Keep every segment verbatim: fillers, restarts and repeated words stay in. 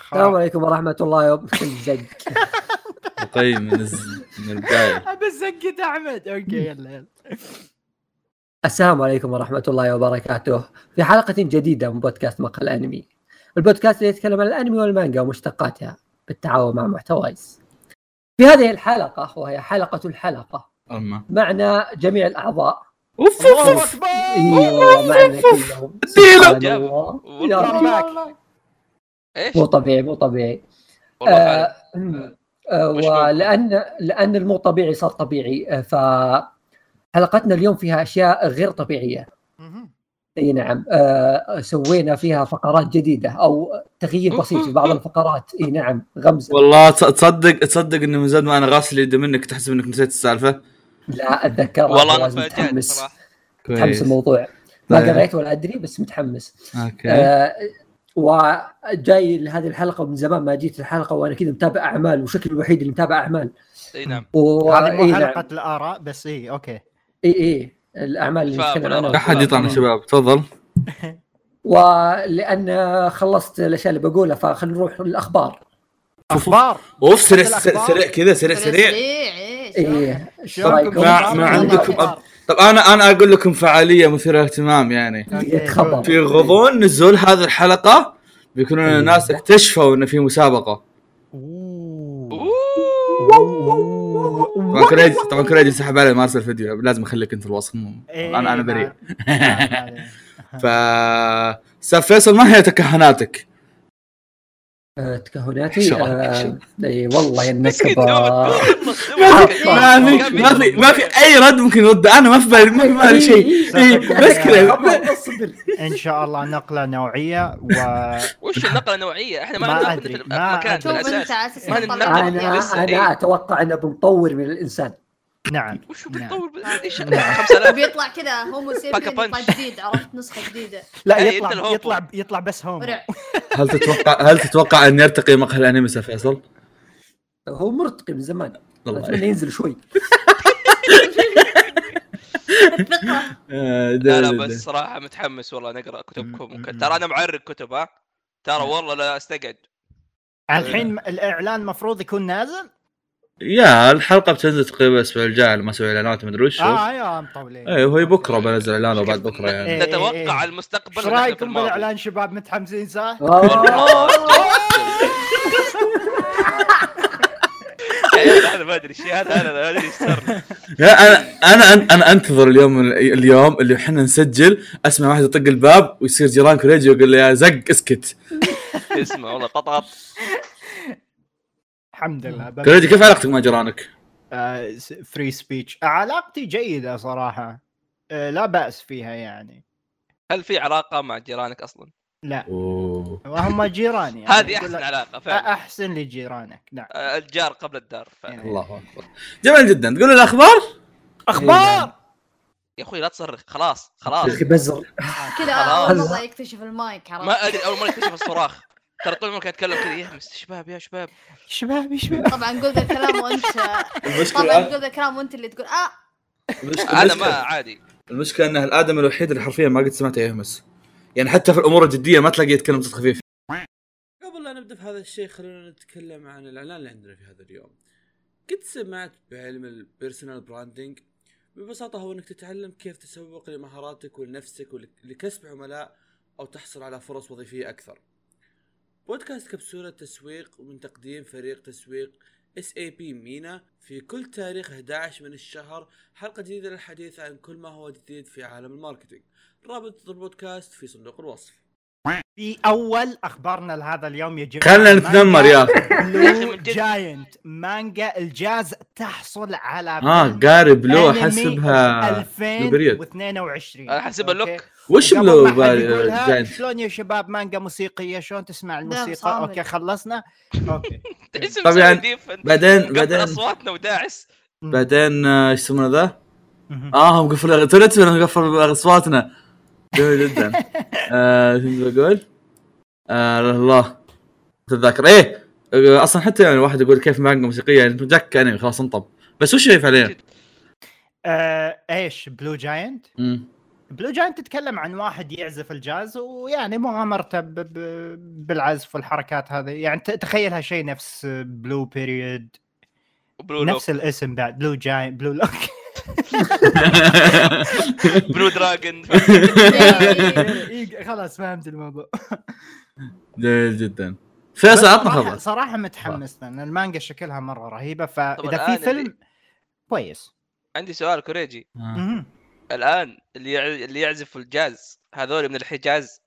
السلام عليكم ورحمة الله وبركاته. طيب من الز... من البداية أبى الزقة أحمد. أوكي يلا يلا. السلام عليكم ورحمة الله وبركاته. في حلقة جديدة من بودكاست مقهى الأنمي، البودكاست اللي يتكلم عن الأنمي والمانجا ومشتقاتها بالتعاون مع محتوايز. في هذه الحلقة وهي حلقة الحلقة أما معنا جميع الأعضاء. أوف الله أوف أكبر. ايوه معنا كلهم. سبحان الله. والله يا رب. معك. ايش مو طبيعي مو طبيعي. والله فعلا. آه آه وش ولأن لأن المو طبيعي صار طبيعي، آه فحلقتنا اليوم فيها أشياء غير طبيعية. مهم. اي نعم. آه سوينا فيها فقرات جديدة او تغيير بسيط في بعض الفقرات. اي نعم غمزة. والله تص- تصدق تصدق انه من زاد ما انا غاسل يدي منك تحسب انك نسيت السالفة. لا اتذكر والله انا لازم فاجأت متحمس صراحه. متحمس الموضوع. ما طيب. قريت ولا ادري بس متحمس. اوكي آه وجاي لهذه الحلقة من زمان ما جيت الحلقة وانا كذا متابع اعمال وشكل الوحيد اللي متابع اعمال. اي نعم و... هذه مو إي حلقة نعم. الآراء بس إيه أوكي. اي اي الاعمال اللي فاهم نتكلم عنها. بالآراء. احد يطعن شباب تفضل. ولان خلصت الاشياء اللي بقولها فخلينا نروح للاخبار. أخبار. اوف سريع الأخبار. سريع كذا سريع سريع. ايش ايه شلونكم؟ ما- ما عندكم أب- طب انا انا اقول لكم فعاليه مثيره للاهتمام يعني. يتخبر في غضون نزول هذه الحلقه بيكونون الناس اكتشفوا انه في مسابقه. طبعا كريدي طبعا كريدي سحب علي ما ارسل فيديو لازم اخليك انت الوصف. انا انا بريء. ف سيف فيصل ما هي تكهناتك؟ آه، تكهناتي. شو؟ آه، اي والله مسكين انك ما في ما في ما في اي رد ممكن يرد. انا ما في بالي ما في بالي شيء. إيه، بس كذا إن شاء الله نقلة نوعية و وش النقله النوعيه؟ احنا ما ما عندنا أدري، في ما المكان أدري. في شوف انت الاساس. على اساس ما نطلع ننقل. انا بس انا إيه. اتوقع انه بنطور من الانسان. نعم وش نعم. بتطور ايش خمسة آلاف بيطلع كذا هومو سيبين باكا يطلع بانش. جديد، عرفت نسخة جديدة. لا إيه، أنت يطلع الهومو. يطلع يطلع بس هوم. ورع. هل تتوقع هل تتوقع ان يرتقي مقهى الانمي سيف فيصل؟ هو مرتقي من زمان والله اتمنى ينزل شوي. آه، ده- لا لا ده- بس ده. صراحه متحمس والله نقرا كتبكم م- م- وكذا. ترى انا معرق كتب ها ترى والله لا استقعد. الحين الإعلان مفروض يكون نازل. يا الحلقه بتنزل تقريبا الاسبوع الجاي ما اسوي اعلانات ما ادري وش. آه أيوة مطولين. ايه هو بكره بنزل اعلان وبعد بكره يعني. إيه. نتوقع المستقبل. إيش ونحن في رأيكم الماضي. بالإعلان شباب؟ متحمسين صح؟ هذا ما ادري شيء هذا انا ما ادري ايش صار. يا انا انا انا انتظر اليوم اليوم اللي احنا نسجل اسمع واحد يطق الباب ويصير جيران كوريجي يقول له يا زق اسكت. اسمه والله ططط. الحمد لله. كوريجي كيف علاقتك مع جيرانك؟ فري سبيتش. علاقتي جيدة صراحة. آه، لا بأس فيها يعني. هل في علاقه مع جيرانك اصلا؟ لا اوه وهم جيراني يعني. هذه يقول احسن لك علاقه فعلا. أحسن لجيرانك. نعم. آه، الجار قبل الدار فعلا. يعني. الله اكبر جميل جدا. تقول الاخبار أخبار. يا اخوي لا تصرخ خلاص خلاص. يا اخي بزر كذا خلاص. اول مرة يكتشف المايك، عرفت؟ ما ادري اول مره اكتشف الصراخ. ترى طول ما كان يتكلم كذا يهمس شباب يا شباب. شباب شباب. طبعا قول ذا الكلام وانت طبعا المشكله قول ذا الكلام وانت اللي تقول اه انا ما عادي. المشكله انه الادم الوحيد اللي حرفيا ما قد سمعته يهمس يعني حتى في الامور الجديه ما تلاقيه يتكلم صوت خفيف. قبل لا نبدا في هذا الشيء خلونا نتكلم عن الاعلان اللي عندنا في هذا اليوم. قد سمعت بعلم البيرسونال براندنج؟ ببساطه هو انك تتعلم كيف تسوق لمهاراتك ولنفسك ولكسب عملاء او تحصل على فرص وظيفيه اكثر. بودكاست كبسولة تسويق من تقديم فريق تسويق إس إيه بي مينا في كل تاريخ أحد عشر من الشهر حلقة جديدة للحديث عن كل ما هو جديد في عالم الماركتينج. رابط البودكاست في صندوق الوصف. في أول أخبارنا لهذا اليوم يا جماعة. خلنا نتنمر يا بلو جاينت مانجا الجاز تحصل على اه قاري بلو أنمي حسبها ألفين واثنين وعشرين. انا حسبها أوكي؟ لوك. وش قبل بلو ما حد بالي يقولها، جاينت؟ شلون يا شباب مانجا موسيقية شلون تسمع الموسيقى؟ صامل. اوكي خلصنا. اوكي تحس طبعاً. مسوي ديف أنت. بعدين قبل بعدين اصواتنا وداعس. بعدين آه، ايش يسمونه ذا؟ مهم. اه هم قفلوا تويتر قفلوا اصواتنا. جميل جدا. آه شو بقول؟ آه الله تتذكر ايه آه، اصلا حتى يعني واحد يقول كيف مانجا موسيقيه يعني جاك انمي خلاص انطب بس وش شايف عليه؟ آه، ايش بلو جاينت؟ امم بلو جاينت تتكلم عن واحد يعزف الجاز ويعني مغامرته ب... ب... بالعزف والحركات هذه، يعني ت- تخيلها شيء نفس بلو بيريود، بلو لوك نفس الاسم بعد بلو جاينت بلو لوك بلو دراجون. إيه، خلاص فهمت الموضوع. جميل جدا. فيصل عطنا صراحة, خبر. صراحة متحمس لأن المانجا شكلها مرة رهيبة، طب فإذا الآن في فيلم اللي- كويس. عندي سؤال كوريجي، آه. مهم. الان اللي يع... اللي يعزف الجاز هذول من الحجاز.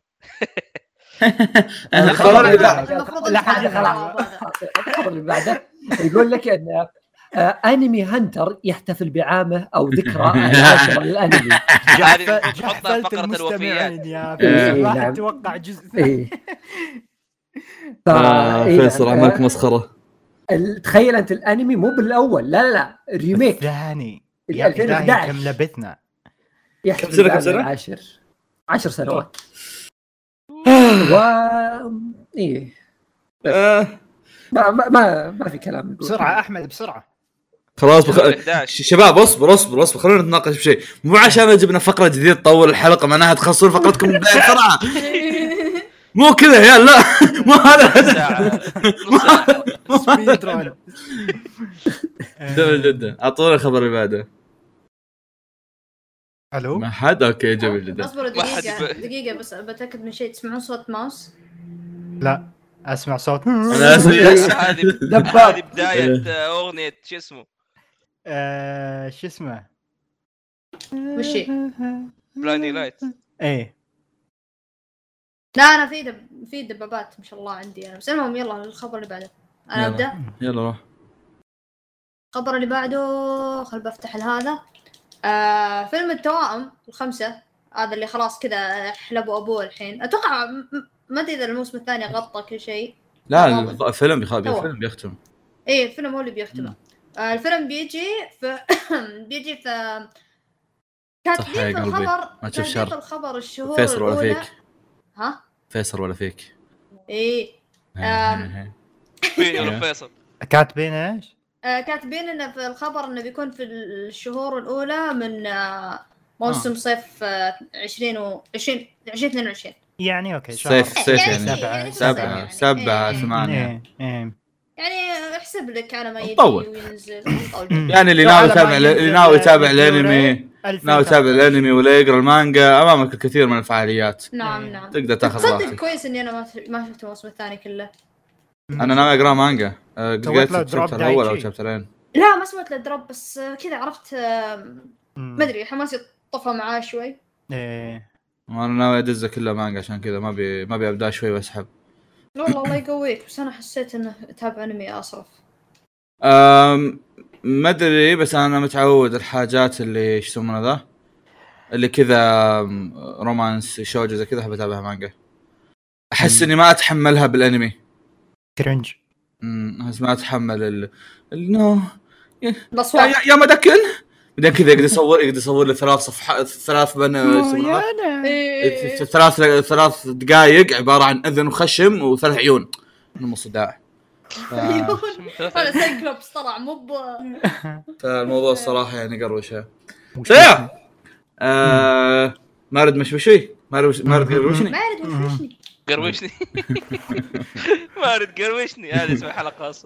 الخبر اللي لا، بعده المفروض لا إنك حد تعرف يفهم. الجواب هذا. الخبر اللي بعده يقول لك ان آه، انمي هانتر يحتفل بعامه او ذكرى العاشره للانمي. هذه جحف- نحطها جحفلت فقرة الوفيات. المستمعين يا إيه، فيصل، ما نعم. حد توقع جزء ثاني. ايه ف- آه إيه، فيصل نعم. عملك مسخره. ال- تخيل انت الانمي مو بالاول، لا لا لا الريميك الثاني ال- يا ألفين إلهي وإحدى عشر. كم لبثنا. يحتفل كم سنة- كم بعامه سنة؟ العاشر. عشر سنوات. و ايه آه ما ما ما, ما في كلام نقول. بسرعة أحمد بسرعة. خلاص بخ... إحدى عشر. ش- شباب اصبر اصبر اصبر خلونا نتناقش بشيء، مو عشان جبنا فقره جديده تطول الحلقه معناها تخلصون فقرتكم من البدايه بسرعه. مو كذا يا لا مو هذا الهدف. ساعة نص ساعة. سبيد ران. جميل جدا. اعطونا الخبر اللي بعده. ألو. ما حد اوكي جميل جدا. اصبروا ما حد دقيقة ب- دقيقة بس بتأكد من شيء. تسمعون صوت ماوس؟ لا أسمع صوت. انا اسف هذه دباب. هذه بداية آه، أغنية شو اسمه آه، شو اسمه؟ وش هي؟ بلايندي لايت. ايه لا انا في دب... في دبابات ما شاء الله عندي انا. بس المهم يلا الخبر اللي بعده. انا يلا. ابدا. يلا روح. الخبر اللي بعده خل بفتح هذا. آه فيلم التوائم الخمسة هذا اللي خلاص كذا حلبوا ابوه الحين. اتوقع م- ما ادري اذا الموسم الثاني غطى كل شيء. لا واضح. الف- الفيلم بيخ- هو. الفيلم بيختم. ايه الفيلم هو اللي بيختمه. مم. آه الفيلم بيجي في بيجي في صح يا كاتبين في قلبي. الخبر ما تشوف كاتبين شر. في الخبر الشهور فيصل ولا الأولى. فيك. ها فيصل ولا فيك. ايه آم. فيني ولا فيصل. كاتبين ايش؟ آه كاتبين انه في الخبر انه بيكون في الشهور الاولى من آه موسم آه. صيف آه عشرين و عشرين عشرين اثنين وعشرين. يعني اوكي شهر. صيف صيف يعني سبعة. يعني في سبعة الصيف يعني. سبعة إيه. ثمانية. ايه ايه يعني احسب لك على ما يجي طول. وينزل. يعني اللي ناوي يتابع اللي ناوي يتابع الانمي ناوي يتابع الانمي ولا يقرا المانجا امامك الكثير من الفعاليات نعم نعم. تقدر تاخذ تصدق راحتك. كويس اني انا ما ما شفت الموسم الثاني كله. انا ناوي اقرا مانجا آه، سويت قريت له الشابتر drop الاول او دايتشي. الشابترين. لا ما سويت له دروب بس آه، كذا عرفت آه، ما ادري حماسي طفى معاه شوي. ايه وانا ناوي ادزه كله مانجا عشان كذا ما بي ما ابي ابدا شوي واسحب. والله الله يقويك بس انا حسيت انه اتابع انمي اصرف. أم ما ادري بس انا متعود الحاجات اللي ايش يسمونها ذا اللي كذا أم، رومانس شوجو زي كذا احب اتابعها مانجا. احس اني ما اتحملها بالانمي. كرنج. امم احس ما اتحمل ال النو يا الاصوات. يا, يا مدكن بعدين كذا يقدر يصور يقدر يصور لي ثلاث صفحات ثلاث بن إيه. ثلاث ثلاث دقائق عباره عن اذن وخشم وثلاث عيون من صداع. ف... هذا سايكلوبس طلع مو ب فالموضوع الصراحه يعني قروشه. سيا آه... مارد مشوشي مارد مارد قروشني. ما ادري وش وشني. قروشني. مارد قروشني هذا اسم الحلقة أصلا.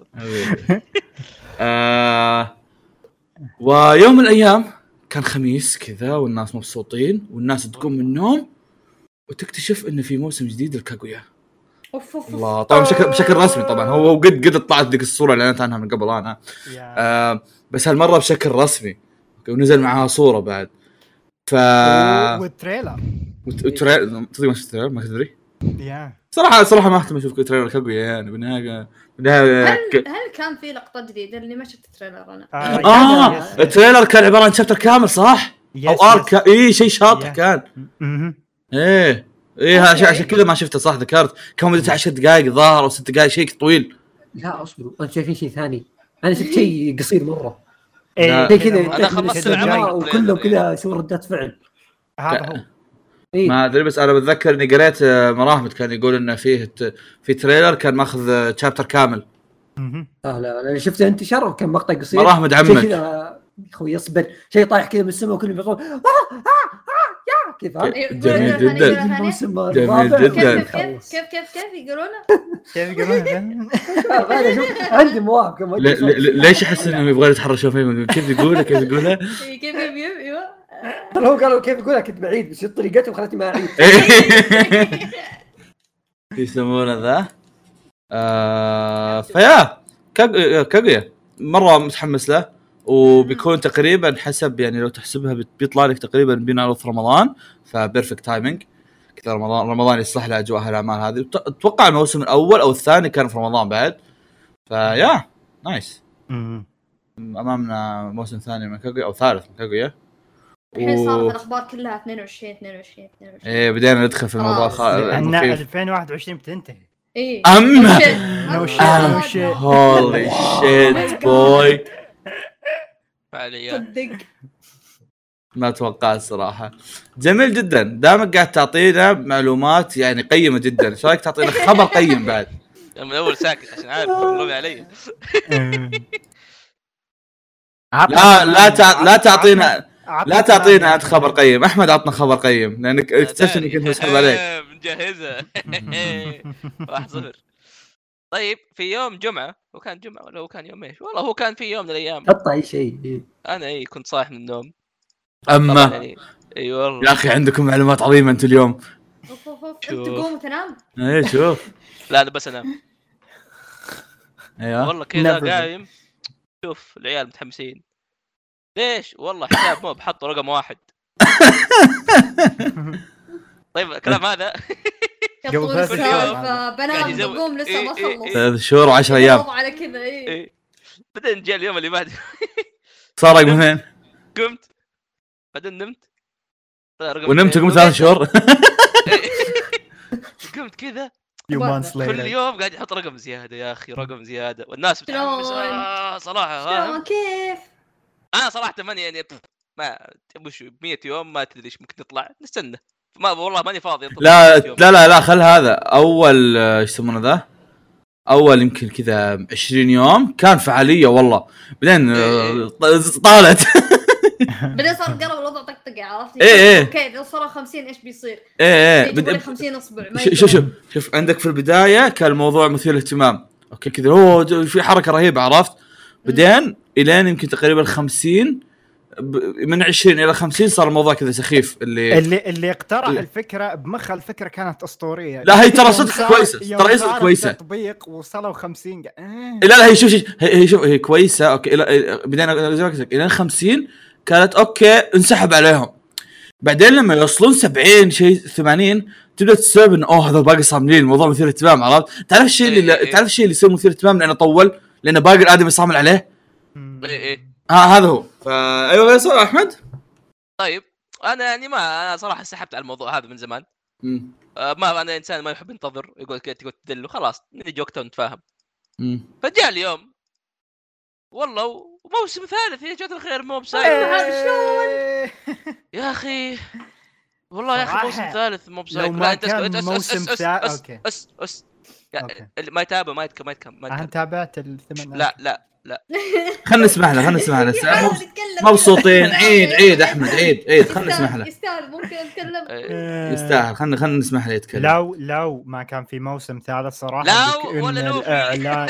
آه... ويوم من الايام كان خميس كذا والناس مبسوطين والناس تقوم من النوم وتكتشف انه في موسم جديد للكاغويا. اوف اوف الله طبعا بشكل بشكل رسمي طبعا هو قد قد طلعت ذيك الصوره اللي اعلنت عنها من قبل انا آه بس هالمره بشكل رسمي ونزل معها صوره بعد ف والتريلر. وتريلر تصدق ما شفت التريلر ما تدري يا صراحه صراحه ما اهتم اشوف تريلر كاغويا يعني بالنهايه بالنهايه هل هل كان في لقطه جديده اللي ما شفت التريلر انا؟ اه التريلر كان عباره عن شابتر كامل صح او ارك اي شيء شاطح كان ايه ايه عشان عشان كذا ما شفته صح ذكرت كم مدته عشر دقائق ظاهر او ست دقائق شيء طويل. لا اصبروا انتم شايفين شيء ثاني. انا شفت شيء قصير مره ايه زي كذا أنا خلصت العمل وكله كذا شو ردات فعل. هذا هو. إيه؟ ما ادري بس انا بتذكر اني قريت مراهمد كان يقول انه فيه في تريلر كان ماخذ شابتر كامل. اه لا انا شفت انتشر وكان مقطع قصير مراهمد شيء عمك كذا اخوي يصبر شيء طايح كذا من السماء وكله بيقول آه آه آه يا كيف ها؟ جميل جدا الموسم جميل الرابع. جدا. كيف كيف كيف كيف كيف يقولونه؟ كيف يقولون؟ أنا شوف عندي مواقف كم ل- ل- ليش احس انهم يبغون يتحرشون فيه؟ كيف يقولها كيف يقولها؟ كيف كيف كيف ايوه ترى هو قالوا كيف يقولها كنت بعيد بس طريقتهم خلتني ما اعيد. يسمونه ذا آه فيا كاغ- كاغويا مره متحمس له، وبيكون تقريبا حسب يعني لو تحسبها بت- بيطلع لك تقريبا بينعرض في رمضان، فبيرفكت تايمينج كذا. رمضان رمضان يصلح له اجواء هالاعمال هذه. وت- اتوقع الموسم الاول او الثاني كان في رمضان بعد، فيا نايس. امامنا موسم ثاني من كاغويا او ثالث من كاغويا. الحين صارت الاخبار كلها اثنين وعشرين اثنين وعشرين اثنين وعشرين. ايه بدينا ندخل في الموضوع خلاص. ان مخيف. ألفين وواحد وعشرين بتنتهي. ايه أما- No shit, no shit. هولي شيت بوي، فعليا صدق ما اتوقع الصراحه. جميل جدا، دامك قاعد تعطينا معلومات يعني قيمه جدا، ايش رايك تعطينا خبر قيم بعد؟ من اول ساكت عشان عارف والله علي. لا لا تع... لا تعطينا عطنا- لا تعطينا انت خبر قيم. احمد عطنا خبر قيم لانك اكتشفت اني كنت مسحب عليك. مجهزه واحد صفر. طيب في يوم جمعه، وكان جمعه ولا هو كان يوم ايش؟ والله هو كان في يوم من الايام حط اي شيء. انا اي كنت صايح من النوم طبعاً اما يعني. اي والله يا اخي عندكم معلومات عظيمه انتم اليوم. اوف اوف اوف شوف. انت تقوم وتنام. ايه شوف لا انا بس انام ايوه والله كذا Never. قايم شوف العيال متحمسين ليش والله حساب موب حطوا رقم واحد. طيب الكلام هذا يطول قبل ثلاث السالفه أيام. قاعد بنام يزود- بقوم لسه ما إيه إيه خلص. ثلاث شهور وعشر ايام الوضع على كذا ايه إيه. بعدين جاء اليوم اللي بعد صار رقمين قمت بعدين نمت طلع رقم ونمت اثنين. قمت ثلاث شهور. قمت كذا Few months كل later. يوم قاعد يحط رقم زياده يا اخي رقم زياده والناس متحمسه شلون؟ آه صراحه شلون فاهم. كيف؟ انا صراحه ماني يعني بف، ما وش مية يوم ما تدري ايش ممكن يطلع نستنى ما والله ماني فاضي أطلب لا مية يوم. لا لا لا خل هذا اول آه، ايش يسمونه ذا اول يمكن كذا عشرين يوم كان فعاليه والله، بعدين آه، ط- طالت. بعدين صار قرب الوضع طقطقه عرفت؟ إيه إيه. اوكي اذا صار خمسين ايش بيصير؟ ايه ايه يجيبوا لي بد- خمسين اصبع ما شوف شوف يقدرون. شوف شوف عندك في البدايه كان الموضوع مثير للاهتمام، اوكي كذا هو ج- في حركه رهيبه عرفت. بعدين الين يمكن تقريبا خمسين ب- من عشرين الى خمسين صار الموضوع كذا سخيف اللي اللي اللي اقترح اللي- الفكره بمخ الفكره كانت اسطوريه. لا هي ترى يوم صدق صار- كويسه، يوم ترى هي صار صدق كويسه. التطبيق وصلوا خمسين قا- إيه. لا لا هي شوف شوف هي هي شوف هي كويسه اوكي الى بعدين زي ما قلت لك الى خمسين كانت اوكي انسحب عليهم. بعدين لما يوصلون سبعين شيء ثمانين تبدا تستوعب انه اوه هذا باقي صاملين الموضوع مثير اهتمام عرفت. تعرف الشيء اللي إيه إيه. تعرف الشيء اللي يصير مثير اهتمام لانه طول لانه باقي الادمي صامل عليه. ايه ايه ها هذا هو. فا ايوه يا سؤال احمد. طيب انا يعني ما انا صراحه سحبت على الموضوع هذا من زمان. امم آه، ما انا انسان ما يحب ينتظر يقول كذا تقول تدله خلاص نجي وقتها ونتفاهم. امم فجاء اليوم والله وموسم ثالث يا جماعه الخير مو بسايد إيه. يا اخي والله يا اخي موسم صراحة ثالث مو بسايد. لو ما كان موسم ثالث- اس أوكي. اس اس أوكي. ما يتابع ما يتكلم ما يتكلم ما انا يتكلم. تابعت الثمان. لا لا لا خلنا نسمح له خلنا نسمح له يحاول مبس- يتكلم. مبسوطين. عيد عيد احمد عيد عيد خلنا نسمح له يستاهل ممكن اتكلم. إيه. يستاهل. خلنا خلنا نسمح له يتكلم. لو لو ما كان في موسم ثالث صراحه لا بك- ولا إن لو في. الاعلان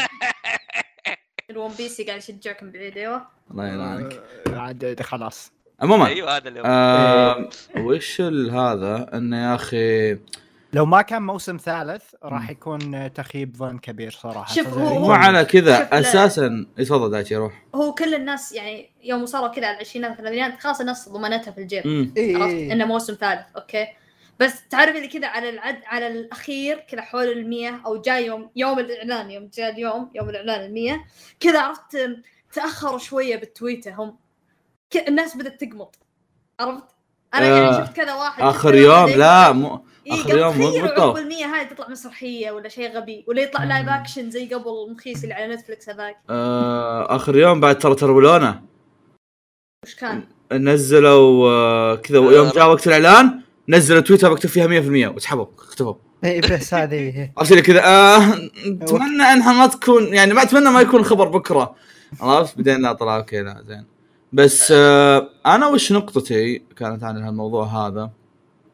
الون بيسي قاعد يشجعكم بعيد ايوه. الله يلعنك. عاد خلاص. عموما ايوه هذا اليوم آه وش ال- هذا انه يا اخي لو ما كان موسم ثالث راح يكون تخيب ظن كبير صراحه. شوف، فزي- هو- مو على شوف، كذا لا. اساسا. يتفضل دايتشي روح. هو كل الناس يعني يوم وصلوا كذا على العشرينات والثلاثينات خلاص الناس ضمنتها في الجيب. امم إيه. عرفت انه موسم ثالث اوكي. بس تعرف اللي كذا على العد على الاخير كذا حول المية او جاي يوم يوم الاعلان يوم جاء اليوم يوم الاعلان المية كذا عرفت تاخروا شويه بالتويته هم ك... الناس بدات تقمط عرفت. انا آه، يعني شفت كذا واحد اخر شفت يوم كذا لا واحد- مو إيه آخر قبل يوم مو تخيلوا بالضبط. عقب المية هاي تطلع مسرحيه ولا شيء غبي ولا يطلع لايف اكشن زي قبل المخيس اللي على نتفلكس هذاك. آه اخر يوم بعد ترى تربلونه وش كان؟ نزلوا آه كذا يوم جاء وقت الاعلان نزلوا تويتر مكتوب فيها مية بالمية وسحبوا اختفوا. اي بس هذه عرفت اللي كذا آه اتمنى انها ما تكون يعني ما اتمنى ما يكون خبر بكره عرفت. بعدين لا طلع اوكي لا زين. بس آه انا وش نقطتي كانت عن هالموضوع هذا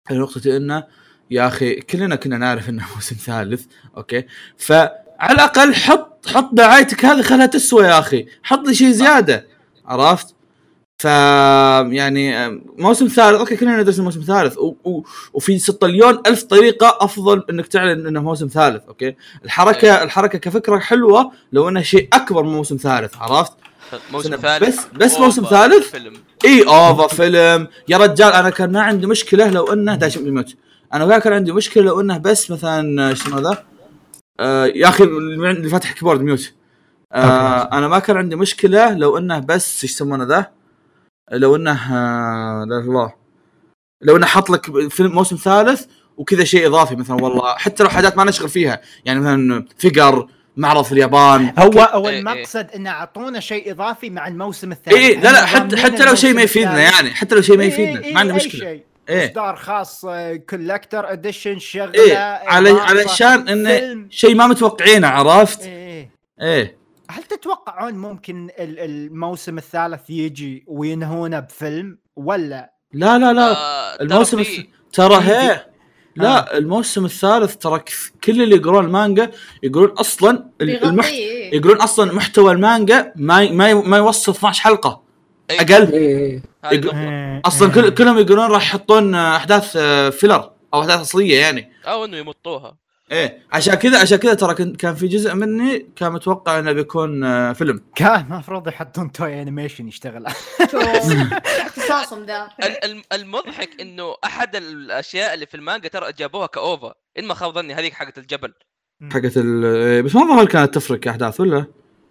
نقطة انه يا اخي كلنا كنا نعرف انه موسم ثالث اوكي، فعلى الاقل حط حط دعايتك هذه خلها تسوى يا اخي، حط لي شيء زياده عرفت. ف يعني موسم ثالث اوكي كلنا ندرس موسم ثالث و... و... وفي ستليون الف طريقه افضل انك تعلن انه موسم ثالث اوكي. الحركه الحركه كفكره حلوه لو انه شيء اكبر من موسم ثالث عرفت. موسم ثالث بس بس موسم ثالث فيلم. اي اوفا فيلم يا رجال. انا كان ما عندي مشكله لو انه داش بيموت، انا كان عندي مشكله لو انه بس مثلا شنو ذا آه يا اخي اللي فاتح كيبورد ميوت آه انا ما كان عندي مشكله لو انه بس ايش يسمونه ذا لو انه آه لا الله لو انه حط لك فيلم موسم ثالث وكذا شيء اضافي مثلا والله حتى لو حاجات ما نشغل فيها يعني مثلا فيجر معرض في اليابان. هو هو إيه المقصد إيه. انه اعطونا شيء اضافي مع الموسم الثالث. اي لا لا حتى حتى لو شيء ما يفيدنا يعني حتى لو شيء ما يفيدنا إيه ما عندي إيه مشكله. شيء. إيه. اصدار خاص كولكتر اديشن شغله إيه. على علشان انه شيء ما متوقعينه عرفت. ايه ايه هل تتوقعون ممكن الموسم الثالث يجي وينهونه بفيلم ولا لا لا لا آه الموسم ترى, ترى هي لا الموسم الثالث ترى كل اللي يقرون المانجا يقولون اصلا المحت... يقولون اصلا محتوى المانجا ما ما ما يوصل اثناشر حلقه اقل. إيه. يقول... اصلا كل كلهم يقولون راح يحطون احداث فيلر او احداث اصليه يعني او انه يمطوها. ايه عشان كذا عشان كذا ترى كان في جزء مني كان متوقع انه بيكون فيلم. كان المفروض يحطون توي انيميشن يشتغل. اختصاصهم ذا. المضحك انه احد الاشياء اللي في المانجا ترى جابوها كاوفا ان ما خاب ظني هذيك حقه الجبل حقه ال بس ما ظهر كانت تفرق احداث ولا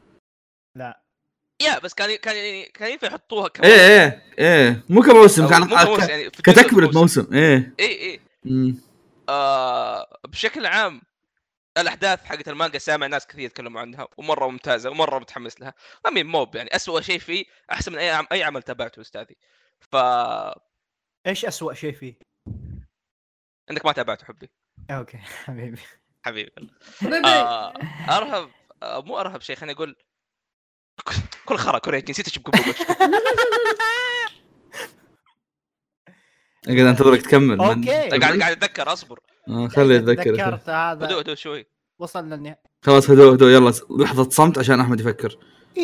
لا يا بس كان كان كان ينفع يحطوها كمان. ايه ايه ايه مو كموسم كان ك... يعني كتكمله موسم. ايه ايه ايه امم آه بشكل عام الاحداث حقت المانجا سامع ناس كثير يتكلموا عنها ومره ممتازه ومره متحمس لها. امين موب يعني اسوأ شيء فيه احسن من اي عم... اي عمل تابعته استاذي. ف ايش اسوأ شيء فيه؟ انك ما تابعته حبي. اوكي حبيبي حبيبي آه ارهب آه مو ارهب شيء خليني اقول كل خرا كوريجي نسيت ايش بقول. اقدر انتظرك تكمل. اوكي قاعد قاعد اتذكر اصبر اه خلي اتذكر. ذكرت هذا هدوء هدوء شوي وصلنا النهاية. خلاص هدوء هدوء يلا لحظه صمت عشان احمد يفكر.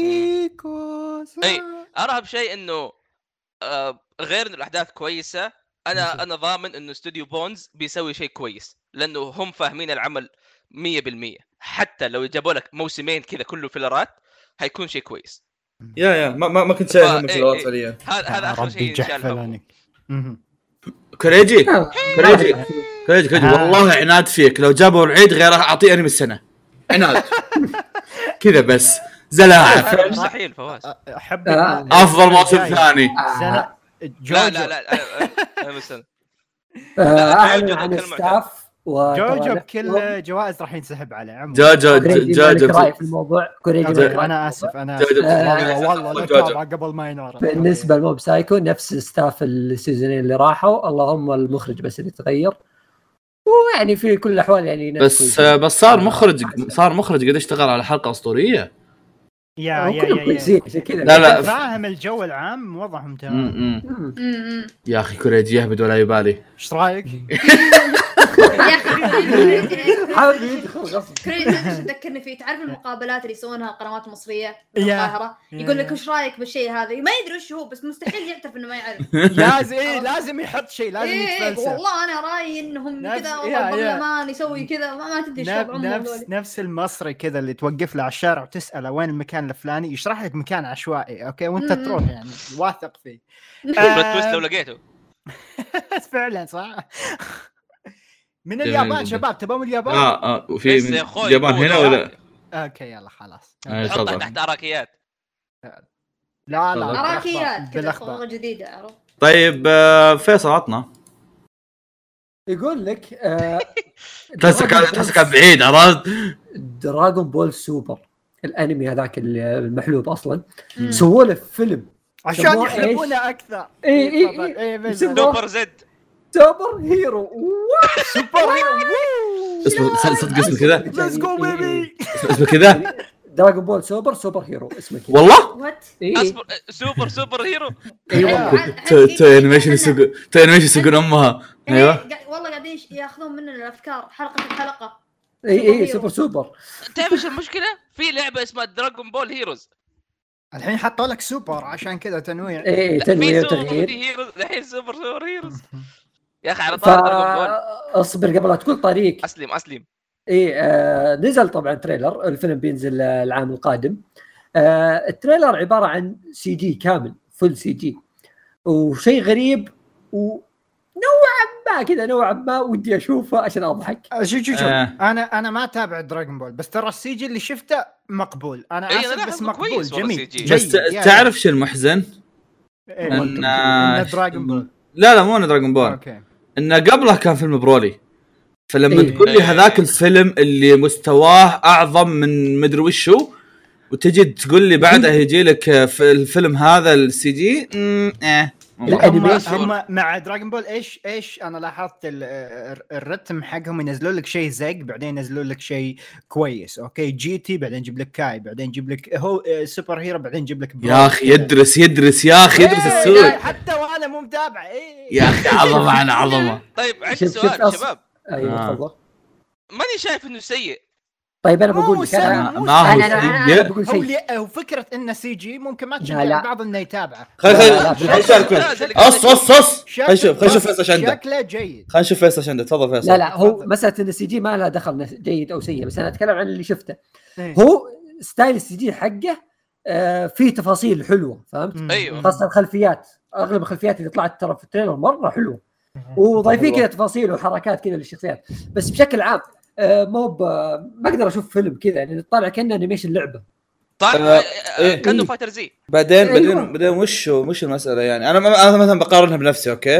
اي ارهب شيء انه آه غير ان الاحداث كويسه انا انا ضامن انه استوديو بونز بيسوي شيء كويس لانه هم فاهمين العمل مية بالمية. حتى لو جابوا لك موسمين كذا كله فيلرات هيكون شيء كويس. يا يا ما ما كنت شايف هم فيلرات فعليا. هذا هذا اخر شيء ان شاء الله. كوريجي كوريجي كوريجي كوريجي والله عناد فيك لو جابوا العيد غير اعطيه انمي السنه عناد كذا بس زلاعه مستحيل فواز. احب افضل موسم ثاني سنه. لا لا لا انا مستني اعلن عن الستاف جوجو بكل جوائز راح ينسحب عليه عمو. جوجو جوجو رايك في الموضوع كوريجي. انا اسف انا والله لا تابع قبل ما ينور. بالنسبه لموب سايكو نفس ستاف السيزونين اللي راحوا اللهم المخرج بس اللي تغير ويعني في كل الاحوال يعني بس بس صار مخرج صار مخرج قد اشتغل على حلقه اسطوريه. يا يا يا كذا لا لا فاهم الجو العام وضعهم تمام. يا اخي كوريجي يهبد ولا يبالي. ايش رايك؟ يا اخي حاول يدخل غصب. كريز تذكرني فيه تعرف المقابلات اللي يسوونها القنوات المصريه في القاهره يقول لك وش رايك بالشيء هذا ما يدري وش هو بس مستحيل يعترف انه ما يعرف. لازم ايه لازم يحط شيء لازم يتفلسف. والله انا رايي انهم كذا والله البرلمان يسوي كذا ما تدري ايش نفس نفس المصري كذا اللي توقف له على الشارع وتساله وين المكان الفلاني يشرح لك مكان عشوائي اوكي وانت تروح يعني واثق فيه. بس لو لقيته فعلا صح. من اليابان شباب تبون اليابان؟ اه اه وفي اليابان هنا ولا؟ اوكي يلا خلاص حطها تحت اراكيات. لا لا اراكيات كذا صوره جديده عرفت. طيب فيصل عطنا يقول لك تحسك بعيد عرفت. دراغون بول سوبر الانمي هذاك المحلوب اصلا سووا له فيلم عشان يحبونه اكثر. اي اي اي سوبر زد سوبر هيرو سوبر هيرو اسمه صدق اسمه كذا. ليتس جو بيبي اسمه كذا دراغون بول سوبر سوبر هيرو اسمه كذا والله. وات اصبر سوبر سوبر هيرو ايوه تو انيميشن يسوق تو انيميشن يسوقون امها ايوه قا- والله قاعدين ياخذون مننا الافكار حلقه الحلقه. اي اي سوبر سوبر. تعرف ايش المشكله؟ في لعبه اسمها دراغون بول هيروز الحين حطوا لك سوبر عشان كذا تنويع. اي تنويع وتغيير. هيروز الحين سوبر سوبر هيروز يا اخي على ف طار دراغون بول. اصبر قبل لا تقول طريق. اسلم اسلم. اي آه نزل طبعا تريلر، الفيلم بينزل العام القادم. آه التريلر عباره عن سي جي كامل، فل سي جي، وشيء غريب ونوعا ما كذا نوعا ما ودي اشوفه عشان اضحك. شوف شوف شوف آه. انا انا ما اتابع دراغون بول، بس ترى السي جي اللي شفته مقبول. انا إيه، اسف أنا بس أحسه مقبول كويس والله جميل سي جي. جيد. بس يعني. تعرف شو المحزن؟ إيه، ان إن دراغون بول. لا لا مو انا دراغون بول، اوكي انه قبله كان فيلم برولي. فلما إيه. تقول لي هذاك الفيلم اللي مستواه اعظم من مدري وشو، وتجي تقول لي بعده يجي لك في الفيلم هذا السي جي ايه هم, الانيميشن هم مع دراغون بول ايش ايش انا لاحظت ال- الرتم حقهم ينزلوا لك شيء زق بعدين ينزلوا لك شيء كويس. اوكي جي تي بعدين يجيب لك كاي بعدين يجيب لك هو سوبر هيرو بعدين يجيب لك يا اخي يدرس يدرس يا اخي يدرس إيه، السوق حتى وانا مو متابع. ايه يا اخي عظمه على عظمه. طيب عندي شفت- شفت سؤال أص- شباب، ايوه آه. تفضل. ماني شايف انه سيء. طيب انا مو بقول لك سيء، انا مو ما هو انا انا, أنا, أنا سيء. بقول هو شيء. لي هو فكره انه سي جي ممكن ما لا، تشجع لا. البعض انه يتابعه. خل لا، لا، خل لا، خل شاركون اص اص اص خل نشوف خل نشوف فيصل عنده، شكله جيد. خل نشوف فيصل عنده. تفضل فيصل. لا لا هو تفضل. مساله ان السي جي ما لها دخل جيد او سيء، بس انا اتكلم عن اللي شفته. إيه. هو ستايل السي جي حقه آه فيه تفاصيل حلوه، فهمت؟ مم. أيوه. خاصه الخلفيات، اغلب الخلفيات اللي طلعت ترى في التريلر مره حلوه، وضايفين كذا تفاصيل وحركات كذا للشخصيات. بس بشكل عام آه مو ب... ما اقدر اشوف فيلم كذا يعني طالع كانه انيميشن لعبه. طيب آه، آه، إيه. كانه إيه. فايتر زي. بعدين أيوة. بعدين بعدين وش وش المساله يعني؟ انا انا مثلا بقارنها بنفسي. اوكي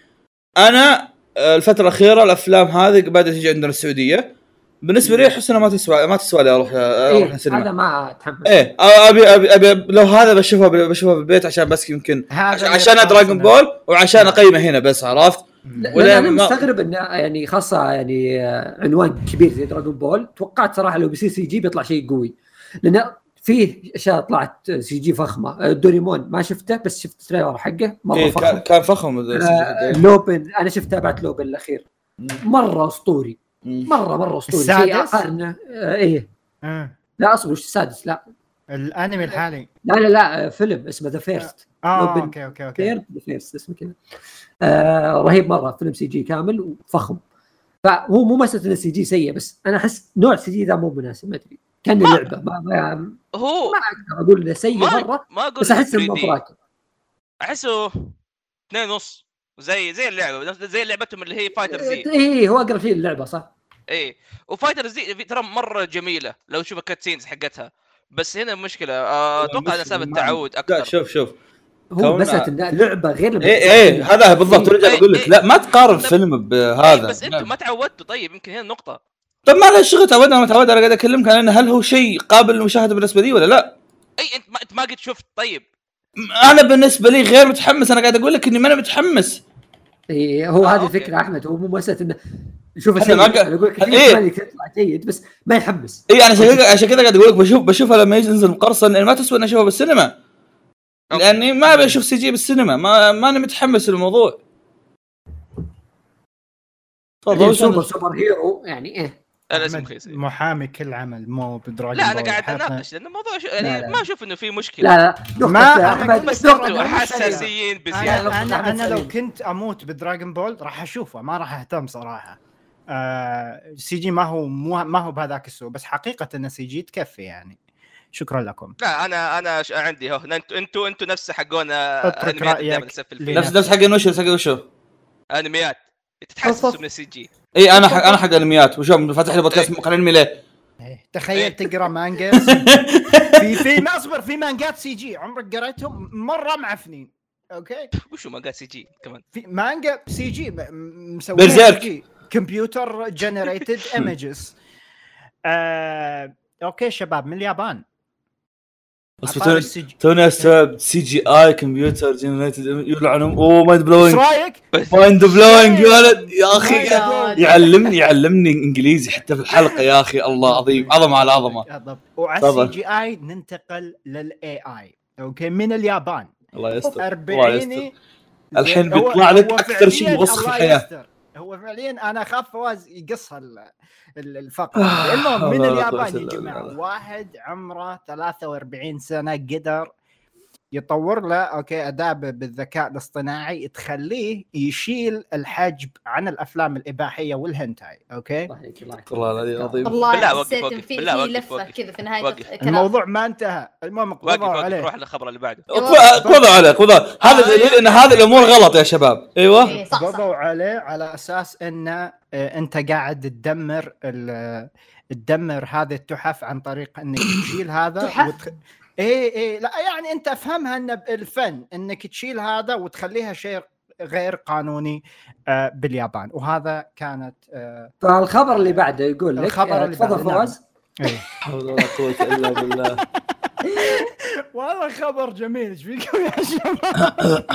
انا آه، الفتره الاخيره الافلام هذه بدات تجي عندنا السعوديه، بالنسبه لي احس انها ما تسوى ما تسوى لي اروح اروح إيه السينما. هذا ما اتحمس. ايه ابي ابي ابي لو هذا بشوفه بشوفه بالبيت عشان بس يمكن هذا عشان, اللي عشان خلاص دراغون أنا- بول وعشان اقيمه هنا بس، عرفت؟ لا ولا انا ما- مستغرب انه يعني خاصه يعني آه، عنوان كبير زي دراغون بول. توقعت صراحه لو بيصير سي جي بيطلع شيء قوي، لان فيه اشياء طلعت سي جي فخمه. دوريمون ما شفته بس شفت تريلر حقه مره إيه فخم. كان كان فخم آه لوبن انا شفت تابعت لوبن الاخير مره اسطوري، مره مره اسطوري. شيء السادس؟ اقارنه آه ايه آه. لا اصبر وش السادس؟ لا الانمي الحالي. لا لا لا آه، فيلم اسمه ذا فيرست. اه لوبن اوكي اوكي اوكي ذا فيرست اسمه كذا. آه رهيب مره، فيلم سي جي كامل وفخم. فهو مو مساله ان سي جي سيء، بس انا احس نوع سي جي ذا مو مناسب. ما ادري كان ما- لعبه ما ما, هو ما اقدر اقول انه سيء ما مره، ما اقول بس احس انه ثري دي. مراكب. احسه اثنين ونص زي زي اللعبه زي لعبتهم اللي هي فايتر زي. ايه هو اقرب شيء للعبه صح. ايه وفايتر زي ترى مره جميله لو تشوف الكاتسينز حقتها، بس هنا المشكله آه، اتوقع انها سبب تعود لا اكثر. شوف شوف هو كون- مساله انها لعبه غير لما ايه ايه هذا بالضبط. إيه. رجع بقول لك لا ما تقارن فيلم بهذا. بس انتم ما تعودتوا. طيب يمكن هنا النقطه. طب ما له شغل تعودنا ما تعودنا. انا قاعد اكلمك عن هل هو شيء قابل للمشاهده بالنسبه لي ولا لا. اي انت ما انت ما قد شفت. طيب انا بالنسبه لي غير متحمس. انا قاعد اقول لك اني ما انا متحمس. إيه هو آه، هذه أوكي. الفكره احمد. هو مو مساله انه شوف أنا شيء ما قا- انا اقول لك في إيه. احتمال يطلع جيد بس ما يحمس. اي انا عشان كذا عشان كذا قاعد اقول لك بشوف بشوفها لما يجي ينزل مقرصن لان ما تسوى اني اشوفها بالسينما، أوكي. لاني ما ابي اشوف سي جي بالسينما. ما ما انا متحمس للموضوع. بعدين تفضل. سوبر سوبر هيرو يعني ايه. انا اسم أحمد خيسي. محامي كل عمل مو بدراجون لا انا بول. قاعد حتى- اناقش لان الموضوع شو لا، يعني لا. ما اشوف انه في مشكله. لا لا نقطة ما- أنا احمد بس نقطة انتوا أحمد حساسين بزياده. انا انا, أحمد أنا لو سليم. كنت اموت بدراجون بول راح اشوفه ما راح اهتم صراحه. آه سي جي ما هو مو ما هو بهذاك السوء، بس حقيقه ان سي جي تكفي يعني. شكرا لكم. لا انا انا ش- عندي هو انتوا انتوا انتوا نفس حقونا اترك انميات رأيك دائما تسفل لي. فيها. نفس نفس حق وش نفس حق وشو. انميات تتحسسوا أوف. من السي جي. اي انا حق انا حق انميات. وشو فاتح لي بودكاست مقال انمي ليه؟ إيه، تخيل إيه. تقرا مانجا في في ما اصبر في مانجات سي جي عمرك قريتهم مره معفنين. اوكي وشو ما قال سي جي كمان. في مانجا سي جي مسوي برزيرك. كمبيوتر جنريتد ايمجز. اوكي شباب من اليابان. بس عطار توني السي جي. توني استوعب سي جي اي كمبيوتر جنريتد يلعنهم. اوه مايند ايش بلوينج رايك؟ مايند بلوينج يا ولد يا اخي. يا يعلمني يعلمني انجليزي حتى في الحلقه يا اخي. الله عظيم عظمه على عظمه. بالضبط. وعلى تفضل. السي جي اي ننتقل للاي اي. اوكي من اليابان الله يستر الله أربعيني يستر. الحين بيطلع لك أكثر شيء مغص في الحياة. هو فعليا انا اخاف فواز يقص الفقره. المهم من اليابان يا جماعه واحد عمره ثلاثة وأربعين سنه قدر يطور له اوكي اداه بالذكاء الاصطناعي تخليه يشيل الحجب عن الافلام الاباحيه والهنتاي. اوكي والله العظيم والله حسيت في في لفه كذا في نهايه الكلام. الموضوع ما انتهى. المهم قضوا عليه. نروح للخبر اللي بعده. قضوا عليه قضوا. هذا دليل ان هذه الامور غلط يا شباب. ايوه قضوا عليه على اساس ان انت قاعد تدمر تدمر هذه التحف عن طريق انك تشيل هذا وتخ... ايه ايه لا يعني انت افهمها ان الفن انك تشيل هذا وتخليها شيء غير قانوني آه باليابان. وهذا كانت آه فالخبر اللي بعده يقول لك الخبر اللي تفضل فواز. ايه حول ولا قوه الا بالله. والله خبر جميل. ايش فيكم يا شباب؟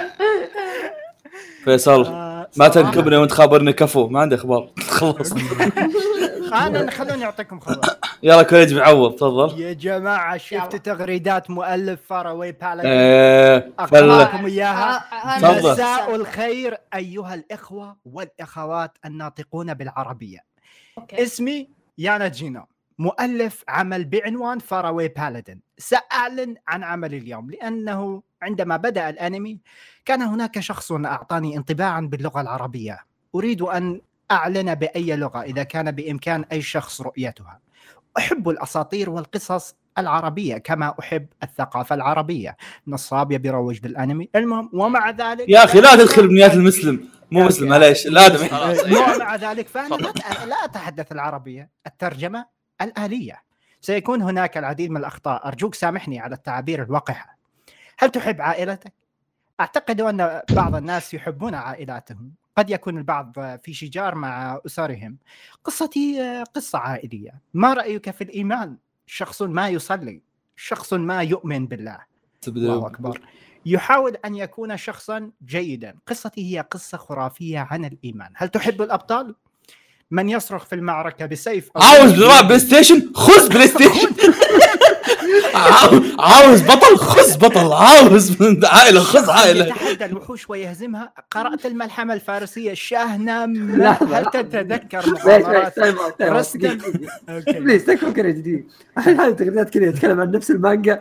فيصل ما تنكبني وانت خابرني كفو ما عندي اخبار. خلص انا خلوني اعطيكم خبر. يلا كويس معوض تفضل يا جماعه. شفت تغريدات مؤلف فاراوي بالادين ايه اقراكم اياها. تفضل. مساء الخير ايها الاخوه والاخوات الناطقون بالعربيه. أوكي. اسمي يانا جينو مؤلف عمل بعنوان فاراوي بالادين. سأعلن عن عمل اليوم لأنه عندما بدأ الأنمي كان هناك شخص أعطاني انطباعا باللغة العربية. أريد أن أعلن بأي لغة إذا كان بإمكان أي شخص رؤيتها. أحب الأساطير والقصص العربية كما أحب الثقافة العربية. نصاب يبي يروج بالأنمي. المهم ومع ذلك يا أخي لا تدخل بنيات المسلم مو مسلم معليش لا دم. ومع ذلك فأنا لا أتحدث العربية. الترجمة الآلية. سيكون هناك العديد من الأخطاء. أرجوك سامحني على التعابير الوقحة. هل تحب عائلتك؟ أعتقد أن بعض الناس يحبون عائلاتهم. قد يكون البعض في شجار مع أسرهم. قصتي قصة عائلية. ما رأيك في الإيمان؟ شخص ما يصلي، شخص ما يؤمن بالله. الله أكبر. يحاول أن يكون شخصا جيدا. قصتي هي قصة خرافية عن الإيمان. هل تحب الأبطال؟ من يصرخ في المعركة بسيف. عاوز بلاي ستيشن خذ بلاي ستيشن. عاوز بطل خذ بطل. عاوز عائلة خذ عائلة. يتحدى الوحوش ويهزمها. قرأت الملحمة الفارسية شاهنام. هل تتذكر مغامرات رستم؟ بليز تفكر جديد. الحين هذه تغريدات كذا يتكلم عن نفس المانجا.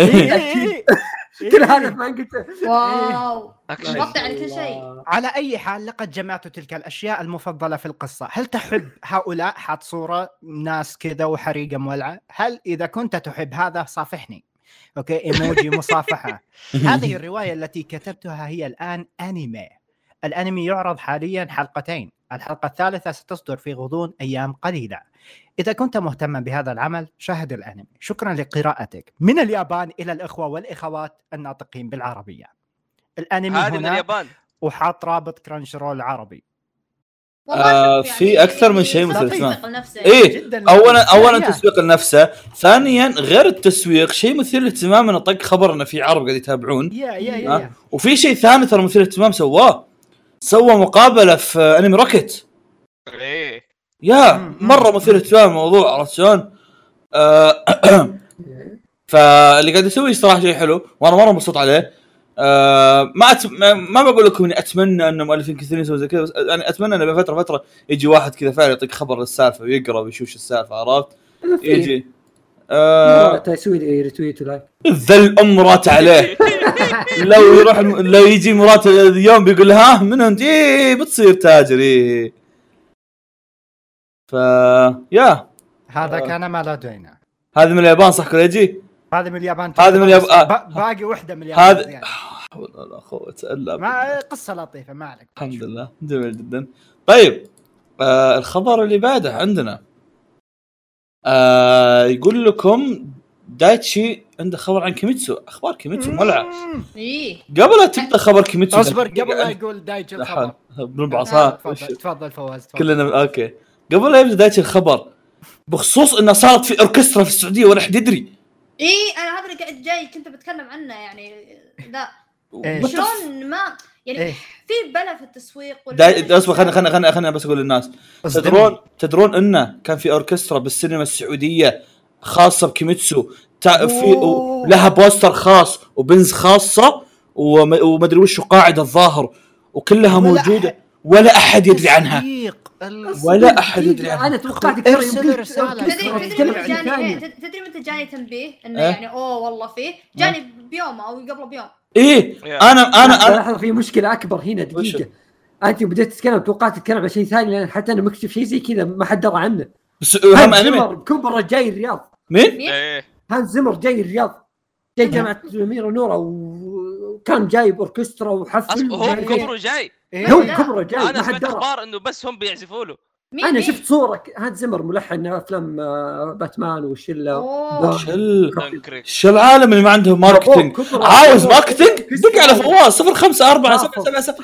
كل هذا ما قلت. واو مقطع على كل شيء. على أي حال لقد جمعت تلك الأشياء المفضلة في القصة. هل تحب هؤلاء؟ حط صورة ناس كذا وحريقة مولعة. هل إذا كنت تحب هذا صافحني. أوكي إيموجي مصافحة. هذه الرواية التي كتبتها هي الآن أنمي. الأنمي يعرض حاليا حلقتين. الحلقة الثالثة ستصدر في غضون أيام قليلة. إذا كنت مهتما بهذا العمل شاهد الأنمي. شكرا لقراءتك. من اليابان إلى الإخوة والإخوات الناطقين بالعربية. الأنمي هنا من اليابان وحاط رابط كرانشرول العربي. آه في يعني أكثر من شيء مثل الاهتمام. إيه أولا أولا تسويق لنفسه. ثانيا غير التسويق شيء مثير للاهتمام إنه طق خبر إنه في عرب قاعد يتابعون. يا يا يا آه. وفي شيء ثاني ترى مثير للاهتمام سواه. سوى مقابلة في أنمي روكيت. إيه يا مرة مثير اهتمام الموضوع عرفت شلون؟ آه فاللي قاعد يسوي صراحة شيء حلو وأنا مرة مبسوط عليه. آه ما أت... ما بقول لكم إني أتمنى إن مؤلفين كثيرين يسووا زي كذا بس يعني أتمنى إن بفترة فترة يجي واحد كذا فعلا يعطيك خبر السالفة ويقرأ ويشوف السالفة عرفت؟ يجي آه تسوي لي ريتويت ولايك ذا الأمرات عليه. لو يروح لو يجي مرات اليوم بيقول لها من أنت إيه بتصير تاجري. ف يا هذا آه. كان ما لدينا. هذا من اليابان صح كل يجي. هذا من اليابان. هذا من اليابان. آه. باقي وحده من اليابان. هذا يعني. والله اخوة الا ما قصه لطيفه ما عليك. الحمد لله جميل جدا. طيب آه الخبر اللي بعده عندنا آه يقول لكم دايتشي عنده خبر عن كيميتسو. اخبار كيميتسو مولعه. ايه قبل لا تبدا خبر كيميتسو اصبر قبل لا يقول دايتشي الخبر بالبعصا. تفضل فواز. كلنا اوكي. قبل لا يبدا دايتشي الخبر بخصوص انه صارت في اوركسترا في السعوديه ولا حد يدري. ايه انا هذا اللي قاعد جاي كنت بتكلم عنه يعني لا إيه؟ شلون ما يعني إيه؟ في بلا في التسويق ولا اصبر خلينا خلينا خلينا خلينا بس اقول للناس تدرون تدرون انه كان في اوركسترا بالسينما السعوديه خاصه بكيميتسو في لها بوستر خاص وبنز خاصه وما ادري وش قاعده الظاهر وكلها موجوده ولا احد يدري عنها صديق ال- ولا احد يدري عنها. انا توقعت ارسل رسالة. تدري تتكلم تدري عن متى جاني ثاني. إيه؟ تدري متى جاني تنبيه انه إيه؟ يعني اوه والله فيه جاني بيوم او قبل بيوم. ايه يا. انا انا انا انا لحظه في مشكله اكبر هنا وش؟ دقيقه. انت بديت تتكلم توقعت تتكلم عن شيء ثاني لان حتى انا مكتب شيء زي كذا ما حد درى عنه. بس هم هانز انمي زمر كبر جاي الرياض. مين؟ مين؟ ايه هانز زمر جاي الرياض جاي جامعه ميرا نورا وكان جايب اوركسترا وحفل أص... هو وجاي- كبره جاي. إيه؟ هو لا. كبره جاي انا ما حد سمعت درى. اخبار انه بس هم بيعزفوا له. مين انا مين؟ شفت صوره هانز زمر ملحن افلام آه، باتمان والشله. أوه. شل دنكريك. شو العالم اللي ما عندهم ماركتينج كبر- عاوز كبر- ماركتينج كبر- دق على فواز صفر خمسة أربعة سبعة سبعة سبعة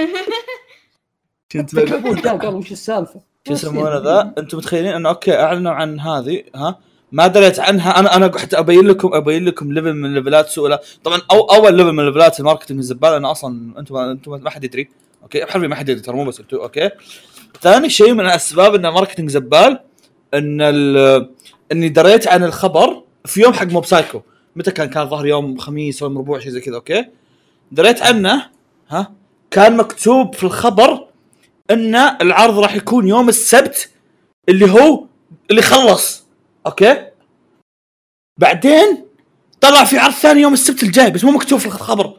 كنت بقول تكلمون جاء قال وش السالفه؟ شو يسمونه ذا انتم متخيلين انه اوكي اعلنوا عن هذه ها ما دريت عنها انا انا حتى ابين لكم ابين لكم ليفل من ليفلات سوء لا طبعا او اول ليفل من ليفلات الماركتنج الزباله انا اصلا انتم انتم ما حد يدري اوكي حرفيا ما حد يدري ترى مو بس انتم اوكي. ثاني شيء من الاسباب ان ماركتنج زبال ان اني دريت عن الخبر في يوم حق موب سايكو متى كان كان ظهر يوم خميس او ربوع شيء زي كذا اوكي دريت عنه ها كان مكتوب في الخبر ان العرض راح يكون يوم السبت اللي هو اللي خلص اوكي بعدين طلع في عرض ثاني يوم السبت الجاي بس مو مكتوب في الخبر.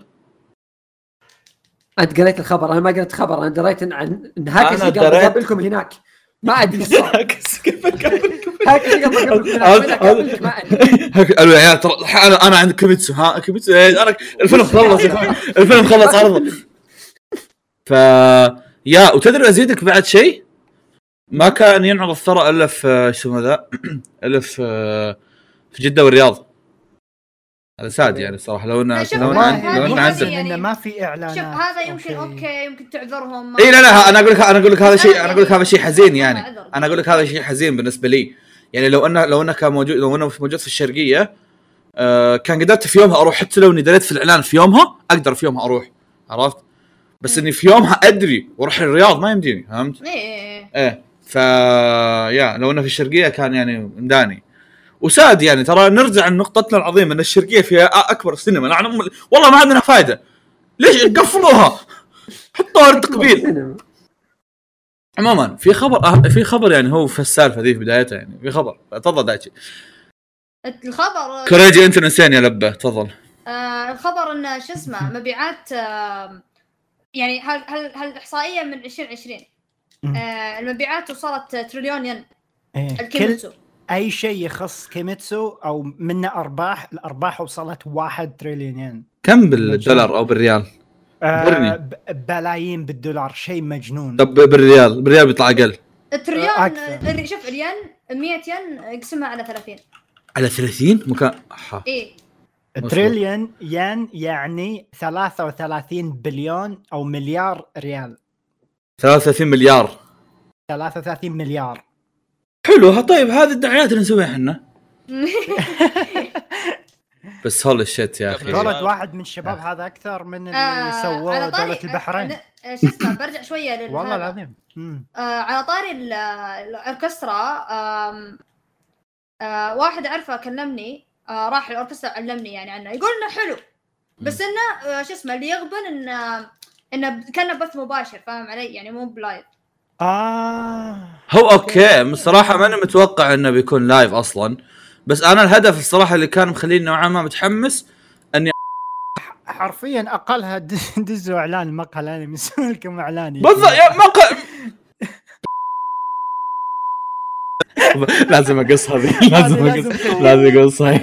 انت قريت الخبر انا ما قريت خبر انا دريت عن ان هاكس أنا قبل دريت- قابلكم هناك ما ادري ايش صار. كيف قبلكم هاكس قبل قابلكم هناك وأنا قابلك ما ادري. قالوا يا عيال ترى انا انا عند كيميتسو ها كيميتسو انا الفيلم خلص يا اخوي الفيلم خلص عرضه. ف يا وتدري ازيدك بعد شيء ما كان ينعرض الثرى الا في شو ذا الا في في جده والرياض. هذا ساد يعني الصراحه لو انه شوف، لو ما- انه لو هذه- انه هذه عندك يعني- إنه ما في اعلانات شوف هذا أو يمكن شيء. اوكي يمكن تعذرهم. اي لا لا انا اقول لك انا اقول لك هذا شيء انا اقول لك هذا شيء حزين ما يعني عذر. انا اقول لك هذا شيء حزين بالنسبه لي يعني لو انه لو انه كان موجود لو انه موجود في الشرقيه آه كان قدرت في يومها اروح حتى لو اني دريت في الاعلان في يومها اقدر في يومها اروح عرفت بس اني في يومها ادري واروح الرياض ما يمديني فهمت ايه ايه ايه ف يا لو انه في الشرقيه كان يعني مداني وساد يعني ترى نرجع لنقطتنا العظيمه ان الشرقيه فيها اكبر سينما نحن والله ما عندنا فائده ليش قفلوها حطوها للتقبيل. عموما في خبر في خبر يعني هو في السالفه ذي في بدايتها يعني في خبر تفضل دايتشي الخبر كوريجي انت نسيان يا لبه تفضل. آه الخبر ان شو اسمه مبيعات آه يعني هل هل هالاحصائيه من عشرين عشرين آه المبيعات وصلت تريليون ين. إيه. كل الكيميتسو اي شيء يخص كيميتسو او منه ارباح الارباح وصلت واحد تريليون ين. كم بالدولار او بالريال؟ آه برني. ب- بلايين بالدولار شيء مجنون. طب بالريال بالريال بيطلع اقل التريليون أكثر. الري- شوف الين مية ين اقسمها على ثلاثين. على ثلاثين مكان ح. ايه تريليون ين يعني ثلاثة وثلاثين بليون او مليار ريال. ثلاثة وثلاثين مليار ثلاثة وثلاثين مليار. حلو. طيب هذه الدعايات اللي نسويها احنا بس هول الشيت يا اخي. ولد واحد من الشباب هذا اكثر من اللي آه، سووه على طاري- دولة البحرين. آه، آه، شو اسمه برجع شويه لل والله هذا. العظيم. مم. آه على طاري ال- الاوركسترا آم، آه واحد اعرفه كلمني آه راح الاوركسترا علمني يعني عنه يقول انه حلو بس انه آه شو اسمه اللي يغبن انه انه كان بث مباشر فاهم علي يعني مو بلايف. اه هو اوكي الصراحه ما انا متوقع انه بيكون لايف اصلا بس انا الهدف الصراحه اللي كان مخليني نوعا ما متحمس اني حرفيا اقلها د- دزوا اعلان مقهى الانمي يسوون لكم اعلان بالضبط يا مق... لازم اقص هذه لازم لازم اقص تقول. لازم اقصها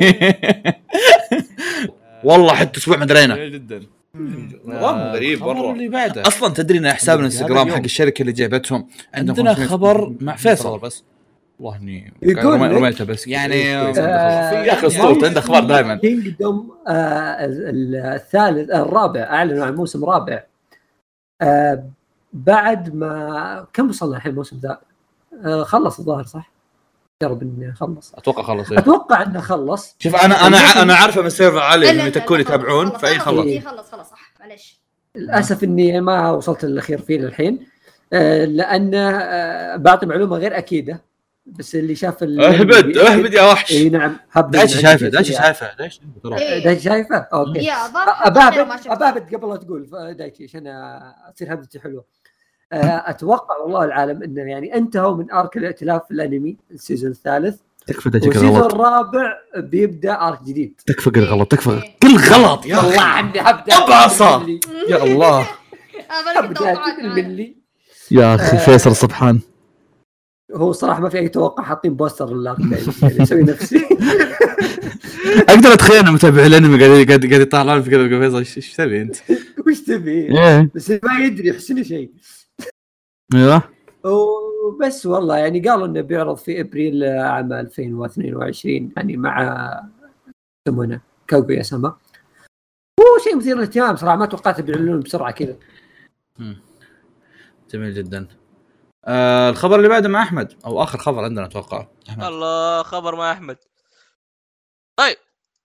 والله حتى اسبوع ما درينا جدا نظام غريب الخبر مره. اللي بعده اصلا تدري ان حساب الانستغرام حق الشركه اللي جابتهم عندنا خبر مع فيصل بس والله اني يقول رمي- لك- رميته بس يعني يا اخي اسطورت عنده اخبار دائما. كينجدوم آه الثالث الرابع اعلنوا عن موسم رابع آه بعد ما كم وصلنا الحين الموسم ذا آه خلص الظاهر صح قرب انه خلص اتوقع خلص إيه. اتوقع انه خلص. شوف انا انا انا عارفه من سيرفر علي إلا- انه إلا- يتكون خلص- يتابعون خلص- فاي خلص خلص إيه، خلص خلص صح معليش للاسف اني ما وصلت الاخير فيه للحين آه لان آه بعطي معلومه غير اكيده بس اللي شاف ال- اهبد اهبد يا وحش. اي نعم هبد دايش شايفه دايش شايفه دايش ترى إيه. دايش شايفه اوكي يا ضرب ابابد ابابد قبل لا تقول دايتي عشان اصير هبدتي حلوه. اتوقع والله العالم انه يعني انتهوا من ارك الائتلاف في الانمي السيزون الثالث. تكفى تجيك والسيزون غلط. الرابع بيبدا ارك جديد. تكفى كل غلط تكفى إيه. كل غلط يا والله اخي. عندي حبدا أبعصة. يا الله حبدا الملي. يا اخي فيصل سبحان. هو صراحه ما في اي توقع، حاطين بوستر للارك يعني يسوي نفسي. اقدر اتخيل انا متابع الانمي قاعد قاعد قاعد يطلع في كذا فيصل ايش تبي انت؟ وش تبي؟ بس ما يدري يحسن شيء. ايوه وبس والله يعني قالوا انه بيعرض في ابريل عام ألفين واثنين وعشرين يعني مع سمونه كاغويا سما. هو شيء مثير للاهتمام صراحه، ما توقعت بيعلنون بسرعه كذا. جميل جدا. آه الخبر اللي بعده مع احمد، او اخر خبر عندنا اتوقع. الله خبر مع احمد. طيب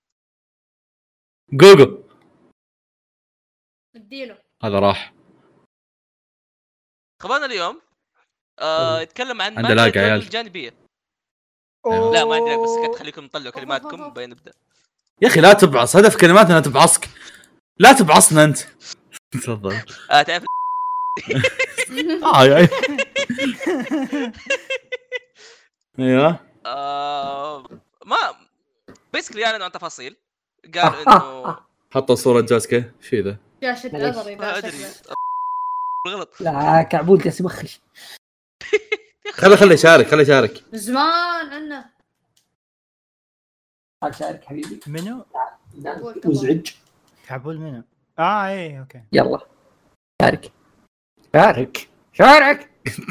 جوجو اديله هذا راح. خبرنا اليوم آه يتكلم عن عنده لاقة عيال الجانبيه. لا ما عندي لاقة، بس كنت خليكم تطلعوا كلماتكم بين نبدا. يا اخي لا تبعص، هدف كلماتنا تبعصك، لا تبعصنا انت. تفضل. اه تعرف اه يا ايوه آه ما بيسكلي يعني عن تفاصيل. قال انه حطوا صورة جاسكي شي ذا شاشة عذري ما ادري غلط. لا كعبول جالس يمخش. خلي خلي يشارك خلي يشارك زمان عنا تعال شارك حبيبي. منو؟ مزعج. كعبول منو؟ اه ايه اوكي يلا شارك شارك شارك.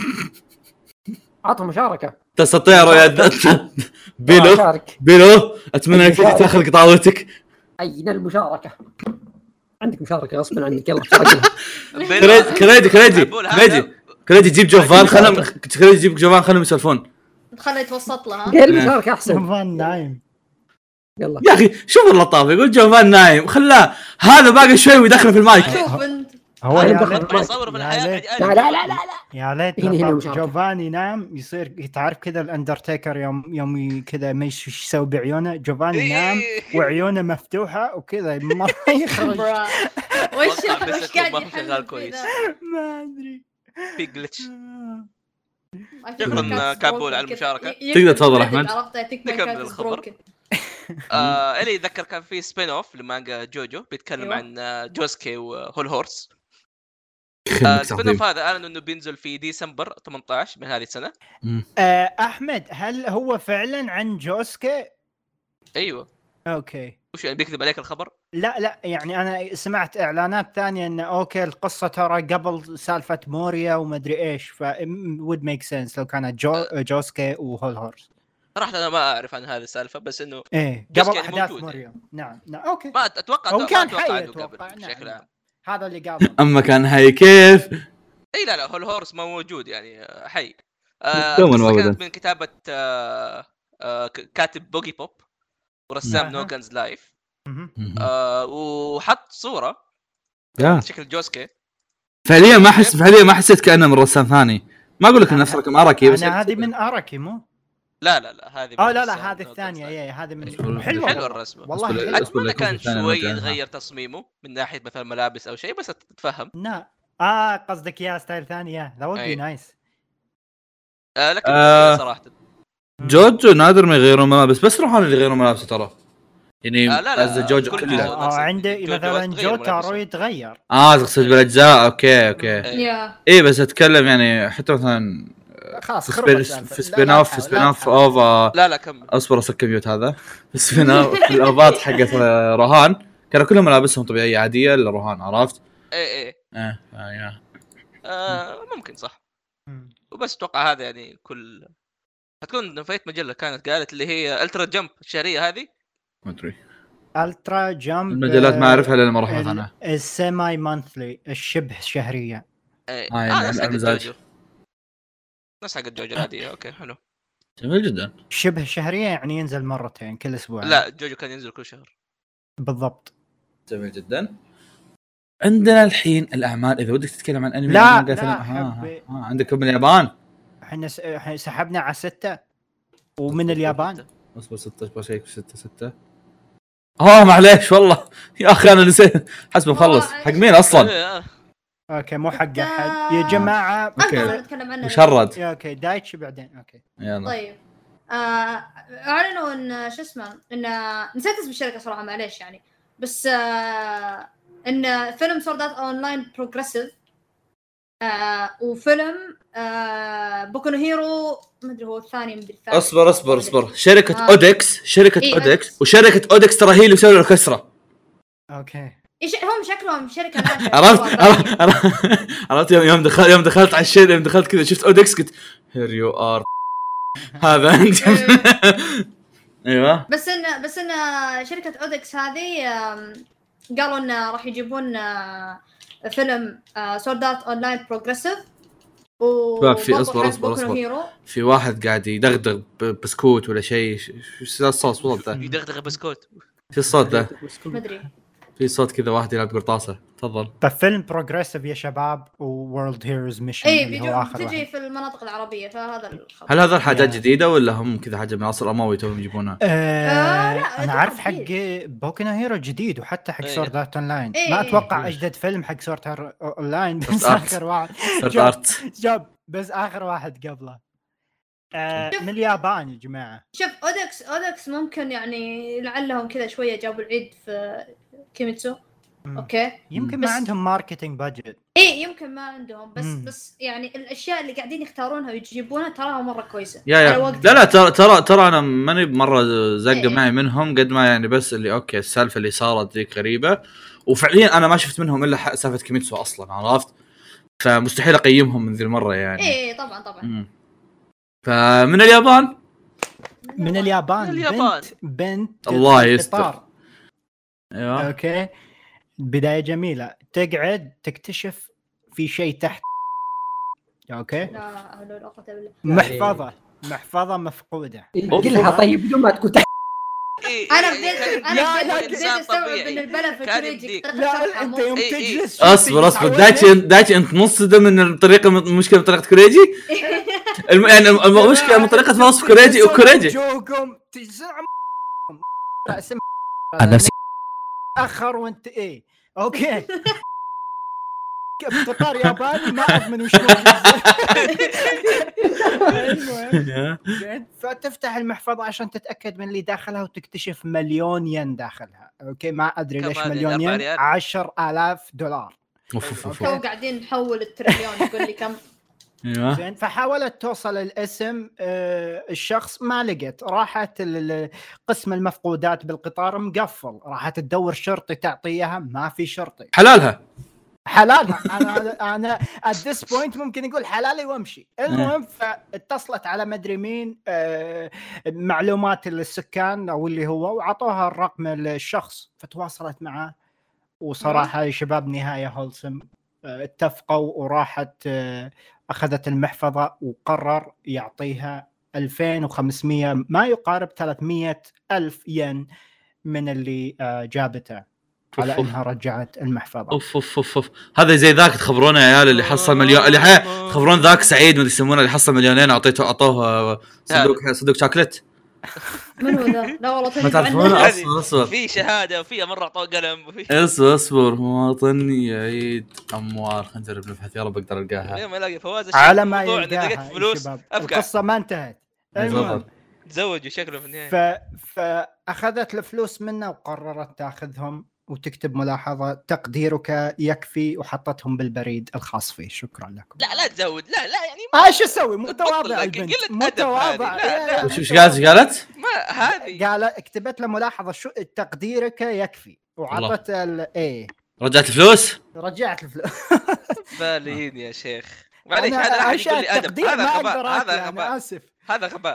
عطوا مشاركة. تستطيع رؤية بيلو شارك. بيلو اتمنى انك تاخذ قطاوتك. اين المشاركة؟ عندك مشاركة غصبا عنك. يلا شاركنا. كريدي كريدي كريدي كريدي كريدي جيب جوفان خلهم كريدي جيب جوفان خلهم يسولفون. خليه يتوسط له. ها غير المشاركة احسن. جوفان نايم. يلا يا اخي شوف اللطافة، يقول جوفان نايم خلاه هذا باقي شوي ويدخله في المايك. شوف انت هو أنا يا دخل ليت اصور في يا الحياه ليت- لا لا لا لا يا ليت هنا- هنا لو مشاركة. جوفان ينام يصير تعرف كذا الاندرتيكر يوم يوم كذا ما ايش يسوي بعيونه. جوفان ينام وعيونه مفتوحه وكذا ما يخرج. برا. وش أتوقع بس وش يكون قاعد ما في شغال يحلل كويس. ما ادري في جلتش. كويس. شكراً كابول على المشاركة. تقدر تفضل أحمد. نكمل الخبر. آه اللي يتذكر كان في سبين اوف لمانجا جوجو بيتكلم أيوة. عن آه، جوسكي وهول هورس. آه السبين اوف هذا اعلنوا انه بينزل في ديسمبر ثمانية عشر من هذه السنه. آه، احمد هل هو فعلا عن جوسكي؟ ايوه اوكي وش يعني بيكذب عليك الخبر؟ لا لا يعني انا سمعت اعلانات ثانيه انه اوكي القصه ترى قبل سالفه موريا وما ادري ايش، ف would make sense لو كانت جو جوسكي وهول هورس. صراحه انا ما اعرف عن هذه السالفه بس انه ايه جوسكي قبل يعني احداث موجود موريا. نعم نعم اوكي ما اتوقع هو ما كان اتوقع حي انه اتوقع. قبل نعم. بشكل عام. هذا اللي قال. اما كان هاي كيف. اي لا لا هول هورس ما موجود يعني آه، حي. آه دوما القصة أبداً. كانت من كتابه آه آه ك- كاتب بوغي بوب ورسام نعم. نوغانز لايف. مهم. آه وحط صوره يا شكل جوسكي. فعليا ما احس فعليا ما حسيت كانه من رسام ثاني. ما اقول لك نفس رقم اراكي بس انا هذه من اراكي مو لا لا لا هذه اه من لا رسام لا هذه نوغانز الثانيه لايف. اي هذه من حلوة. حلوه حلو والله. الرسمه والله أسبوع- حلوة. أسبوع. اتمنى كان الثاني شوي مثلاً. يتغير تصميمه من ناحيه مثلا ملابس او شيء بس تتفهم. لا اه قصدك يا ستايل ثاني يا ذا would أي. be nice. آه لكن آه. صراحه جوجو نادر ما يغيرون ملابس، بس روحان اللي يغيرون ملابس ترى يعني. آه لا لا، قصدي جوجو كل كله. جزء. اه عندي جوجو مثلا تغير جوتارو ملابسه. يتغير. اه تقصد بالاجزاء. اوكي اوكي يا اي بس اتكلم يعني حتى مثلا خلاص في خرب سبين السالفة. في لا، سبين لا اوف في تحاول، سبين لا اوف تحاول. اوفا. لا لا كمل. اصبر اسكر ميوت هذا. في سبين اوف في الاوفات حقت روهان كانوا كلهم ملابسهم طبيعيه عاديه الا روهان، عرفت؟ ايه ايه ايه آه يا آه ممكن صح. مم. وبس اتوقع هذا يعني كل هتكون نفايت مجله كانت قالت اللي هي الترا جمب الشهريه هذه. ما ادري الترا جامب المجلات ما اعرفها لان ما رحت انا. السيماي مانثلي الشبه شهرية. ايه آه، يعني آه نفس حق المزاج. جوجو نفس حق جوجو العاديه. اوكي حلو. جميل جدا. شبه شهرية يعني ينزل مرتين كل اسبوع. لا جوجو كان ينزل كل شهر. بالضبط. جميل جدا. عندنا الحين الاعمال. اذا ودك تتكلم عن انمي لا، مانجا لا، فيلم ها حبي. ها عندكم من اليابان. احنا س... إحنا سحبنا على ستة ومن اليابان. اصبر ستة اصبر شيك ستة ستة. اه معليش والله يا اخي انا نسيت. حسب مخلص حق مين اصلا؟ إيه، آه. اوكي مو حق احد يا جماعه. اقدر نتكلم عنه مشرد. اوكي دايتشي بعدين. اوكي يلا طيب آه، اعلنوا ان شو اسمه ان نسيت اسم الشركه صراحه معليش يعني، بس آه ان فيلم سوردات اونلاين بروجريسيف آه وفيلم آه بوكو نو هيرو ما ادري هو الثاني مدري الثالث. اصبر اصبر اصبر شركه آه. اودكس شركه إيه اودكس أودكس. وشركه اودكس ترى هي اللي مسوي الكسره. اوكي ايش هم شكلهم شركه ناشئه. عرفت عرفت عرفت يوم يوم دخلت يوم دخلت على الشيء يوم دخلت كذا شفت اودكس قلت هير يو ار هذا انت. ايوه بس ان بس ان شركه اودكس هذه آم، قالوا ان راح يجيبون آه، فيلم سوردات اونلاين بروجريسيف شباب، في أصبر- أصبر- أصبر. هيرو. في واحد قاعد يدغدغ ب- بسكوت ولا شيء. ش- شو الصوت والله ده؟ يدغدغ بسكوت. في الصوت ده ما ادري في صوت كذا واحد يلعب قرطاسه. تفضل. ففيلم بروجريسيف يا شباب وورلد هيروز ميشن اي اللي هو بيجوا اخر تجي واحد. في المناطق العربيه فهذا الخبر. هل هذا حاجات يا. جديده ولا هم كذا حاجه من عصر اموي توهم يجيبونها؟ آه آه، لا، انا أتوقع عارف حق جديد. بوكو نو هيرو جديد وحتى حق إيه. سورد ارت اونلاين. إيه، ما إيه. اتوقع اجدد فيلم حق سورد ارت اونلاين بس Sword Art. اخر واحد سورد جاب- ارت. جاب بس اخر واحد قبله آه من اليابان يا جماعه. شوف اودكس اودكس ممكن يعني لعلهم كذا شويه جابوا العيد في كيميتسو. مم. اوكي يمكن بس- ما عندهم ماركتينج بادجت. ايه يمكن ما عندهم بس مم. بس يعني الاشياء اللي قاعدين يختارونها ويجيبونها تراها مره كويسه. يا على يا وقت. لا لا ترى ترى ترى انا ماني مره زقه إيه. معي منهم قد ما يعني بس اللي اوكي السالفه اللي صارت ذيك غريبه وفعليا انا ما شفت منهم الا ح- سالفه كيميتسو اصلا عرفت فمستحيل اقيمهم من ذي المره يعني. ايه طبعا طبعا. مم. فمن اليابان من اليابان. من اليابان. بنت بنت الله تدخل يستر. قطار. ايوه اوكي بدايه جميله تقعد تكتشف في شيء تحت. اوكي لا حول ولا قوه الا بالله. محفظه محفظه مفقوده. قلها طيب بدون ما تكون تحت. إيه انا إيه بديت كان- انا لا، بديت لا، بديت إنسان استوعب طبيعي. ان البلا في كان كوريجي يمديك. لا انت يوم إيه، إيه. تجلس اصبر اصبر دايتشي دايتشي انت منصدم من الطريقه المشكله من طريقه كوريجي. الم... يعني الم- المشكله من طريقه ما وصف كوريجي وكوريجي جوكم تزعم اسم انا اخر وانت ايه اوكي ابتكار ياباني ما اضمن وش المهم زين فتفتح المحفظه عشان تتاكد من اللي داخلها وتكتشف مليون ين داخلها. اوكي ما ادري كم ليش هذه؟ مليون الأربعة ين. ريال؟ عشرة آلاف دولار. أوف، أوف، أوف. تو قاعدين نحول التريليون يقول لي كم. ايوه زين فحاولت توصل الاسم آه، الشخص ما لقت. راحت ال- ال- قسم المفقودات بالقطار مقفل. راحت تدور شرطي تعطيها ما في شرطي. حلالها. حلالها. انا انا at this point ممكن يقول حلالي وامشي. المهم فاتصلت على مدري مين آه، معلومات السكان او اللي هو وعطوها الرقم الشخص فتواصلت معه. وصراحه يا شباب نهايه هولسم. آه، اتفقوا وراحت آه، اخذت المحفظه وقرر يعطيها ألفين وخمسمية ما يقارب ثلاثمية الف ين من اللي آه، جابته على أوف، أوف. انها رجعت المحفظه. اوف اوف اوف اوف هذا زي ذاك تخبرونه يا عيال اللي حصل مليون اللي حي... تخبرون ذاك سعيد ما يسمونه اللي حصل مليونين اعطيته اعطوه صندوق صندوق شوكليت. من هو ذا؟ لا والله ما تجي تعرفونه عنه. اصبر اصبر في شهاده وفيها مره اعطوه قلم وفي اصبر اصبر مواطن يعيد اموال. خلينا نجرب نبحث يا رب اقدر القاها. اليوم الاقي فواز على ما الموضوع اني لقيت يلقاها يا فلوس شباب. افقع القصه ما انتهت. المهم تفضل. تزوج شكله في النهايه. ف... فاخذت الفلوس منه وقررت تاخذهم وتكتب ملاحظه تقديرك يكفي وحطتهم بالبريد الخاص فيه. شكرا لكم. لا لا تزود لا لا يعني آه ايش اسوي متواضع بطل، البنت قلة أدب متواضع. هذه. لا، لا. وش وش قالت ايش قالت؟ ما هذه قال كتبت له ملاحظه شو تقديرك يكفي وعطت الايه رجعت الفلوس؟ رجعت الفلوس. بالين يا شيخ معليش. أنا هذا احد أشياء يقول لي ادب. التقدير هذا ما غباء. أقدر هذا أكله، غباء. انا اسف. هذا غباء.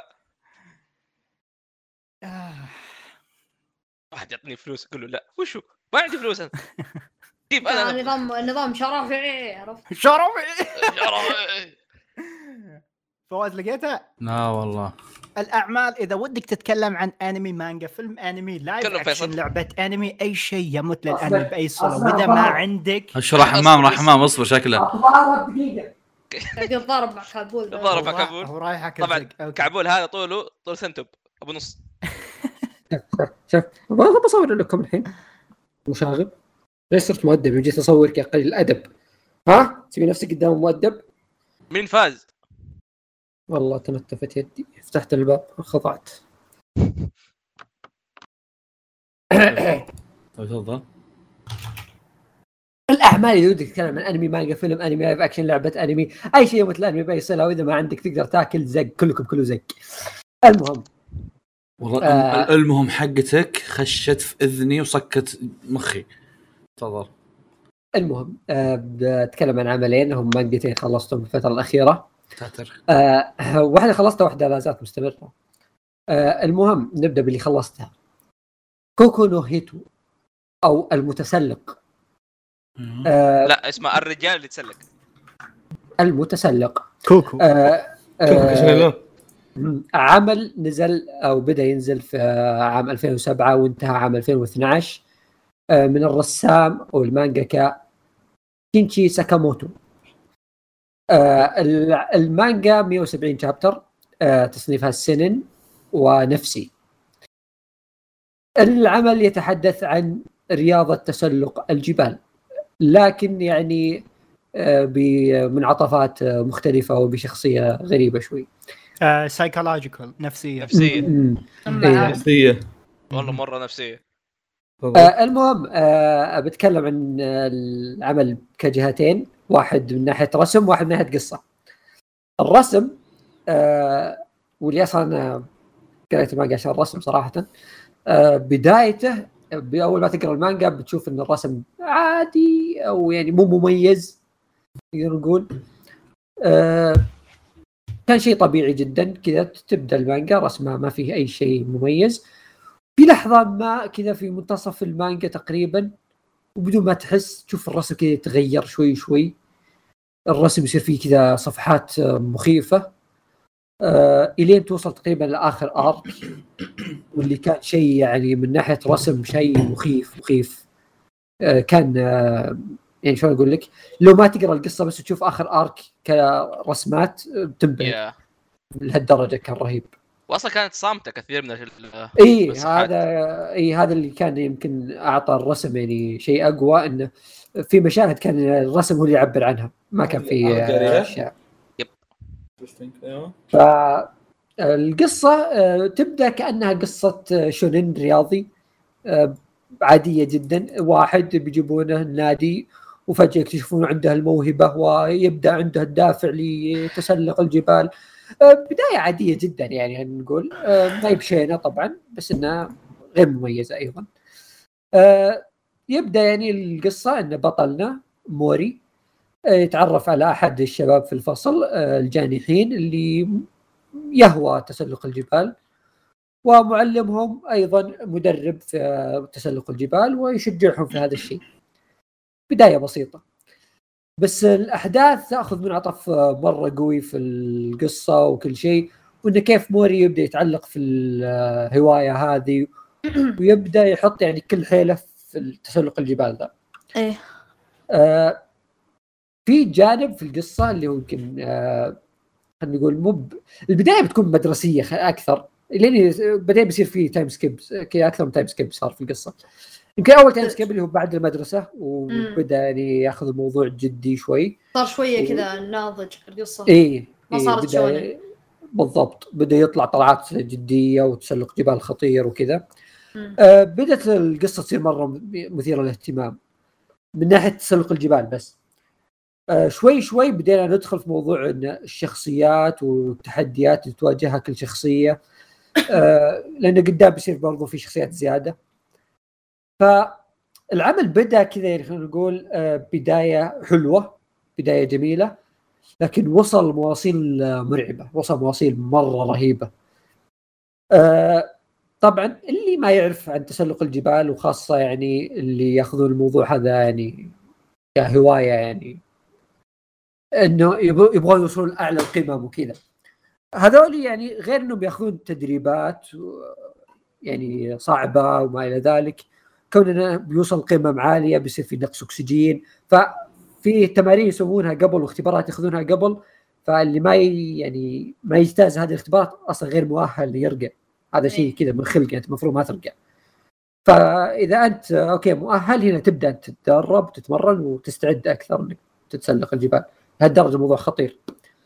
آه. واحد يعطيني فلوس يقول له لا وشو ما عندي فلوس انا. كيف آه، انا نظام النظام شرفي عرفت. شرفي. شرف- فواز لقيتها. لا والله. الاعمال اذا ودك تتكلم عن انمي مانجا فيلم انمي لايف كله اكشن فيصل. لعبه انمي اي شيء يمت أصبر. للانمي باي صوره. أصبر، واذا ما أصبر. عندك ايش راح حمام راح حمام اصبر شكله. اخبار دقيقه. قاعد يتضارب مع كابول. تضارب مع هو- كابول. هو رايح طبعا كذا. أوكي. كعبول هذا طوله طول سنتوب ابو نص. شوف والله بصور لكم الحين مشاغب. ليش صرت مؤدب وجيت اصورك يا قليل الادب. ها تبي نفسك قدام مؤدب؟ مين فاز؟ والله تنتفت يدي، فتحت الباب خضعت. تفضل. الاعمال اللي ودك تتكلم عن انمي، مانجا، فيلم انمي، لايف اكشن، لعبه انمي، اي شيء مثل انمي بيصير، واذا ما عندك تقدر تاكل زق، كلكم كله زق. المهم والله آه المهم حقتك خشت في اذني وصكت مخي. تفضل. المهم آه بتكلم عن عملين هم مانجتين خلصتهم في الفتره الاخيره. تاتر. آه واحده خلصتها واحده لا زالت مستمره. آه المهم نبدا باللي خلصتها. كوكو نو هيتو او المتسلق. آه لا اسمه الرجال اللي تسلق. المتسلق كوكو. آه آه عمل نزل او بدا ينزل في عام ألفين وسبعة وانتهى عام ألفين واثناشر آه من الرسام او المانجاكا كينشي ساكاموتو. آه المانجا مئة وسبعين شابتر، آه تصنيفها السنن ونفسي. العمل يتحدث عن رياضة تسلق الجبال، لكن يعني آه بمنعطفات مختلفة وبشخصية غريبة شوي. سايكولوجيكال نفسية نفسية نفسية والله مرة نفسية. آه المهم آه بتكلم عن العمل كجهتين، واحد من ناحية رسم واحد من ناحية قصة. الرسم آه واللي أصلا أنا قريت المانجا عشان الرسم صراحة. آه بدايته بأول ما تقرأ المانجا بتشوف إن الرسم عادي أو يعني مو مميز نقدر نقول. آه كان شيء طبيعي جدا كذا، تبدأ المانجا رسمها ما فيه أي شيء مميز. في لحظة ما كذا في منتصف المانجا تقريبا وبدون ما تحس تشوف الرسم كذا يتغير شوي شوي، الرسم يصير فيه كذا صفحات مخيفة آه إلين توصل تقريبا لآخر آرك، واللي كان شيء يعني من ناحية رسم شيء مخيف مخيف. آه كان آه يعني شلون أقول لك، لو ما تقرأ القصة بس تشوف آخر آرك كرسمات تنبهر yeah. لهالدرجة كان رهيب. واصلا كانت صامته كثير من ال اي هذا اي هذا اللي كان يمكن اعطى الرسم يعني شيء اقوى، انه في مشاهد كان الرسم هو اللي يعبر عنها، ما كان في اشياء. يب. فالقصه تبدا كانها قصه شونين رياضي عاديه جدا، واحد بيجيبونه النادي وفجاه يكتشفون عنده الموهبه ويبدا عنده الدافع لتسلق الجبال. بداية عادية جدا يعني نقول، ما يبشينا طبعا بس انها غير مميزة ايضا. يبدأ يعني القصة ان بطلنا موري يتعرف على احد الشباب في الفصل الجانحين اللي يهوى تسلق الجبال، ومعلمهم ايضا مدرب في تسلق الجبال ويشجعهم في هذا الشيء. بداية بسيطة بس الأحداث تأخذ منعطف مرة قوي في القصة وكل شيء، وإنه كيف موري يبدأ يتعلق في الهواية هذه ويبدأ يحط يعني كل حيلة في التسلق الجبال ذا. إيه. آه في جانب في القصة اللي ممكن آه خلينا نقول مب البداية بتكون مدرسية أكثر، لين بدأ بيصير فيه تايم سكيبس كي أكثر من تايم سكيب صار في القصة. يمكن أول تايم سكيب اللي هو بعد المدرسة وبدأ يعني يأخذ الموضوع جدي شوي، صار شوية كذا ناضج القصة. إيه ما صارت إيه شونن بالضبط، بدأ يطلع طلعات جدية وتسلق جبال خطير وكذا. آه بدأت القصة تصير مرة مثيرة للاهتمام من ناحية تسلق الجبال، بس آه شوي شوي بدينا ندخل في موضوع إن الشخصيات والتحديات اللي تواجهها كل شخصية، آه لأنه قدام بيصير برضو في شخصيات زيادة. فالعمل بدأ كذا يعني خلينا نقول آه بداية حلوة، بداية جميلة، لكن وصل مواصيل مرعبة، وصل مواصيل مرة رهيبة. آه طبعا اللي ما يعرف عن تسلق الجبال وخاصة يعني اللي ياخذون الموضوع هذا يعني كهواية، يعني انه يبغون يوصلون لأعلى القمم وكذا، هذول يعني غير انهم ياخذون تدريبات يعني صعبة وما إلى ذلك، كوننا بيوصل قمم عالية بيصير في نقص أكسجين، ففي تمارين يسوونها قبل واختبارات ياخذونها قبل، فاللي ما يعني ما يجتاز هذه الاختبارات أصلا غير مؤهل يرقى. هذا شيء كذا من خلقك، أنت المفروض ما ترقى. فإذا أنت أوكي مؤهل هنا تبدأ تتدرب تتمرن وتستعد أكثر إنك تتسلق الجبال. لهالدرجه الموضوع خطير.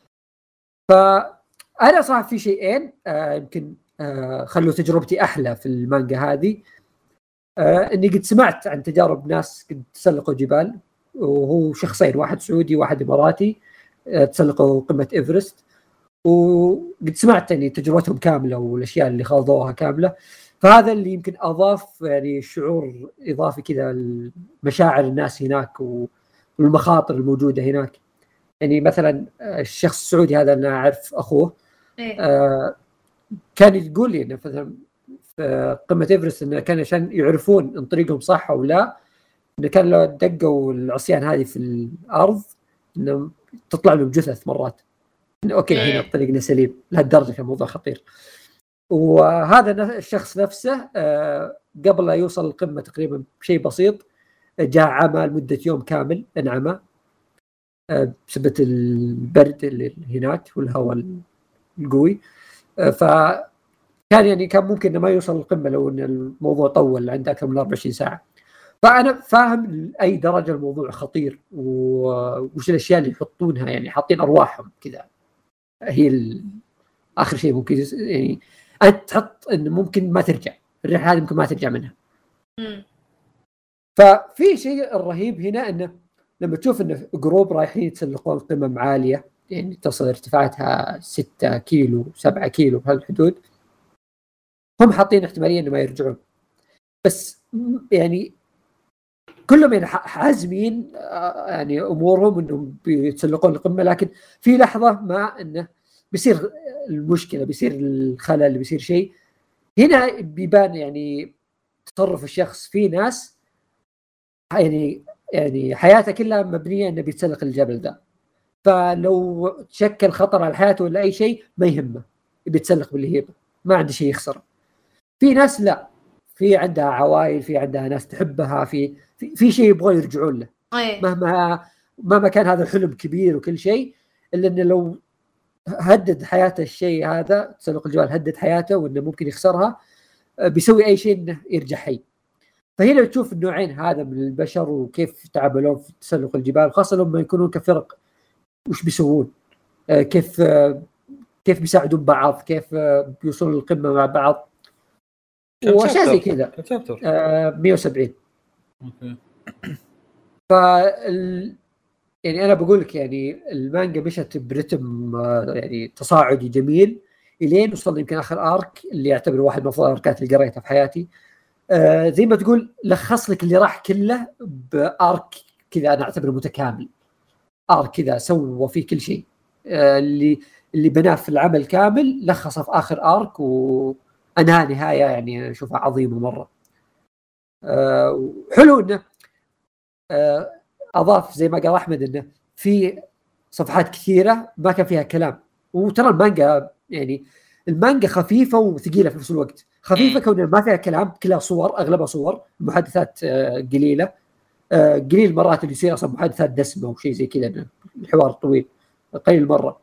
فانا صراحه في شيئين آه يمكن آه خلوا تجربتي احلى في المانجا هذه. آه اني قد سمعت عن تجارب ناس قد تسلقوا جبال، وهو شخصين، واحد سعودي واحد اماراتي، آه تسلقوا قمه ايفرست، وقد سمعت يعني تجربتهم كامله والاشياء اللي خاضوها كامله. فهذا اللي يمكن اضاف يعني شعور اضافي كذا لمشاعر الناس هناك والمخاطر الموجوده هناك. يعني مثلا الشخص السعودي هذا انا اعرف اخوه آه كان يقول لي انه مثلا في قمه ايفرست انه كان عشان يعرفون ان طريقهم صح او لا، انه كان لو دقوا العصيان هذه في الارض انه تطلع لهم جثث مرات، إنه اوكي هنا طريقنا سليم. لهالدرجه كان الموضوع خطير. وهذا الشخص نفسه آه قبل لا يوصل القمه تقريبا بشيء بسيط جاء عمى لمده يوم كامل، انعمى بسبب البرد اللي هناك والهواء القوي. فكان يعني كان ممكن ما يوصل القمة لو ان الموضوع طول عنده اكثر من أربعة وعشرين ساعة. فانا فاهم اي درجة الموضوع خطير وش الاشياء اللي يحطونها، يعني حاطين ارواحهم كذا. هي اخر شيء ممكن يعني انت تحط انه ممكن ما ترجع الرحلة هذه، ممكن ما ترجع منها. ففي شيء الرهيب هنا انه لما تشوف انه جروب رايحين يتسلقون قمم عاليه يعني تصل ارتفاعاتها ستة كيلو سبعة كيلو بهالحدود، هم حاطين احتماليه انه ما يرجعون، بس يعني كلهم يعني حازمين يعني امورهم انهم بيتسلقون القمه. لكن في لحظه ما انه بيصير المشكله، بيصير الخلل، بيصير شيء هنا بيبان يعني تصرف الشخص. في ناس يعني يعني حياته كلها مبنيه انه بيتسلق الجبل ده، فلو تشكل خطر على حياته ولا اي شيء ما يهمه، بيتسلق باللي هيبه، ما عنده شيء يخسره. في ناس لا، في عندها عوائل، في عندها ناس تحبها، في في, في شيء يبغوا يرجعون له مهما مهما كان هذا الحلم كبير وكل شيء، الا انه لو هدد حياته الشيء هذا تسلق الجبال، هدد حياته وانه ممكن يخسرها، بيسوي اي شيء انه يرجع حي. فهنا تشوف النوعين هذا من البشر وكيف تعاملون في تسلق الجبال، خاصة لما يكونون كفرق وش بيسوون، آه كيف آه كيف بيساعدون بعض، كيف آه بيوصلون للقمة مع بعض واشياء زي كذا. آه مية وسبعين. اوكي. فال يعني انا بقول لك يعني المانجا مشت برتم آه يعني تصاعدي جميل الين وصل يمكن اخر ارك اللي يعتبر واحد من افضل الاركات اللي قريتها في حياتي. آه زي ما تقول لخص لك اللي راح كله بارك كذا، انا اعتبره متكامل. ارك كذا سوى فيه كل شيء، آه اللي اللي بناه في العمل كامل لخصه في اخر ارك، وانها نهايه يعني اشوفها عظيمه مره. آه حلو انه آه اضاف زي ما قال احمد انه في صفحات كثيره ما كان فيها كلام. وترى المانجا يعني المانجا خفيفه وثقيله في نفس الوقت. خفيفه كونها ما فيها كلام، كلها صور، اغلبها صور، محادثات قليله، قليل مرات اللي يصير اصلا محادثات دسمه وشيء زي كذا، الحوار طويل قليل مره.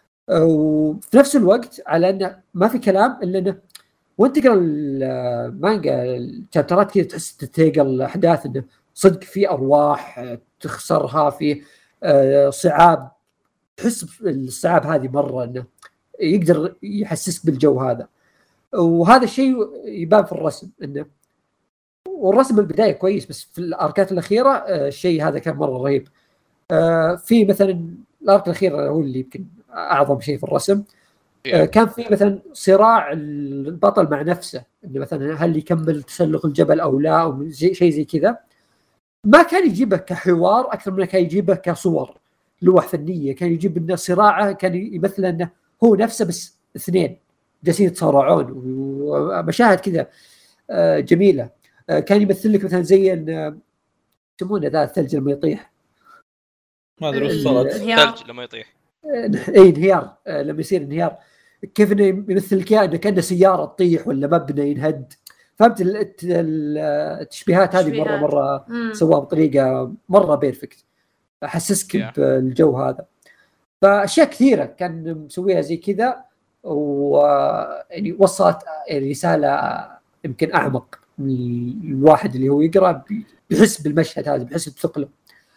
وفي نفس الوقت على انه ما في كلام الا انه وانت تقرا المانجا الشابترات كذا تحس تتيقل الاحداث، انه صدق في ارواح تخسرها، في صعاب، تحس الصعاب هذه مره انه يقدر يحسسك بالجو هذا. وهذا الشيء يبان في الرسم، انه والرسم البدايه كويس، بس في الاركات الاخيره الشيء هذا كان مره رهيب. في مثلا الارك الاخير هو اللي يمكن اعظم شيء في الرسم. كان في مثلا صراع البطل مع نفسه، انه مثلا هل يكمل تسلق الجبل او لا، او شيء زي كذا. ما كان يجيبه كحوار اكثر من كان يجيبه كصور لوح فنيه. كان يجيب لنا صراعه كان يمثل انه هو نفسه بس اثنين جالسين يتصارعون، ومشاهد كذا جميله. كان يمثل لك مثلا زي ان يسمونه ذا الثلج لما يطيح، ما ادري وش صارت. الثلج لما يطيح، اي انهيار، لما يصير انهيار كيف انه يمثل لك انه كانه سياره تطيح ولا مبنى ينهد. فهمت التشبيهات هذه مره مره سواها بطريقه مره بيرفكت، احسسك yeah. بالجو هذا. فاشياء كثيره كان مسويها زي كذا، ويعني وصلت رساله يمكن اعمق من الواحد اللي هو يقرا، بيحس بالمشهد هذا، بيحس بثقله.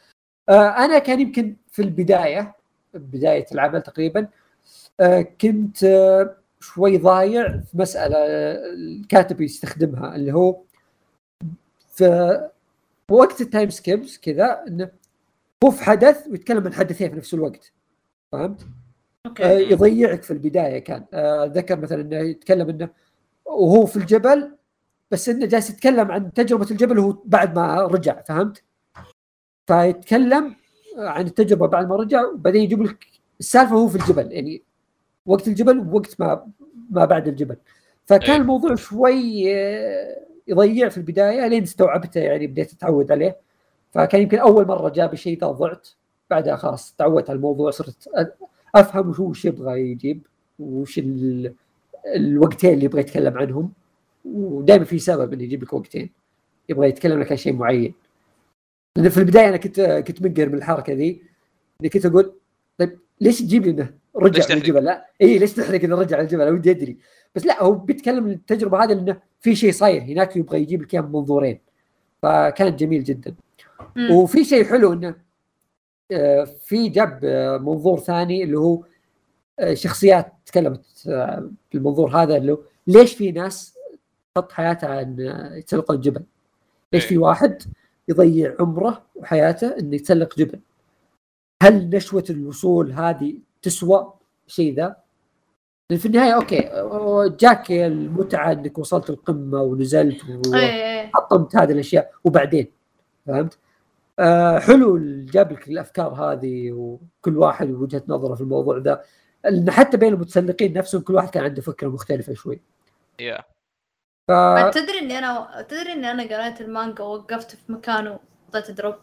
آه انا كان يمكن في البدايه بدايه العمل تقريبا آه كنت آه شوي ضايع في مساله الكاتب يستخدمها، اللي هو في وقت التايم سكيبس كذا انه هو في حدث ويتكلم عن حدثين في نفس الوقت، فهمت؟ اوكي. آه يضيعك في البدايه. كان آه ذكر مثلا انه يتكلم انه وهو في الجبل، بس انه جالس يتكلم عن تجربه الجبل وهو بعد ما رجع، فهمت؟ فيتكلم عن التجربه بعد ما رجع، وبعدين يجيب لك السالفه وهو في الجبل، يعني وقت الجبل ووقت ما ما بعد الجبل. فكان أيه. الموضوع شوي يضيع في البدايه لين استوعبته، يعني بديت اتعود عليه. فكان يمكن اول مره جاب شيء ذا ضعت، بعدها خلاص تعودت على الموضوع، صرت افهم وش هو وش يبغى يجيب وش الوقتين اللي يبغى يتكلم عنهم، ودائما في سبب انه يجيب لك وقتين يبغى يتكلم لك عن شيء معين. لأن في البدايه انا كنت كنت منقهر من الحركه ذي، اني كنت اقول طيب ليش تجيب لي انه رجع من الجبل؟ لا اي ليش تحرق انه رجع الجبل؟ انا ودي ادري، بس لا هو بيتكلم التجربه هذه لانه في شيء صاير هناك يبغى يجيب لك من منظورين، فكانت جميل جدا. م. وفي شيء حلو انه في جاب منظور ثاني اللي هو شخصيات تكلمت في المنظور هذا، اللي هو ليش في ناس تحط حياتها عن يتسلقون الجبل؟ ليش في واحد يضيع عمره وحياته انه يتسلق جبل؟ هل نشوة الوصول هذه تسوى شيء ذا؟ لأن في النهاية أوكي جاك المتعة إنك وصلت القمة ونزلت وحطمت هذه الأشياء، وبعدين فهمت؟ آه حلو جاب لك الأفكار هذه وكل واحد وجهة نظره في الموضوع ذا، لأن حتى بين المتسلقين نفسهم كل واحد كان عنده فكرة مختلفة شوي. yeah. ف... تدري إني أنا تدري إني أنا قرأت المانجا ووقفت في مكانه وضيت دروب،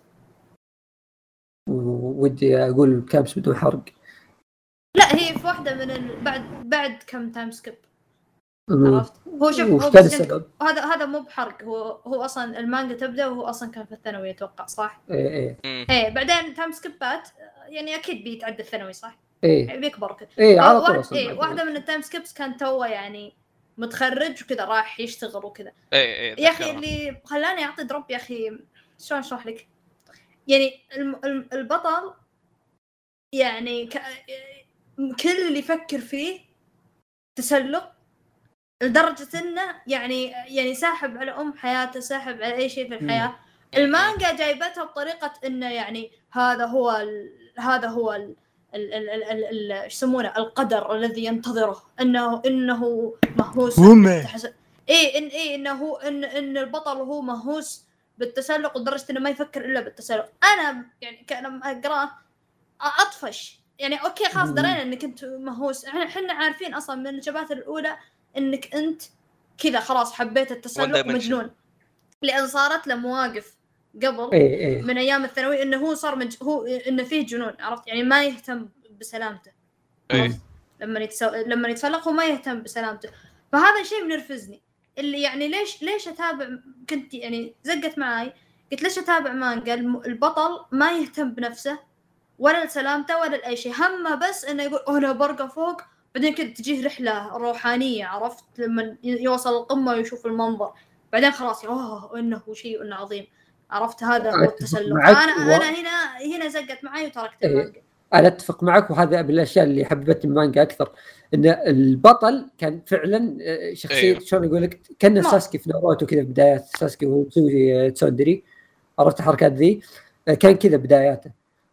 ودي أقول كامس بدون حرق. لا هي في واحدة من ال... بعد بعد كم تايم سكيب عرفت. هو شوف هو السبب. هذا هذا مو بحرق، هو هو اصلا المانجا تبدا وهو اصلا كان في الثانوي اتوقع صح. ايه ايه ايه بعدين تايم سكيبات يعني اكيد بيتعدى الثانوي صح. ايه يعني بيكبر كذا. ايه على طول. واحد ايه واحده من التايم سكيبس كان توه يعني متخرج وكذا راح يشتغل وكذا. ايه ايه يا اخي اللي خلاني اعطي دروب يا اخي شلون اشرح لك، يعني البطل يعني ك... كل اللي يفكر فيه تسلق لدرجة إنه يعني يعني ساحب على أم حياته، ساحب على أي شيء في الحياة. المانجا جايبتها بطريقة إنه يعني هذا هو ال... هذا هو ال ال ال ال ال ال إيش يسمونه القدر الذي ينتظره، إنه إنه مهووس بالتحس... إيه إن إيه إنه إن إن البطل هو مهووس بالتسلق لدرجة إنه ما يفكر إلا بالتسلق. أنا يعني كأنا أقرأ أطفش يعني أوكي خلاص درينا إنك أنت مهووس، إحنا إحنا عارفين أصلا من الشبات الأولى إنك أنت كذا خلاص حبيت التسلق مجنون، لأن صارت له مواقف قبل إيه إيه. من أيام الثانوي إنه هو صار مج... هو إنه فيه جنون عرفت، يعني ما يهتم بسلامته. إيه. لما يتسو... لما يتسلق هو ما يهتم بسلامته، فهذا شيء منرفزني. اللي يعني ليش ليش أتابع، كنت يعني زقت معاي قلت ليش أتابع مانجا البطل ما يهتم بنفسه ولا لسلامته ولا لأي شيء، همه بس إنه يقول أنا برقى فوق، بعدين كده تجيه رحلة روحانية عرفت، لما يوصل القمة ويشوف المنظر بعدين خلاص أوه إنه شيء إنه عظيم عرفت. هذا هو التسلق. أنا و... أنا هنا هنا زقت معي وتركت المانجا. إيه. أنا أتفق معك، وهذا من الأشياء اللي حببتني المانجا أكثر، إن البطل كان فعلا شخصية شلون أقول لك كان ساسكي في ناروتو كذا بدايات ساسكي وهو مسوي تسوندري، عرفت الحركات ذي كان كذا بداياته،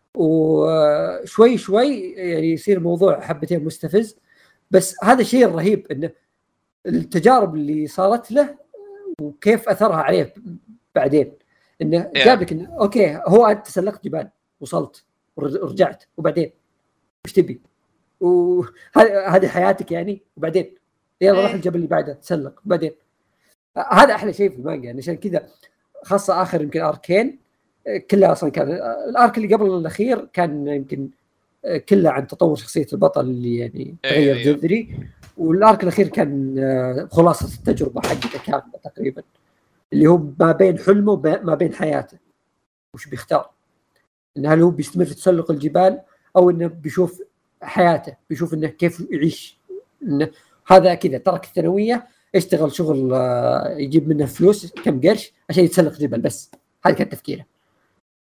وشوي شوي يعني يصير الموضوع حبتين مستفز. بس هذا الشيء الرهيب إنه التجارب اللي صارت له وكيف أثرها عليه بعدين، إنه جاب لك إنه أوكي هو أنت تسلقت جبال وصلت ورجعت وبعدين وش تبي، وهذه حياتك يعني، وبعدين يلا روح الجبل اللي بعده تسلق وبعدين. هذا أحلى شيء في المانجا يعني، عشان كذا خاصة آخر يمكن أركين كلها أصلا كان الأرك اللي قبل الأخير كان يمكن كله عن تطور شخصية البطل اللي يعني تغير أيه جذري أيه. والأرك الأخير كان خلاصة التجربة حقته كاملة تقريبا، اللي هو ما بين حلمه وما بين حياته وش بيختار، إنه هل هو بيستمر في تسلق الجبال أو إنه بيشوف حياته، بيشوف إنه كيف يعيش، إنه هذا كذا ترك الثانوية اشتغل شغل يجيب منه فلوس كم قرش عشان يتسلق جبل، بس هذا كان تفكيره.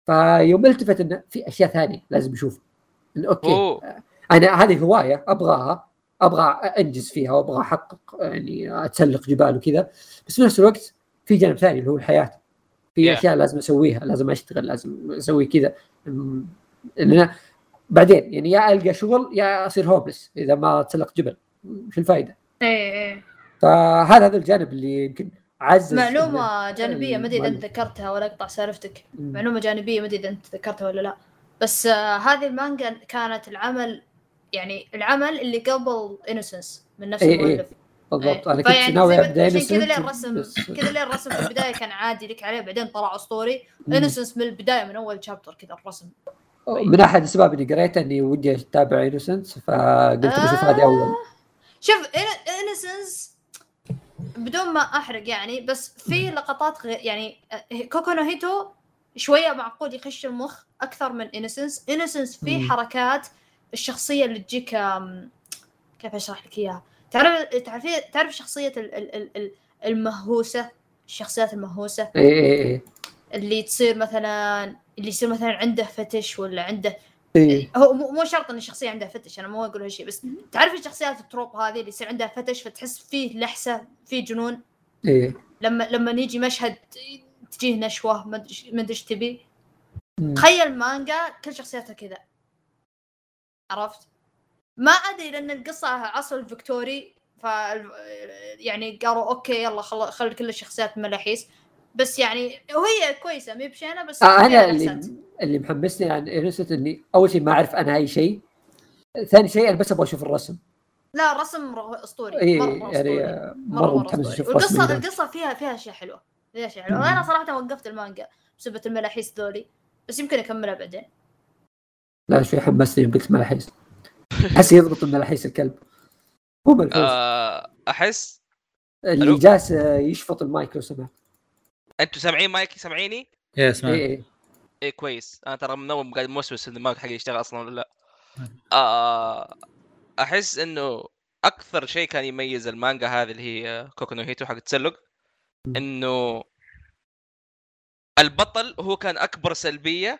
فيوم التفت انه في اشياء ثانيه لازم اشوفها، انه اوكي أوه. انا هذه هوايه ابغاها، ابغى انجز فيها وابغى احقق يعني اتسلق جبال وكذا، بس في نفس الوقت في جانب ثاني اللي هو الحياه، في Yeah. اشياء لازم اسويها، لازم اشتغل، لازم اسوي كذا. أمم، اننا بعدين يعني يا القى شغل يا اصير هوبلس اذا ما اتسلق جبل، وش الفائده؟ ايه ايه فهذا هذا الجانب اللي يمكن عزز معلومة إن- جانبية ما ادري اذا انت المؤلف. ذكرتها ولا اقطع سالفتك. مم. معلومة جانبية ما ادري اذا انت ذكرتها ولا لا، بس آه هذه المانجا كانت العمل يعني العمل اللي قبل إنوسنس من نفس إيه إيه. المؤلف. بالضبط إيه. انا كنت فيعني ناوي زي ما- ابدا عشان كذا إنوسنت، ليه الرسم بس- كذا ليه الرسم في البداية كان عادي لك عليه، بعدين طلع اسطوري. مم. إنوسنس من البداية من اول شابتر كذا الرسم. من احد الاسباب اللي قريتها اني ودي اتابع إنوسنت، فقلت بشوف هذه اول. شوف إنوسنس بدون ما احرق يعني، بس في لقطات غير يعني كوكو نو هيتو شويه معقول يخش المخ اكثر من إنوسنس. إنوسنس في مم. حركات الشخصيه اللي تجيك أم، كيف اشرح لك اياها، تعرف تعرف تعرف شخصيه ال- ال- ال- ال- المهووسه، الشخصيات المهووسه اي اي اي اللي تصير مثلا اللي يصير مثلا عنده فتش ولا عنده اي هو مو مو شرط ان الشخصيه عندها فتش، انا مو اقول هالشيء، بس تعرف الشخصيات التروب هذه اللي يصير عندها فتش فتحس فيه لحسه فيه جنون، اي. لما لما نيجي مشهد تجيه نشوه ما ادري ما ادري ايش تبي. مم. تخيل مانجا كل شخصياتها كذا، عرفت؟ ما ادري لان القصه عصر الفيكتوري ف يعني قالوا اوكي يلا خل خل كل الشخصيات ملاحيس، بس يعني وهي كويسه مي بشينه بس آه انا فيها اللي لحسات. اللي محمسني عن إنوسنت اني اول شيء ما اعرف انا اي شيء، ثاني شيء انا بس ابغى اشوف الرسم. لا رسم اسطوري اي مره يعني اسطوري آه، مره مره مره متحمس اسطوري. اشوف رسم. والقصه القصه فيها فيها اشياء حلوه فيها اشياء حلوه. مم. انا صراحه وقفت المانجا بسبب الملاحيس ذولي، بس يمكن اكملها بعدين. لا شوي حمسني يوم قلت ملاحيس، احس يضبط الملاحيس الكلب مو بالفوز. آه، احس اللي ألو؟ جالس آه، يشفط المايك لو سمحت. انتوا سامعين مايكي؟ سامعيني؟ يا اسمع اي اي ايه كويس. انا ترى من اول قاعد موسوس ان المايك حقي يشتغل اصلا ولا لا. آه، احس انه اكثر شيء كان يميز المانجا هذه اللي هي كوكو نو هيتو حق تسلق، انه البطل هو كان اكبر سلبيه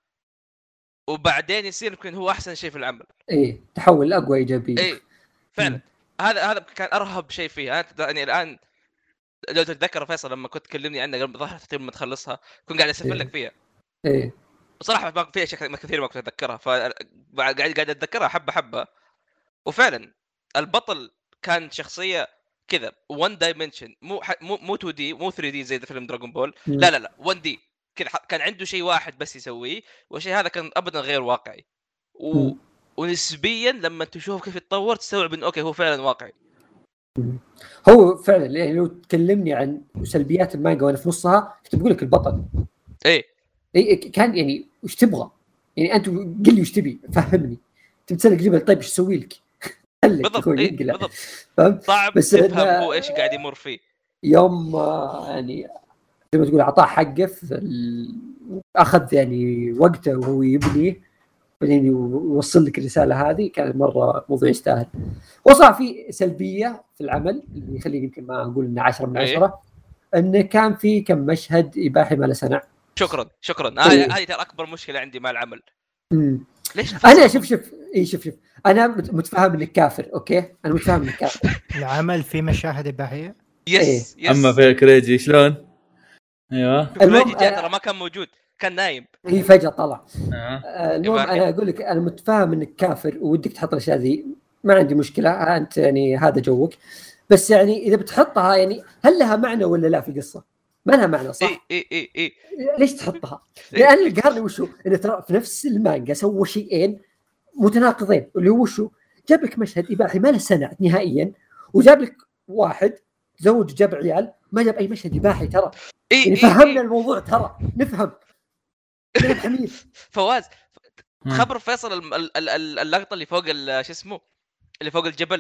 وبعدين يصير يمكن هو احسن شيء في العمل. اي تحول اقوى ايجابيه. ايه فعلا. هذا هذا كان ارهب شيء فيها. انا يعني الان لو تتذكر فيصل لما كنت تكلمني عنها قبل ظهر تتم ما تخلصها كنت قاعد اسفل لك فيها. ايه بصراحه ما في اشياء كثير ما كنت اتذكرها، فقاعد قاعد اتذكرها حبه حبه. وفعلا البطل كان شخصيه كذا وان دايمنشن، مو ح... مو مو تو دي مو ثري دي زي فيلم دراغون بول. مم. لا لا لا وان دي كذا. كان عنده شيء واحد بس يسويه، والشيء هذا كان ابدا غير واقعي. و... مم. ونسبيا لما تشوف كيف يتطور تستوعب انه اوكي هو فعلا واقعي. هو فعلا يعني لو تكلمني عن سلبيات المانجا وانا في نصها كنت بقول لك البطل. ايه اي كان يعني وش تبغى؟ يعني انت قل لي وش تبي فهمني. تبي تسلق جبل طيب ايش اسوي لك؟ بالضبط. إيه بالضبط. فهمت؟ صعب بس تفهم إن- هو ايش قاعد يمر فيه. يوم آه، يعني زي ما تقول اعطاه حقه في ال... اخذ يعني وقته وهو يبني بعدين يوصل لك الرساله هذه، كان مره موضوع يستاهل. وصار في سلبيه في العمل اللي يخليني يمكن ما اقول انه عشرة من عشرة، انه كان في كم مشهد اباحي ما له سنع. شكرا شكرا. إيه. هذه ترى اكبر مشكله عندي مع العمل. امم ليش انا شوف شوف اي شوف شوف انا مت- متفاهم انك كافر، اوكي انا متفاهم انك كافر. العمل فيه مشاهد اباحيه. يس يس. اما في كريجي شلون؟ ايوه المهم المهم جاء أنا- ترى ما كان موجود، كان نايم. هي فجاه طلع. آه. آه، المهم إباحي. انا اقول لك انا متفاهم انك كافر ودك تحط الاشياء ذي، ما عندي مشكله، انت يعني هذا جوك، بس يعني اذا بتحطها يعني هل لها معنى ولا لا في القصه؟ ما لها معنى صح؟ اي اي اي اي ليش تحطها؟ لان اللي قال لي وشو انه ترى في نفس المانجا سووا شيئين متناقضين، اللي هو وشو جاب لك مشهد اباحي ما له سنع نهائيا، وجاب لك واحد تزوج جاب عيال ما جاب اي مشهد اباحي. ترى اي يعني اي فهمنا إي. الموضوع، ترى نفهم كلام حميد. فواز مم. خبر فيصل الم- ال- ال- ال- اللقطه اللي فوق ال- شو اسمه اللي فوق الجبل.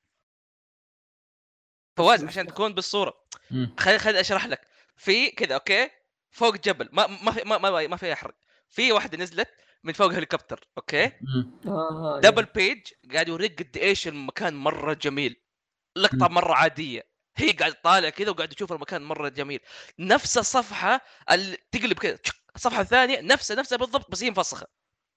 فواز عشان تكون بالصوره مم. خليني خليني اشرح لك. في كذا اوكي فوق جبل ما ما في ما ما, ما في احرق. في واحده نزلت من فوق هليكوبتر اوكي مم. آه دبل بيج قاعد يوريك قد ايش المكان مره جميل. لقطه مم. مره عاديه هي قاعد طالع كذا وقاعد تشوف المكان مره جميل. نفس الصفحه اللي تقلب كذا تشك، الصفحه الثانيه نفسها نفسها بالضبط بس هي مفسخه.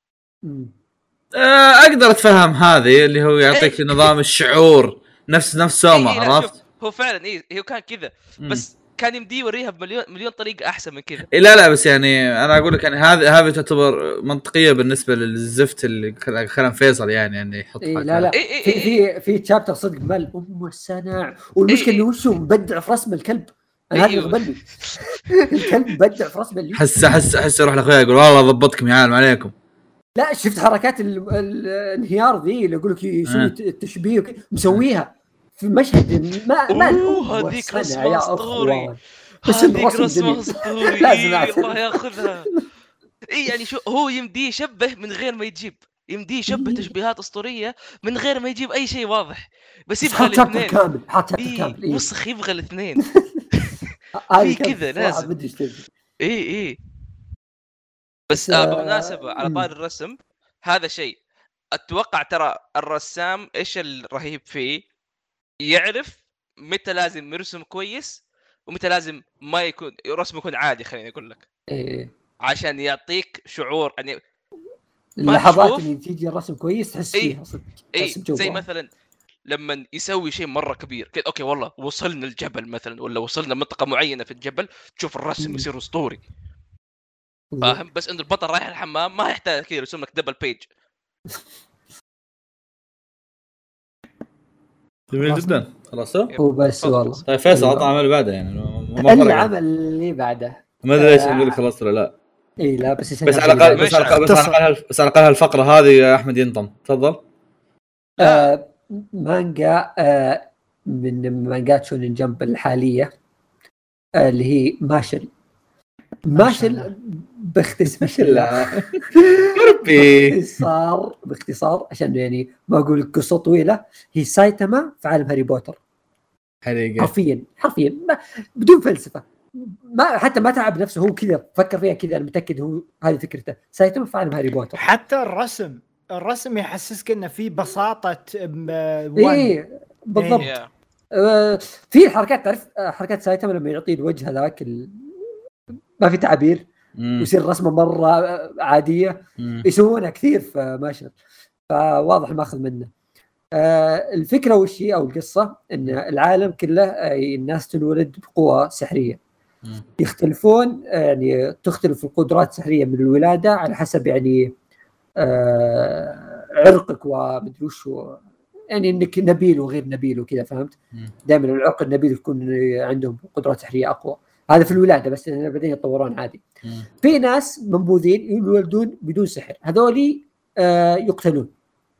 اقدر اتفهم هذه اللي هو يعطيك نظام الشعور نفس نفس سوما. إيه إيه عرفت هو فعلا ايه هو كان كذا بس كان يمدي يوريها بمليون مليون طريقه احسن من كذا. لا لا بس يعني انا اقول لك يعني هذه هذه تعتبر منطقيه بالنسبه للزفت اللي خلنا فيصل يعني يعني يحط إيه لا لا إيه إيه في إيه في في تشابتر صدق مال ام السنع والمشكله إيه انه وشو مبدع في رسم الكلب. انا هذا أيوه. يغبني الكلب مبدع في رسم اللي حس حس حس يروح لاخويا يقول والله ضبطكم يا عالم عليكم. لا شفت حركات ال- ال- الانهيار ذي اللي اقول لك يسوي آه. التشبيه وكذا مسويها في مشهد ما ما أوه، هذيك رسمة أسطوري. بس هذيك الرسم رسمة جميل. اسطوري. لازم إيه أعترف. الله ياخذها. اي يعني شو هو يمدي يشبه من غير ما يجيب يمدي يشبه تشبيهات اسطوريه من غير ما يجيب اي شيء واضح بس يبغى حاط شابتر الاثنين. كامل حاط شابتر اي كامل إيه. وسخ يبغى الاثنين. هذه في كذا صراحة لازم. بدي اشتري. اي اي بس بس، آه آه، بالمناسبه على مم. طار الرسم هذا شيء اتوقع ترى الرسام ايش الرهيب فيه يعرف متى لازم يرسم كويس ومتى لازم ما يكون رسمه يكون عادي. خليني اقول لك إيه. عشان يعطيك شعور يعني اللحظات تشوف- اللي تيجي الرسم كويس تحس إيه. فيها صدق. اي تحس بجو زي واحد. مثلا لما يسوي شيء مره كبير كذا اوكي والله وصلنا الجبل مثلا ولا وصلنا منطقه معينه في الجبل تشوف الرسم مم. يصير اسطوري بالضبط. فاهم. بس انه البطل رايح الحمام ما يحتاج كذا يرسم لك دبل بيج. جميل خلاص. جدا. خلاص هو بس تفضل. والله طيب فيصل أيوة. عطى عمل بعده يعني ما ما فرق. العمل اللي بعده ما ادري ايش آه. نقول لك خلصت ولا لا. اي لا بس بس على الاقل بس على الأقل- بس على الاقل بس على الاقل هالفقره هذه يا احمد ينطم. تفضل. آه مانجا آه من مانجات شونين جمب الحاليه آه اللي هي ماشل. ماشل باختصار لا ربي باختصار باختصار عشان يعني ما اقول لك قصه طويله. هي سايتاما في عالم هاري بوتر حقيقه حرفيا حرفيا ما بدون فلسفه ما حتى ما تعب نفسه هو كذا فكر فيها كذا. انا متاكد هو هذه فكرته سايتاما في عالم هاري بوتر. حتى الرسم الرسم يحسسك انه في بساطه ايه بالضبط. يا. آه في الحركات تعرف آه، حركات سايتاما لما يعطي الوجه هذاك ال... ما في تعابير مم. ويصير رسمه مره آه، عاديه مم. يسوونها كثير في ماشر فواضح ماخذ منه. آه الفكره وش هي او القصه ان العالم كله آه الناس تنولد بقوه سحريه. مم. يختلفون آه يعني تختلف القدرات السحريه من الولاده على حسب يعني آه عرقك ومدري وش هو يعني انك نبيل وغير نبيل وكذا فهمت. مم. دائما العرق النبيل يكون عندهم قدرات سحريه اقوى. هذا في الولاده بس بعدين يتطورون عادي. مم. في ناس منبوذين يولدون بدون سحر هذولي آه يقتلون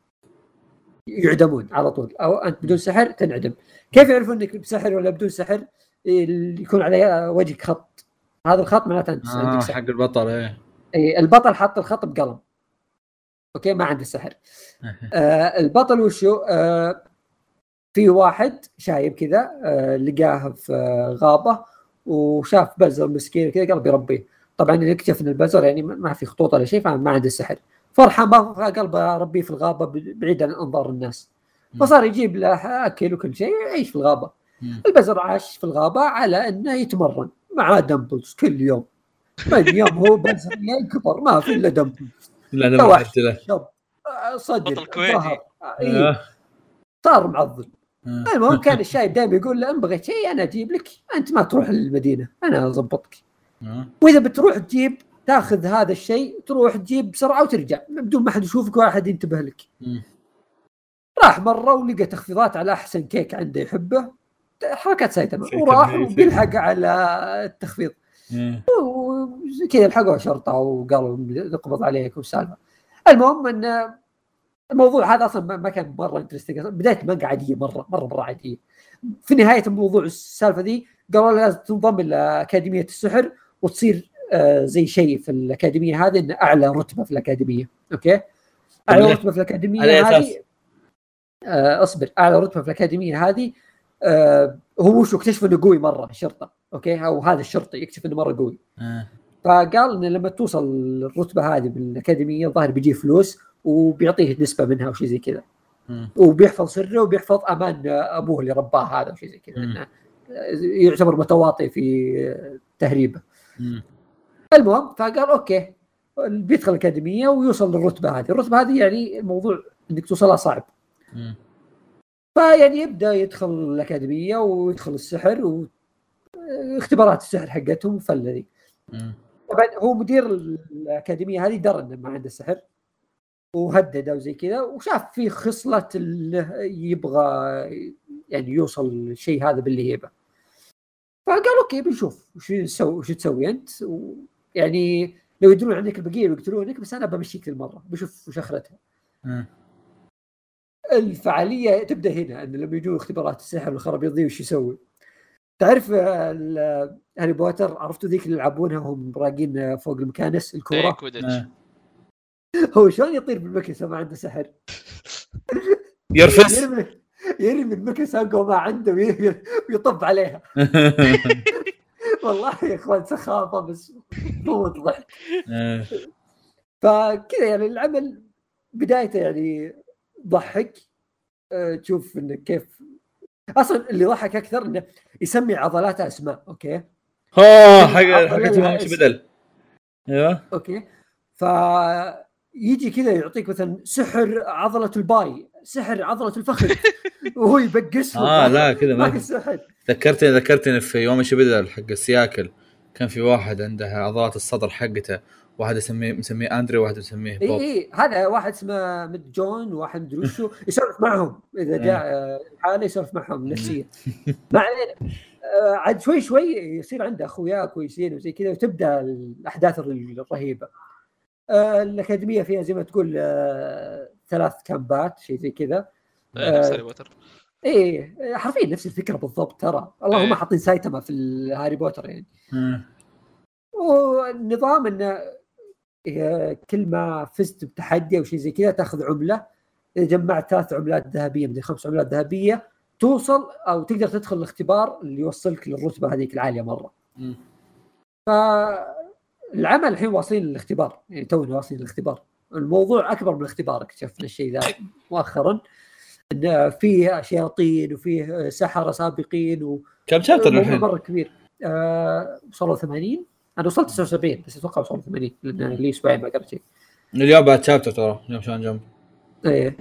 يعدمون على طول او انت بدون سحر تنعدم. كيف يعرفون انك بسحر ولا بدون سحر؟ اللي يكون على وجهك خط هذا الخط معناته انت آه عندك سحر. حق البطل ايه اي البطل حط الخط بقلم اوكي ما عنده سحر. آه البطل وشو آه في واحد شايب كذا آه لقاه في آه غابه وشاف بزر مسكين كذا قال بيربيه. طبعا اكتشف ان البزر يعني ما في خطوط ولا شيء فما عنده سحر فرحان بقى قال بربيه في الغابه بعيد عن انظار الناس. فصار يجيب له اكل وكل شيء يعيش في الغابه. مم. البزر عاش في الغابه على انه يتمرن مع دمبلز كل يوم. من يوم هو بزر يكبر ما في الا دمبلز. لا انا ما قلت له شاب آه، صدر بطل كويتي. ظهر آه، إيه. آه. صار معضل. آه. المهم كان الشايب دائما يقول له ان بغيت شيء انا اجيب لك انت ما تروح للمدينه انا اضبطك. آه. واذا بتروح تجيب تاخذ هذا الشيء تروح تجيب بسرعه وترجع بدون ما حد يشوفك ولا حد ينتبه لك. مم. راح مره ولقى تخفيضات على احسن كيك عنده يحبه حركات سايتاما شيء وراح كبير. وبيلحق على التخفيض آه. وكذا الحقوا شرطه وقالوا نقبض عليك والسالفه. المهم ان الموضوع هذا اصلا ما كان مره انترستنج. بدايه المانجا عاديه مره مره مره عاديه. في نهايه الموضوع السالفه ذي قالوا لازم تنضم الى اكاديميه السحر وتصير آه زي شيء في الاكاديميه هذه انه اعلى رتبه في الاكاديميه. اوكي اعلى رتبه في الاكاديميه هذه آه اصبر اعلى رتبه في الاكاديميه هذه آه هو شو اكتشف انه قوي مره الشرطه اوكي او هذا الشرطي يكتشف انه مره قوي. آه. فقال ان لما توصل الرتبه هذه بالاكاديميه الظاهر بيجي فلوس وبيعطيه نسبه منها وشيء زي كذا. مم. وبيحفظ سره وبيحفظ امان ابوه اللي رباه هذا وشيء زي كذا. مم. انه يعتبر متواطئ في تهريبه. مم. المهم فقال اوكي بيدخل الاكاديميه ويوصل للرتبه هذه. الرتبه هذه يعني الموضوع انك توصلها صعب. مم. فيعني يبدا يدخل الاكاديميه ويدخل السحر واختبارات السحر حقتهم وفلذي. طبعا هو مدير الاكاديميه هذه درى انه ما عنده سحر وهدده وزي كذا، وشاف فيه خصله انه يبغى يعني يوصل للشيء هذا باللي يبغى. فقال اوكي بنشوف وش تسوي وش تسوي انت، يعني لو يدرون عنك البقيه بيقتلونك، بس انا بمشيك المره بشوف وش اخرتها. الفعاليه تبدا هنا، ان لما يجون اختبارات السحر والخرابيط ذي وش يسوي. تعرف هاري بوتر عرفتوا ذيك اللي يلعبونها وهم راقين فوق المكانس الكوره؟ هو شلون يطير بالمكنسه ما عنده سحر؟ يرفس يرمي يرمي المكنسه اقوى ما عنده ويطب عليها. والله يا اخوان سخافه بس مو ضحك. فكذا يعني العمل بدايته يعني ضحك. تشوف انه كيف اصلا اللي ضحك اكثر انه يسمي عضلاته اسماء. اوكي ها حق حق ما مش بدل. ايوه اوكي ف يجي كذا يعطيك مثلا سحر عضله الباي، سحر عضله الفخذ، وهو يبقسهم. اه لا كذا ما ما سحر. ذكرتني ذكرتني في يوم ايش بدل حق السياكل، كان في واحد عنده عضلات الصدر حقته، واحد يسميه مسميه اندري وواحد يسميه بوب. اي اي هذا واحد اسمه مد جون وواحد مدري وشو يسولف معهم اذا جاء الحاله يسولف معهم نفسيا. ما علينا. عاد شوي شوي يصير عنده اخويا كويسين وزي كذا، وتبدا الاحداث الرهيبه. الاكاديميه فيها زي ما تقول ثلاث كامبات شيء زي كذا. ايه حرفيا نفس الفكره بالضبط ترى. اللهم حاطين سايتاما في هاري بوتر يعني. والنظام انه كل ما فزت بتحدي او شيء زي كذا تاخذ عمله. اذا جمعت ثلاث عملات ذهبيه من خمس عملات ذهبيه توصل او تقدر تدخل الاختبار اللي يوصلك للرتبه هذيك العاليه مره. فالعمل الحين واصلين للاختبار، يعني تونا واصلين للاختبار. الموضوع اكبر من الاختبار. اكتشفنا الشيء ذا مؤخرا ان فيه شياطين وفيه سحرة سابقين و كم شابتر الحين؟ مره كبير. أه وصلوا ثمانين. انا وصلت تسعة وسبعين بس اتوقع وصلوا ثمانين لان لي اسبوعين ما قرأت شيء. اليوم بعد شابتر ترى اليوم شلون جنب. ايه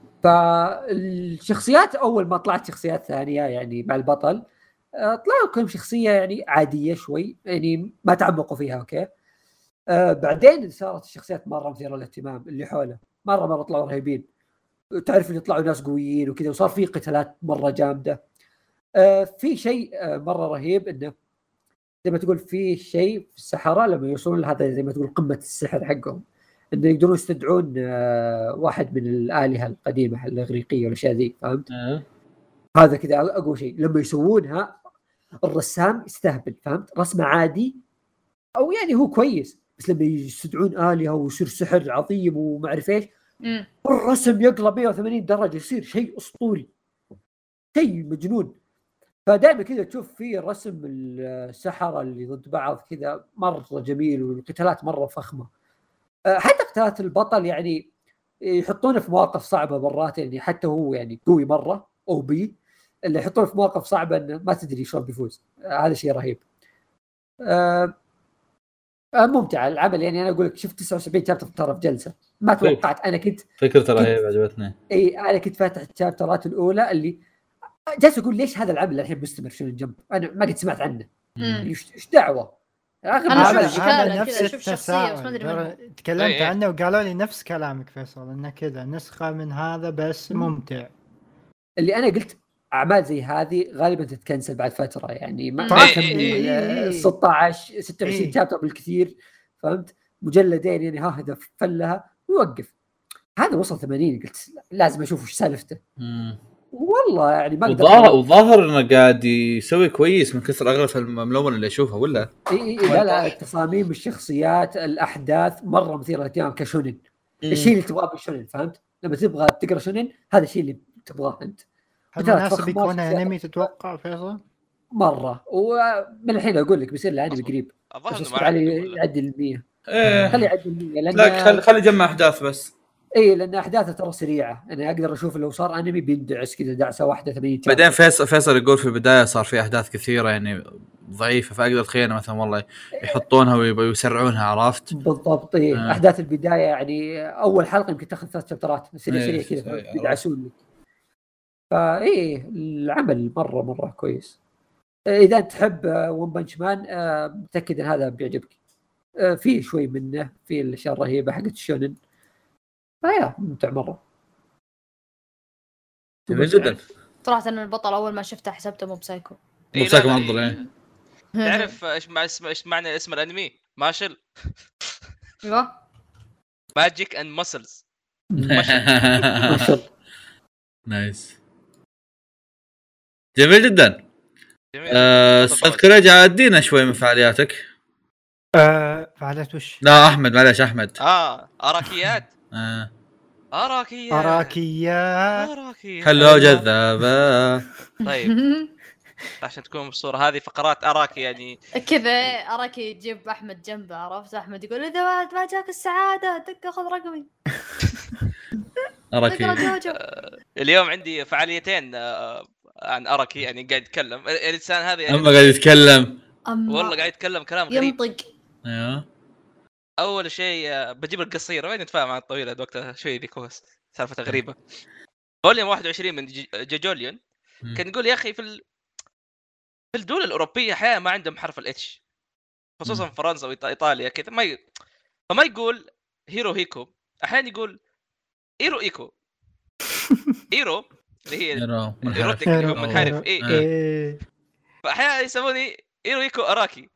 فالشخصيات اول ما طلعت شخصيات ثانيه يعني مع البطل طلعوا كل شخصيه يعني عاديه شوي، يعني ما تعمقوا فيها. اوكي آه بعدين صارت الشخصيات مره مثيره للاهتمام اللي حوله، مره مره طلعوا رهيبين. تعرف ان يطلعوا ناس قويين وكذا، وصار في قتالات مره جامده. آه في شيء آه مره رهيب انه زي ما تقول في شيء في السحرة لما يوصلون لهذا زي ما تقول قمه السحر حقهم، انه يقدرون يستدعون آه واحد من الآلهة القديمة الإغريقية والأشياء ذي. فهمت؟ أه. هذا كذا أقوى شيء. لما يسوونها الرسام يستهبل. فهمت؟ رسمه عادي أو يعني هو كويس، بس لما يستدعون آلهة ويصير سحر عظيم وما أعرف إيش، الرسم يقلب مية وثمانين درجة، يصير شيء أسطوري، شيء مجنون. فدائما كذا تشوف فيه رسم السحرة اللي ضد بعض كذا مرة جميل، والقتالات مرة فخمة. حتى قتالات البطل يعني يحطونه في مواقف صعبة مرات، يعني حتى هو يعني قوي مرة أو بي اللي يحطونه في مواقف صعبة إنه ما تدري شلون بيفوز. هذا شيء رهيب. أه ممتع العمل. يعني أنا أقول لك شفت تسعة وسبعين شابتر ترى في جلسة، ما توقعت. أنا كنت فكرة رهيبة عجبتني. إيه أنا كنت فاتح الشابترات الأولى اللي جالس أقول ليش هذا العمل الحين مستمر شنو الجنب، أنا ما قد سمعت عنه. إيش دعوة انا شفت اشكاله كذا، اشوف شخصيه بس ما ادري منها. تكلمت أيه. عنه وقالوا لي نفس كلامك فيصل، انه كذا نسخه من هذا بس ممتع. اللي انا قلت اعمال زي هذه غالبا تتكنسل بعد فتره، يعني ما كمل ستة عشر ستة وعشرين شابتر بالكثير. فهمت؟ مجلدين يعني ها هدف فلها ويوقف. هذا وصل ثمانين قلت لازم اشوف وش سالفته. والله يعني ما اقدر. وظاهر انه قاعد يسوي كويس من كثر اغلف الملون اللي اشوفها ولا اي اي لا لا التصاميم الشخصيات الاحداث مره مثيره للاهتمام كشونن. الشيء اللي تبغاه بالشونن. فهمت؟ لما تبغى تقرا شونن هذا الشيء اللي تبغاه انت. مناسب يكون انمي تتوقع فيصل مره، ومن الحين اقول لك بيصير الانمي قريب. اظن علي يعدي المية. ايه خلي يعدي المية لان خلي خلي جمع احداث بس. اي لان احداثه ترى سريعه، انا اقدر اشوف لو صار انمي بيندعس كذا دعسه واحده ثمانية شابتر. بعدين فيصل فيصل يقول في البدايه صار في احداث كثيره يعني ضعيفه، فاقدر اتخيل مثلا والله يحطونها ويسرعونها، عرفت؟ بالضبط. إيه. آه. احداث البدايه يعني اول حلقه يمكن تاخذ ثلاث شابترات سريع سريع إيه، كذا إيه، يدعسون لك. فايه العمل مره مره كويس. اذا انت تحب ون بنش مان متاكد ان هذا بيعجبك. فيه شوي منه في الاشياء الرهيبه حقت الشونن، فيا ممتع مره. جميل جدا. صراحه ان البطل اول ما شفته حسبته مو بسايكو. مو بسايكو معضل. ايه تعرف ايش مع اسم ايش معنى اسم الانمي؟ ماشل. ايوه ماجيك اند ماسلز. نايس. جميل جدا. جميل. استاذ كريج ادينا شوي من فعالياتك. آه فعاليات وش؟ لا احمد معلش احمد. اه اراكيات. آه. اراكيات اراكيات اراكيات حلوه جذابه. طيب عشان تكون بالصورة هذه فقرات أراكي يعني كذا أراكي يجيب أحمد جنبه، عرفت؟ أحمد يقول إذا ما جاك السعادة دق خذ رقمي. أراكي. اليوم عندي فعاليتين عن أراكي يعني قاعد يتكلم الإنسان هذا يعني أما قاعد يتكلم والله قاعد يتكلم كلام غريب ينطق. أيوه. أول شيء بجيب القصيرة وين نتفاهم عن الطويلة وقتها شوي ذي كوس سالفة غريبة. فوليوم واحد وعشرين من جوجوليون كان يقول يا أخي في ال... في الدول الأوروبية أحيانا ما عندهم حرف الاتش، خصوصا فرنسا وإيطاليا كذا ما ي... فما يقول هيرو هيكو، أحيانا يقول إيرو إيكو. إيرو اللي هي منحرف منحرف إيه إيه فأحيانا يسموني إيرو إيكو أراكي.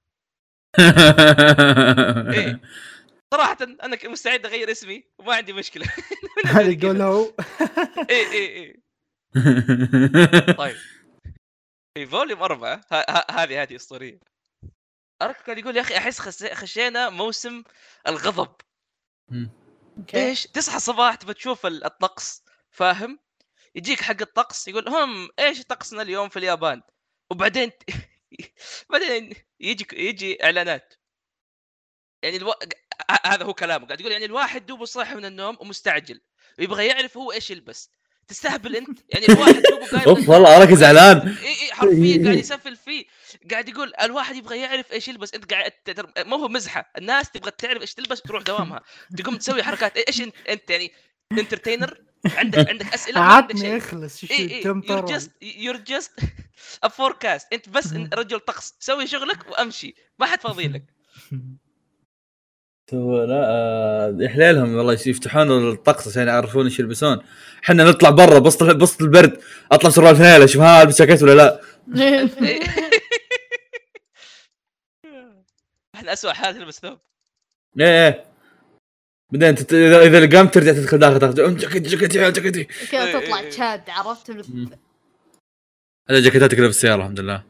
إيه صراحة أنا مستعد أغير اسمي وما عندي مشكلة. هذا يقول هو. إيه إيه إيه. طيب في فوليوم أربعة هذه هذه أسطورية. أراكي كان يقول يا أخي أحس خشينا موسم الغضب. إيش تصحى الصباح تبى تشوف الطقس فاهم، يجيك حق الطقس يقول هم إيش طقسنا اليوم في اليابان، وبعدين بعدين يجي يجي إعلانات يعني الو... هذا هو كلامه قاعد يقول يعني الواحد دوبه صاحي من النوم ومستعجل ويبغى يعرف هو إيش يلبس. تستهبل انت يعني الواحد دوبه قاعد اوف والله اراك زعلان. اي اي حرفيا قاعد يسفل فيه قاعد يقول الواحد يبغى يعرف ايش يلبس. انت قاعد ما هو مزحه، الناس تبغى تعرف ايش تلبس تروح دوامها تقوم تسوي حركات ايش انت انت يعني انترتينر عندك عندك اسئله ما عندك شيء يخلص شو يور جاست يور جاست ا فوركاست. انت بس رجل طقس سوي شغلك وامشي ما حد فاضي لك. لا يحليلهم والله يفتحون الطقس عشان يعرفون ايش يلبسون. احنا نطلع برا بسط بسط البرد اطلع سروال فانيلا اشوف ها البس جاكيت ولا لا. احنا اسوء حال تلبس ثوب. ايه ايه بعدين انت اذا قمت ترجع تدخل داخل تاخذ جاكيت جاكيت جاكيتي كذا تطلع تشاد عرفت. هذا جاكيتاتك اللي في السياره الحمد لله.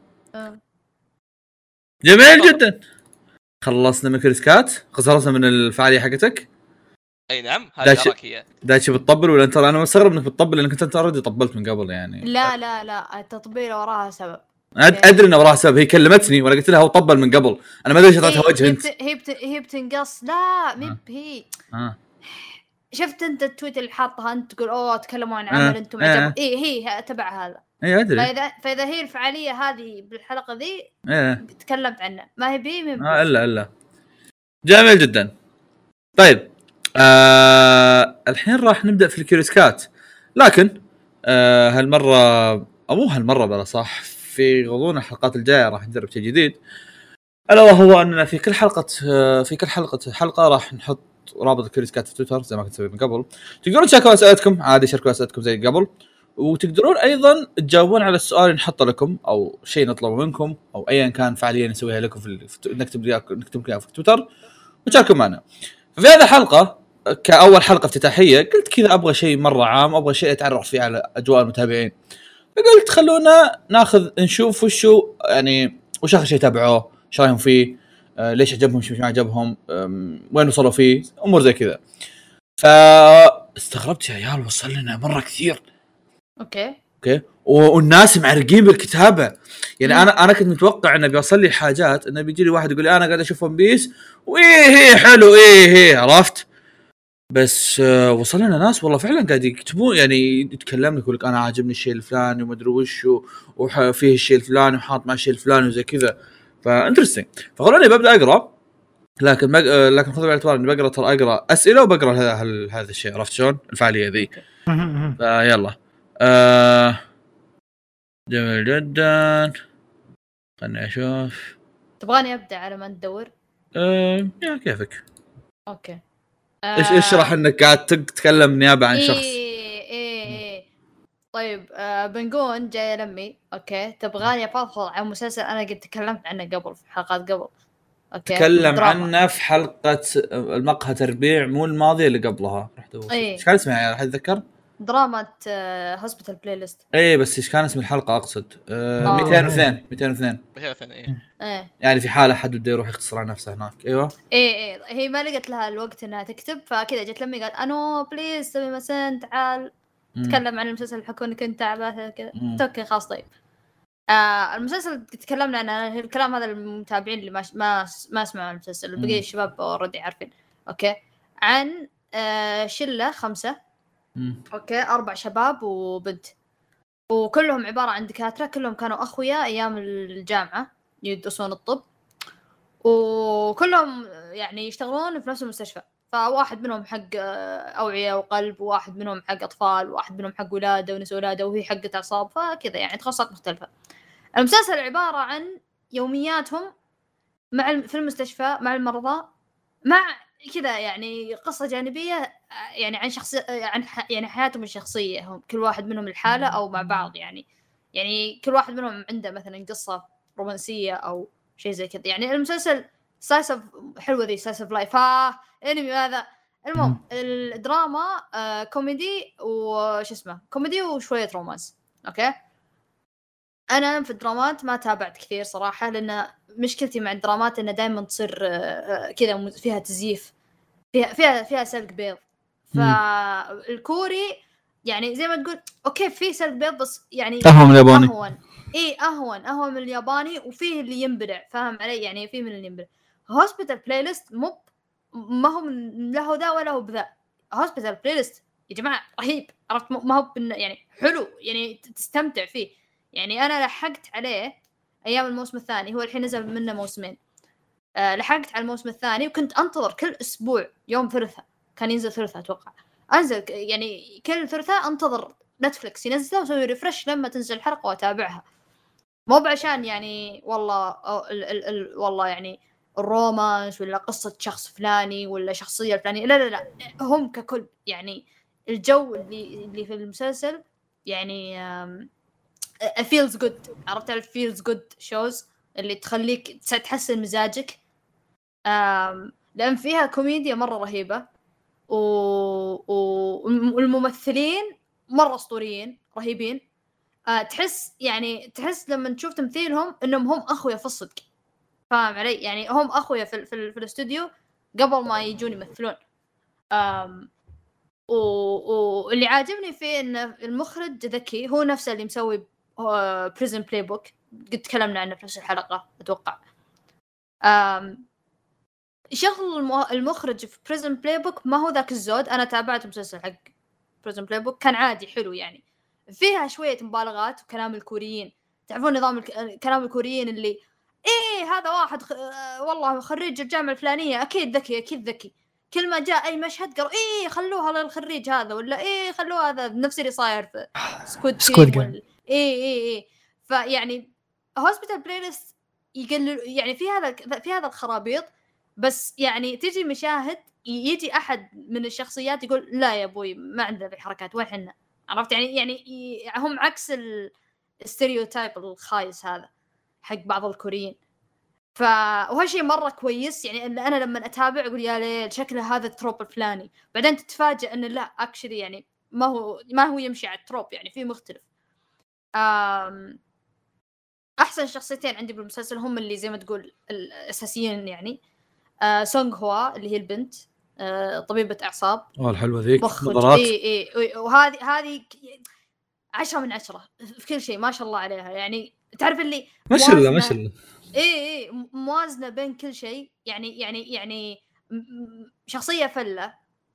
جميل جدا. خلصنا من كريسكات خلصنا من الفعاليه حقتك. اي نعم هذه اراكيه. دايتشي بتطبل ولا انت؟ انا مستغرب انك بتطبل لانك انت اوريدي طبلت من قبل يعني. لا لا لا التطبيل وراها سبب. ادري انه وراها سبب. هي كلمتني ولا قلت لها هو طبل من قبل. انا ما ادري ايش اعطيتها وجه انت. هي بت... هي بتنقص. لا مي هي آه. شفت انت التويت اللي حاطها انت تقول اوه تكلموا عن عمل آه. انتم عجب آه. اي هي تبع هذا. اي ادري. فاذا فاذا هي الفعاليه هذه بالحلقه ذي إيه. تكلمت عنها ما هي بي من آه الا الا جميل جدا. طيب آه الحين راح نبدا في الكيوريسكات، لكن آه هالمره او مو هالمره بلا صح في غضون الحلقات الجايه راح نجرب شيء جديد، الا وهو اننا في كل حلقه في كل حلقه حلقه راح نحط رابط الكيوريسكات في تويتر زي ما كنت اسوي من قبل. تقدرون تشاركوا اسئلتكم عادي، شاركوا اسئلتكم زي قبل، وتقدرون ايضا تجاوبون على السؤال اللي نحطه لكم او شيء نطلبه منكم او ايا كان فعاليه نسويها لكم في نكتب نكتب لكم في تويتر وتشاركوا معنا. في هذه الحلقه كاول حلقه افتتاحيه قلت كذا ابغى شيء مره عام، ابغى شيء اتعرف فيه على اجواء المتابعين، فقلت خلونا ناخذ نشوف وشو يعني وش اخر شيء تابعوه، ايش رايهم فيه، آه ليش عجبهم ايش ما عجبهم، وين وصلوا فيه، امور زي كذا. فاستغربت يا عيال وصل لنا مره كثير. اوكي اوكي والناس معرقين بالكتابه يعني. مم. انا انا كنت متوقع انه بيوصل لي حاجات انه بيجي لي واحد يقول لي انا قاعد اشوف ون بيس وايه حلو ايه عرفت، بس آه وصل لنا ناس والله فعلا قاعد يكتبون يعني يتكلم لك يقول لك انا عاجبني الشيء الفلاني وما ادري وش وفيه الشيء الفلاني وحاط مع الشيء الفلاني وزي كذا فانترستنج. فخلوني ببدا اقرا لكن بق... لكن خذوا بالاعتبار اني بقرا ترى اقرا اسئله وبقرا هذا هل... هذا الشيء عرفت شلون الفعاليه ذي. فيلا آه... جميل جدا. خلني اشوف. تبغاني ابدا على ما ندور؟ آه... يا كيفك. اوكي. ايش آه... اشرح انك قاعد تتكلم نيابه عن إيه شخص. ايه ايه طيب آه بنقول جايه لمي. اوكي تبغاني افضفض عن مسلسل انا قد تكلمت عنه قبل في حلقات قبل. اوكي تكلم عنه في حلقه المقهى تربيع مو الماضيه اللي قبلها. رحت ايش أيه. كان اسمها راح اتذكر دراما هوسبيتال بلاي ليست. اي بس ايش كان اسم الحلقه اقصد آه مئتين واثنين مئتين واثنين مئتين واثنين ايه يعني في حاله حد بده يروح يختصر على نفسه هناك. ايوه ايه ايه هي ما لقت لها الوقت انها تكتب فكذا جت لمي قالت انو بليز سوي مسن تعال مم. تكلم عن المسلسل الحكوني كنت تعبانه كذا. مم. اوكي خلاص طيب. آه المسلسل تكلمنا عنه الكلام هذا المتابعين اللي ما ما ما سمعوا المسلسل بقي الشباب اوريدي عارفين. اوكي عن آه شله خمسه. مم. اوكي اربع شباب وبنت وكلهم عباره عن دكاتره كلهم كانوا اخويا ايام الجامعه يدرسون الطب وكلهم يعني يشتغلون في نفس المستشفى. فواحد منهم حق اوعيه وقلب وواحد منهم حق اطفال وواحد منهم حق ولاده ونساء ولاده وهي حقه اعصاب فكذا يعني تخصصات مختلفه. المسلسل عباره عن يومياتهم مع في المستشفى مع المرضى مع كذا يعني قصه جانبيه يعني عن شخص عن يعني حياتهم الشخصيه هم كل واحد منهم الحاله او مع بعض يعني يعني كل واحد منهم عنده مثلا قصه رومانسيه او شيء زي كذا. يعني المسلسل سايس حلوه ذي سايس اوف لايف ها انمي هذا. المهم الدراما آه كوميدي وش اسمه كوميدي وشويه رومانس. اوكي انا في الدرامات ما تابعت كثير صراحه لان مشكلتي مع الدرامات انها دائما تصير كذا فيها تزييف فيها فيها فيها سلق بيض. فالكوري يعني زي ما تقول اوكي في سلق بيض بس يعني اهون من الياباني. اهون اي اهون اهون من الياباني وفيه اللي ينبلع فاهم علي يعني فيه من اللي ينبلع. هوسبيتال بلاي ليست مو ما هو من له ذا ولا هو بذا. هوسبيتال بلاي ليست يا جماعه رهيب عرفت ما هو يعني حلو يعني تستمتع فيه. يعني أنا لحقت عليه أيام الموسم الثاني هو الحين نزل منه موسمين. أه لحقت على الموسم الثاني وكنت أنتظر كل أسبوع يوم ثلاثاء كان ينزل ثلاثاء أتوقع أنزل يعني كل ثلاثاء أنتظر نتفليكس ينزله وسوي ريفرش لما تنزل الحلقة وأتابعها مو بعشان يعني والله ال ال ال والله يعني الرومانس ولا قصة شخص فلاني ولا شخصية فلانية لا لا لا هم ككل يعني الجو اللي اللي في المسلسل يعني feels good عرفت ال feels good shows اللي تخليك تحسن مزاجك. لأن فيها كوميديا مرة رهيبة و... والممثلين مرة أسطوريين رهيبين. أه تحس يعني تحس لما تشوف تمثيلهم إنهم هم أخويا في الصدق فاهم علي يعني هم أخويا في في, في الاستوديو قبل ما يجون يمثلون. أم... و... واللي عاجبني فيه إن المخرج ذكي هو نفسه اللي مسوي بريزن بلاي بوك قد تكلمنا عنه في نفس الحلقة أتوقع. أم شغل المخرج في بريزن بلاي بوك ما هو ذاك الزود. أنا تابعت مسلسل حق بريزن بلاي بوك كان عادي حلو يعني فيها شوية مبالغات وكلام الكوريين تعرفون نظام الكلام الكوريين اللي إيه هذا واحد خ... والله خريج الجامعة الفلانية أكيد ذكي أكيد ذكي كل ما جاء أي مشهد قالوا إيه خلوها للخريج هذا ولا إيه خلوها هذا نفس اللي صاير في سكويد جيم ولا... إيه إيه إيه فيعني هوسبيتال بلاي ليست يقلل يعني في هذا في هذا الخرابيط بس يعني تجي مشاهد يجي أحد من الشخصيات يقول لا يا أبوي ما عندنا بالحركات وين حنا عرفت يعني يعني هم عكس الستيريوتايب الخايس هذا حق بعض الكوريين. فهو شيء مرة كويس يعني إن أنا لما أتابع أقول يا ليل شكله هذا التروب الفلاني بعدين تتفاجأ إن لا أكشلي يعني ما هو ما هو يمشي على التروب يعني فيه مختلف. أم أحسن شخصيتين عندي بالمسلسل هم اللي زي ما تقول الأساسيين يعني أه سونغ هوا اللي هي البنت أه طبيبة أعصاب أوه الحلوة ذيك نظرات إيه إيه وهذه هذه عشرة من عشرة في كل شيء ما شاء الله عليها يعني تعرف اللي ما شاء الله ما شاء الله إيه إيه موازنة بين كل شيء يعني يعني يعني شخصية فلة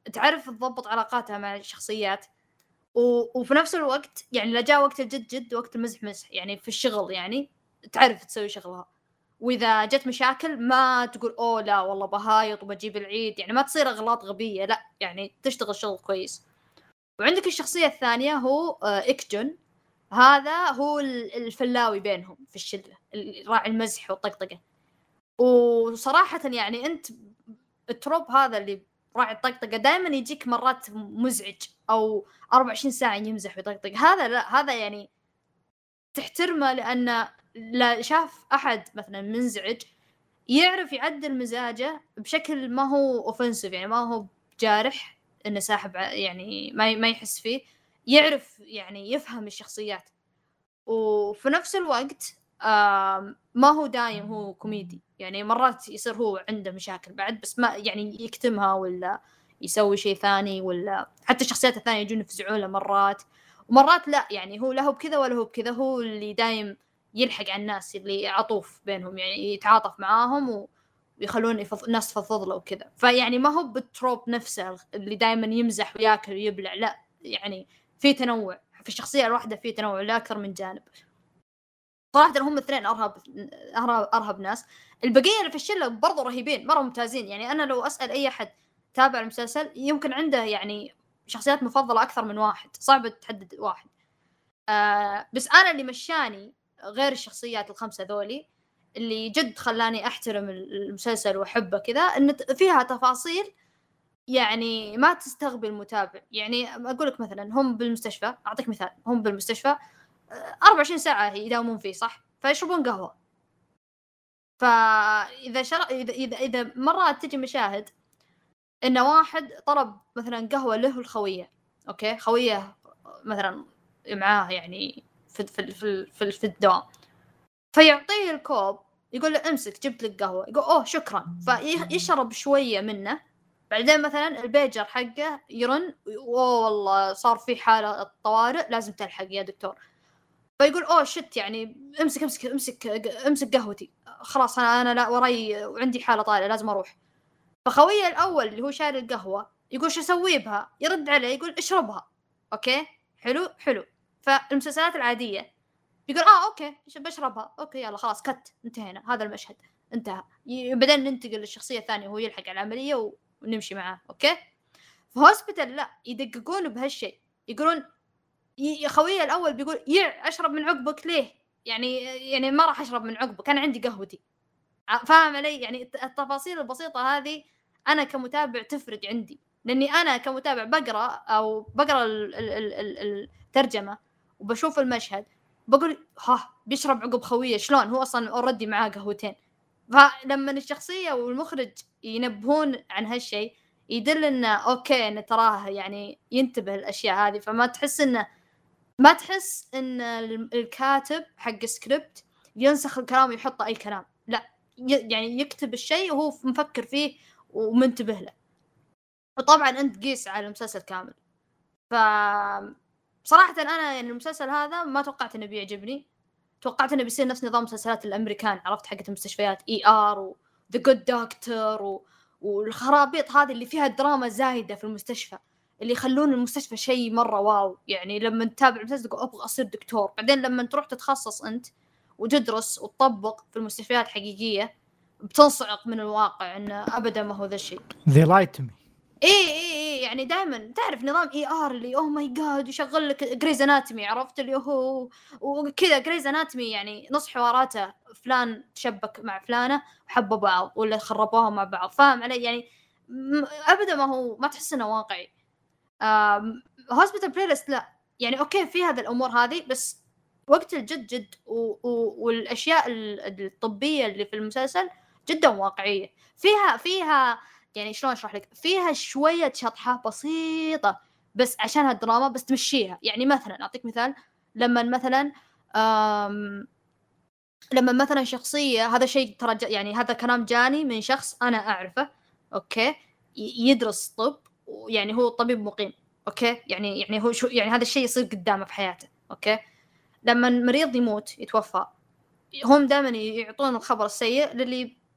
تعرف تضبط علاقاتها مع الشخصيات، و... وفي نفس الوقت يعني لا جاء وقت الجد جد وقت المزح مزح، يعني في الشغل يعني تعرف تسوي شغلها. واذا جت مشاكل ما تقول اوه لا والله بهايط وبجيب العيد، يعني ما تصير اغلاط غبيه، لا يعني تشتغل شغل كويس. وعندك الشخصيه الثانيه هو إكجون، هذا هو الفلاوي بينهم في الشله، راعي المزح والطقطقه. وصراحه يعني انت التروب هذا اللي راعي الطقطقه دائما يجيك مرات مزعج، او أربعة وعشرين ساعه يمزح ويطقطق، هذا لا، هذا يعني تحترمه، لأن لا شاف أحد مثلا منزعج يعرف يعدل مزاجه بشكل ما هو أوفنسيف، يعني ما هو جارح إنه ساحب، يعني ما ما يحس فيه، يعرف يعني يفهم الشخصيات. وفي نفس الوقت ما هو دايم هو كوميدي، يعني مرات يصير هو عنده مشاكل بعد بس ما يعني يكتمها ولا يسوي شيء ثاني، ولا حتى الشخصيات الثانية يجون يفزعون له مرات، ومرات لا، يعني هو لا هو بكذا ولا هو بكذا، هو اللي دايم يلحق على الناس، اللي عطوف بينهم، يعني يتعاطف معاهم ويخلون يفض... الناس تفضل له وكذا. فيعني ما هو بالتروب نفسه اللي دايما يمزح وياكل ويبلع، لا يعني في تنوع في الشخصية الواحدة، في تنوع لأكثر من جانب. صراحة هم الاثنين أرهب أرهب أرهب ناس. البقية اللي في الشلة برضو رهيبين مرة ممتازين، يعني أنا لو أسأل أي أحد تابع المسلسل يمكن عنده يعني شخصيات مفضلة أكثر من واحد، صعب تحدد واحد. آه بس أنا اللي مشاني غير الشخصيات الخمسة ذولي اللي جد خلاني أحترم المسلسل وأحبه كذا، إن فيها تفاصيل يعني ما تستغبي المتابع. يعني أقولك مثلا هم بالمستشفى، أعطيك مثال، هم بالمستشفى أربعة وعشرين ساعة يداومون فيه صح، فيشربون قهوة. فإذا شر... إذا إذا إذا مرات تجي مشاهد إن واحد طلب مثلا قهوة له الخوية، أوكي، خوية مثلا معاه يعني في في في في, في الدوام، فيعطيه الكوب يقول له امسك جبت لك قهوة، يقول أوه شكرا، فيشرب شوية منه. بعدين مثلا البيجر حقه يرن، أوه والله صار في حالة الطوارئ لازم تلحق يا دكتور، فيقول اوه شت يعني امسك امسك امسك امسك قهوتي، خلاص انا انا لا وراي وعندي حاله طارئه لازم اروح. فخويه الاول اللي هو شاري القهوه يقول شو اسوي بها، يرد عليه يقول اشربها. اوكي حلو حلو. فالمسلسلات العاديه يقول اه اوكي بشربها، اوكي يلا خلاص كت انتهينا، هذا المشهد انتهى، بعدين ننتقل للشخصيه الثانيه وهو يلحق على العمليه ونمشي معاه. اوكي في هوسبيتال لا، يدققون بهالشيء، يقولون يا خويه الاول بيقول يع اشرب من عقبك ليه، يعني يعني ما راح اشرب من عقبك، انا عندي قهوتي، فاهم علي؟ يعني التفاصيل البسيطه هذه انا كمتابع تفرق عندي، لاني انا كمتابع بقرا او بقرا الترجمه وبشوف المشهد بقول ها بيشرب عقب خويه شلون، هو اصلا اوريدي معاه قهوتين. فلما الشخصيه والمخرج ينبهون عن هالشيء يدل انه اوكي ان تراه يعني ينتبه الاشياء هذه، فما تحس انه ما تحس ان الكاتب حق سكريبت ينسخ الكلام ويحط اي كلام، لا يعني يكتب الشيء وهو مفكر فيه ومنتبه له. وطبعا انت قيس على المسلسل كامل. ف صراحه انا يعني المسلسل هذا ما توقعت انه بيعجبني، توقعت انه بيصير نفس نظام مسلسلات الامريكان، عرفت حقة المستشفيات اي ار وذا جود دكتور و... والخرابيط هذه اللي فيها دراما زايده في المستشفى، اللي يخلون المستشفى شيء مرة واو. يعني لما تتابع المسلسل تقول أبغى أصير دكتور، بعدين لما تروح تتخصص أنت وتدرس وتطبق في المستشفيات حقيقية بتنصعق من الواقع إنه أبدا ما هو ذا الشيء. They lied to me. إيه إيه إيه يعني دائما تعرف نظام إي آر اللي أوه ماي جاد يشغل لك جريز أناتومي، عرفت اللي هو وكذا جريز أناتومي، يعني نص حواراته فلان تشبك مع فلانة وحبوا بعض ولا خربوها مع بعض، فاهم علي؟ يعني أبدا ما هو ما تحس إنه واقعي. هوسبيتال بلايلست لا، يعني اوكي في هذا الامور هذه، بس وقت الجد جد و... و... والاشياء الطبيه اللي في المسلسل جدا واقعيه، فيها فيها يعني شلون اشرح لك، فيها شويه شطحه بسيطه بس عشان هالدراما بس تمشيها. يعني مثلا اعطيك مثال، لما مثلا أم... لما مثلا شخصيه، هذا شيء ترى يعني هذا كلام جاني من شخص انا اعرفه، اوكي يدرس طب يعني هو طبيب مقيم، اوكي يعني يعني هو شو يعني هذا الشيء يصير قدامه في حياته. اوكي لما المريض يموت يتوفى هم دائما يعطون الخبر السيء للي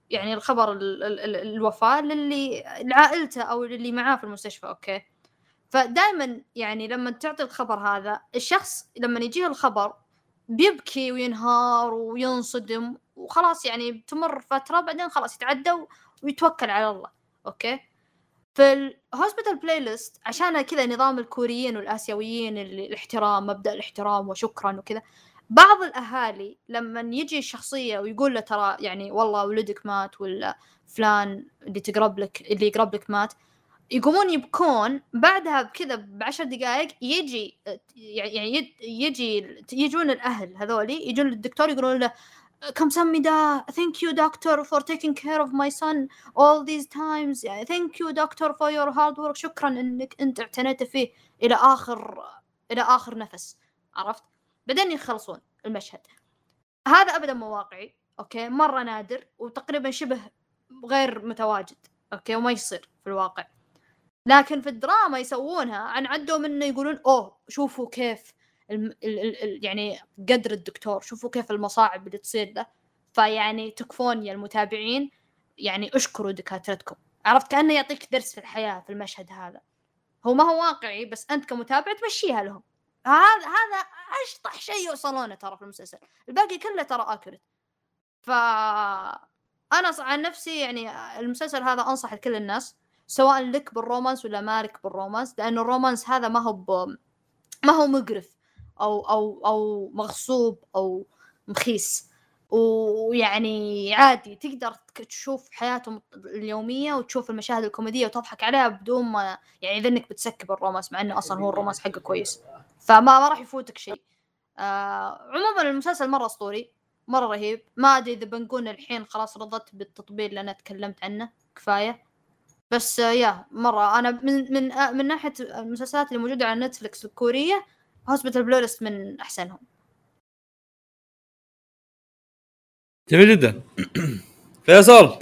يعني الخبر ال ال ال الوفاة للي لعائلته أو للي معاه في المستشفى. أوكي، فدائما يعني لما تعطي الخبر هذا الشخص لما يجيه الخبر بيبكي وينهار وينصدم وخلاص، يعني تمر فترة بعدين خلاص يتعدى ويتوكل على الله. أوكي، في الهوسبيتال بلاي ليست عشان كذا نظام الكوريين والآسيويين الاحترام، مبدأ الاحترام وشكرا وكذا، بعض الأهالي لما يجي الشخصية ويقول له ترى يعني والله ولدك مات ولا فلان اللي تقرب لك اللي يقرب لك مات، يقومون يبكون. بعدها بكذا بعشر دقائق يجي يعني يجي يجون الأهل هذولي يجون للدكتور يقولون له 감사합니다, thank you doctor for taking care of my son all these times, يعني thank you doctor for your hard work, شكرا انك انت اعتنيت فيه الى اخر الى اخر نفس. عرفت؟ بعدين يخلصون المشهد هذا. ابدا مو واقعي. اوكي، مره نادر وتقريبا شبه غير متواجد. اوكي، وما يصير في الواقع، لكن في الدراما يسوونها عن عدوا منه يقولون اوه شوفوا كيف ال ال ال يعني قدر الدكتور، شوفوا كيف المصاعب اللي تصير له، فيعني تكفون يا المتابعين يعني اشكروا دكاترتكم. عرفت؟ كأنه يعطيك درس في الحياة في المشهد هذا. هو ما هو واقعي بس أنت كمتابع تمشيها لهم. هذا هذا أشطح شيء يوصلونه ترى في المسلسل، الباقي كله ترى آكوريت. فأنا عن نفسي يعني المسلسل هذا أنصح لكل الناس، سواء لك بالرومانس ولا مالك بالرومانس، لأن الرومانس هذا ما هو ب... ما هو مقرف أو أو أو مغصوب أو مخيس، ويعني عادي تقدر تشوف حياتهم اليومية وتشوف المشاهد الكوميدية وتضحك عليها بدون ما يعني إذا إنك بتسكب الرومانس، مع إنه أصلا هو الرومانس حقه كويس، فما ما راح يفوتك شيء. آه عموما المسلسل مرة أسطوري، مرة رهيب. ما أدري إذا بنقول الحين خلاص رضت بالتطبيل اللي أنا تكلمت عنه كفاية، بس آه يا مرة أنا من من آه من ناحية المسلسلات اللي موجودة على نتفليكس الكورية، هوسبيتال بلاي ليست من أحسنهم. جميل جدا. فيصل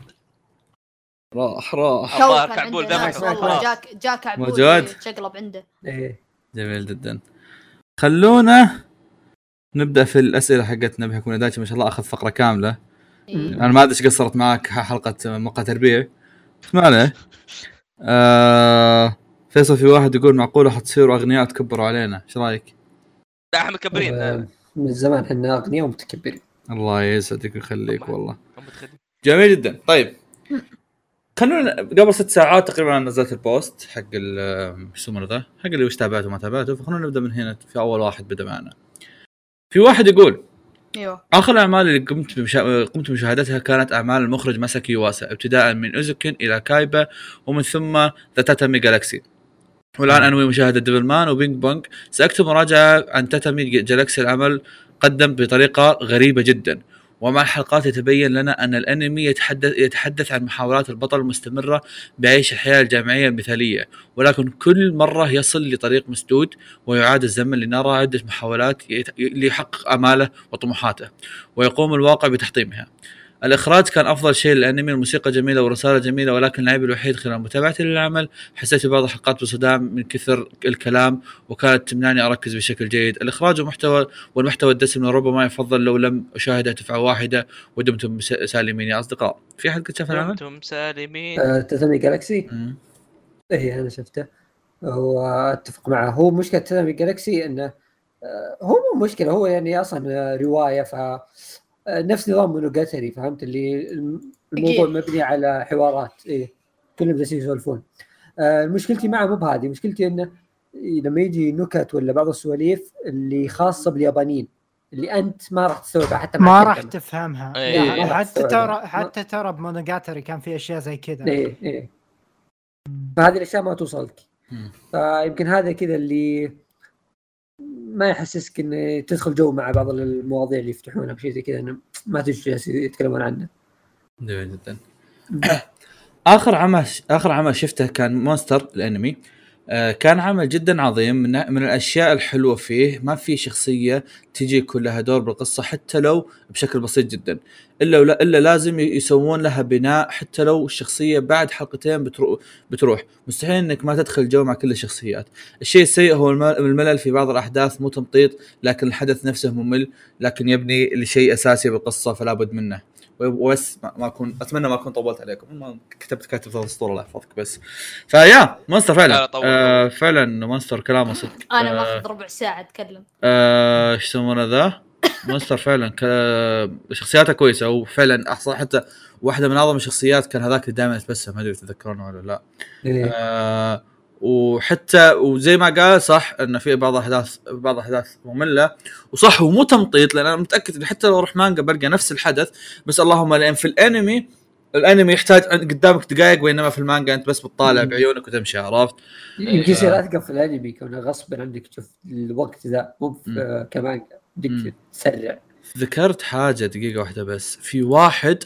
راح راح الله كعبول ذبح والله جاك جاك كعبول تشقلب عنده. ايه جميل جدا. خلونا نبدا في الاسئله حقتنا بحكم دايتي ما شاء الله اخذ فقره كامله. إيه. انا ما ادري ايش قصرت معك حلقه مقهى تربيه ما عليه. آه فيصل في واحد يقول معقوله حتصيروا اغنياء تكبروا علينا، ايش رايك؟ لا احنا مكبرين آه من زمان احنا اغنياء ومتكبرين. الله يسعدك ويخليك والله. جميل جدا. طيب خلونا قبل ست ساعات تقريبا انا نزلت البوست حق ال شو اسمه ذا حق اللي وش تابعته وما تابعته، فخلونا نبدا من هنا. في اول واحد بدا معنا، في واحد يقول ايوه اخر الاعمال اللي قمت بمشا... قمت بمشاهدتها كانت اعمال المخرج ماساكي يواسا، ابتداء من اوزوكين الى كايبا ومن ثم ذا تاتامي جالاكسي، والان انوي مشاهده ديفل مان وبينج بونج. ساكتب مراجعه عن تاتامي جالاكسي. العمل قدم بطريقه غريبه جدا، ومع الحلقات يتبين لنا أن الأنمي يتحدث, يتحدث عن محاولات البطل المستمرة بعيش الحياة الجامعية المثالية، ولكن كل مرة يصل لطريق مسدود ويعاد الزمن لنرى عدة محاولات ليحقق آماله وطموحاته ويقوم الواقع بتحطيمها. الإخراج كان أفضل شيء للأنمي، الموسيقى جميلة ورسالة جميلة، ولكن العيب الوحيد خلال متابعتي للعمل حسيت في بعض الحلقات بصدام من كثر الكلام وكانت تمنعني أركز بشكل جيد. الإخراج والمحتوى والمحتوى الدسم ربما يفضل لو لم أشاهده دفعة واحدة. ودمتم سالمين يا أصدقاء. في أحد قد شاف العمل؟ دمتم سالمين. آه، تاتامي جالاكسي إيه أنا شفته وأتفق معه. هو مشكلة تاتامي جالاكسي إنه آه هو مو مشكلة، هو يعني أصلا رواية ف نفس نظام مونوجاتري، فهمت اللي الموضوع مبني على حوارات ايه كلهم جالسين يسولفون. آه مشكلتي معه مو بهذه، مشكلتي انه لما يجي نكت ولا بعض السواليف اللي خاصه باليابانيين اللي انت ما راح تستوعبها حتى ما راح تفهمها. إيه. حتى ترى حتى ترى بمونوجاتري كان في اشياء زي كذا. ايه ايه فهذه الاشياء ما توصلك. فيمكن هذا كذا اللي ما يحسسك ان تدخل جو مع بعض المواضيع اللي يفتحونها بشيء زي كذا، انه ما تجي يتكلمون عنه. جميل جدا. اخر عمل اخر عمل شفته كان مونستر الانمي. آه كان عمل جدا عظيم. من, من الاشياء الحلوه فيه ما في شخصيه تجي كلها دور بالقصه حتى لو بشكل بسيط جدا، الا ولا الا لازم يسوون لها بناء. حتى لو الشخصيه بعد حلقتين بتروح بتروح مستحيل انك ما تدخل جو مع كل الشخصيات. الشيء السيء هو الملل في بعض الاحداث، مو تمطيط، لكن الحدث نفسه ممل، لكن يبني لشيء اساسي بالقصه فلا بد منه. وبس ما اكون اتمنى ما اكون طولت عليكم. ما كتبت كاتب ثلاث اسطوره الله يحفظك بس. فيا مونستر فعلا آه فعلا مونستر كلامه صدق. انا ماخذ ربع ساعه اتكلم. آه ايش يسمونه ذا مونستر فعلا ك... شخصياته كويسه وفعلا احسن. حتى واحده من اعظم الشخصيات كان هذاك اللي دائما يتبسم، ما ادري تتذكرونه ولا لا. إيه. آه وحتى وزي ما قال صح ان في بعض الاحداث بعض الاحداث ممله وصح ومو تمطيط، لان انا متاكد ان حتى لو اروح مانجا بلقى نفس الحدث، بس اللهم لان في الانمي الانمي يحتاج قدامك دقائق، بينما في المانجا انت بس بتطالع بعيونك وتمشي. عرفت؟ يمكن يصير اثقل في الانمي كونه غصبا عندك تشوف الوقت ذا مو كمانجا بدك تسرع. ذكرت حاجه دقيقه واحده بس، في واحد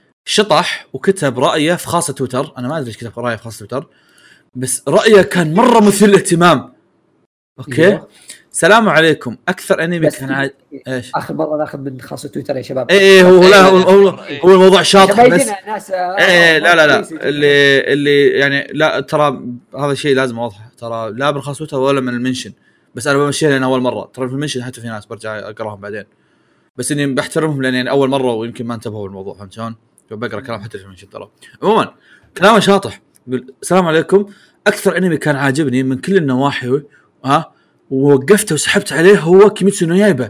شطح وكتب رايه في خاصه تويتر، انا ما ادري ايش كتب رايه في خاصه تويتر، بس رأيه كان مرة مثير للاهتمام. اوكي إيه. السلام عليكم. اكثر انمي كان عاد ايش اخر مرة ناخذ من خاصة تويتر يا شباب؟ ايه هو لا هو, هو, هو الموضوع شاطح بس ايه لا لا لا اللي اللي يعني لا ترى هذا الشيء لازم اوضحه، ترى لا من خاصة تويتر ولا من المنشن، بس انا بمشيها لان اول مرة. ترى في المنشن حتى في ناس برجع اقراهم بعدين، بس اني بحترمهم لان يعني اول مرة ويمكن ما انتبهوا الموضوع. فهمت شلون؟ بقرا كلام حتى في المنشن. ترى عموما كلامه شاطح. يقول السلام عليكم، اكثر انمي كان عاجبني من كل النواحي ها ووقفته وسحبت عليه هو كيميتسو نو يايبا.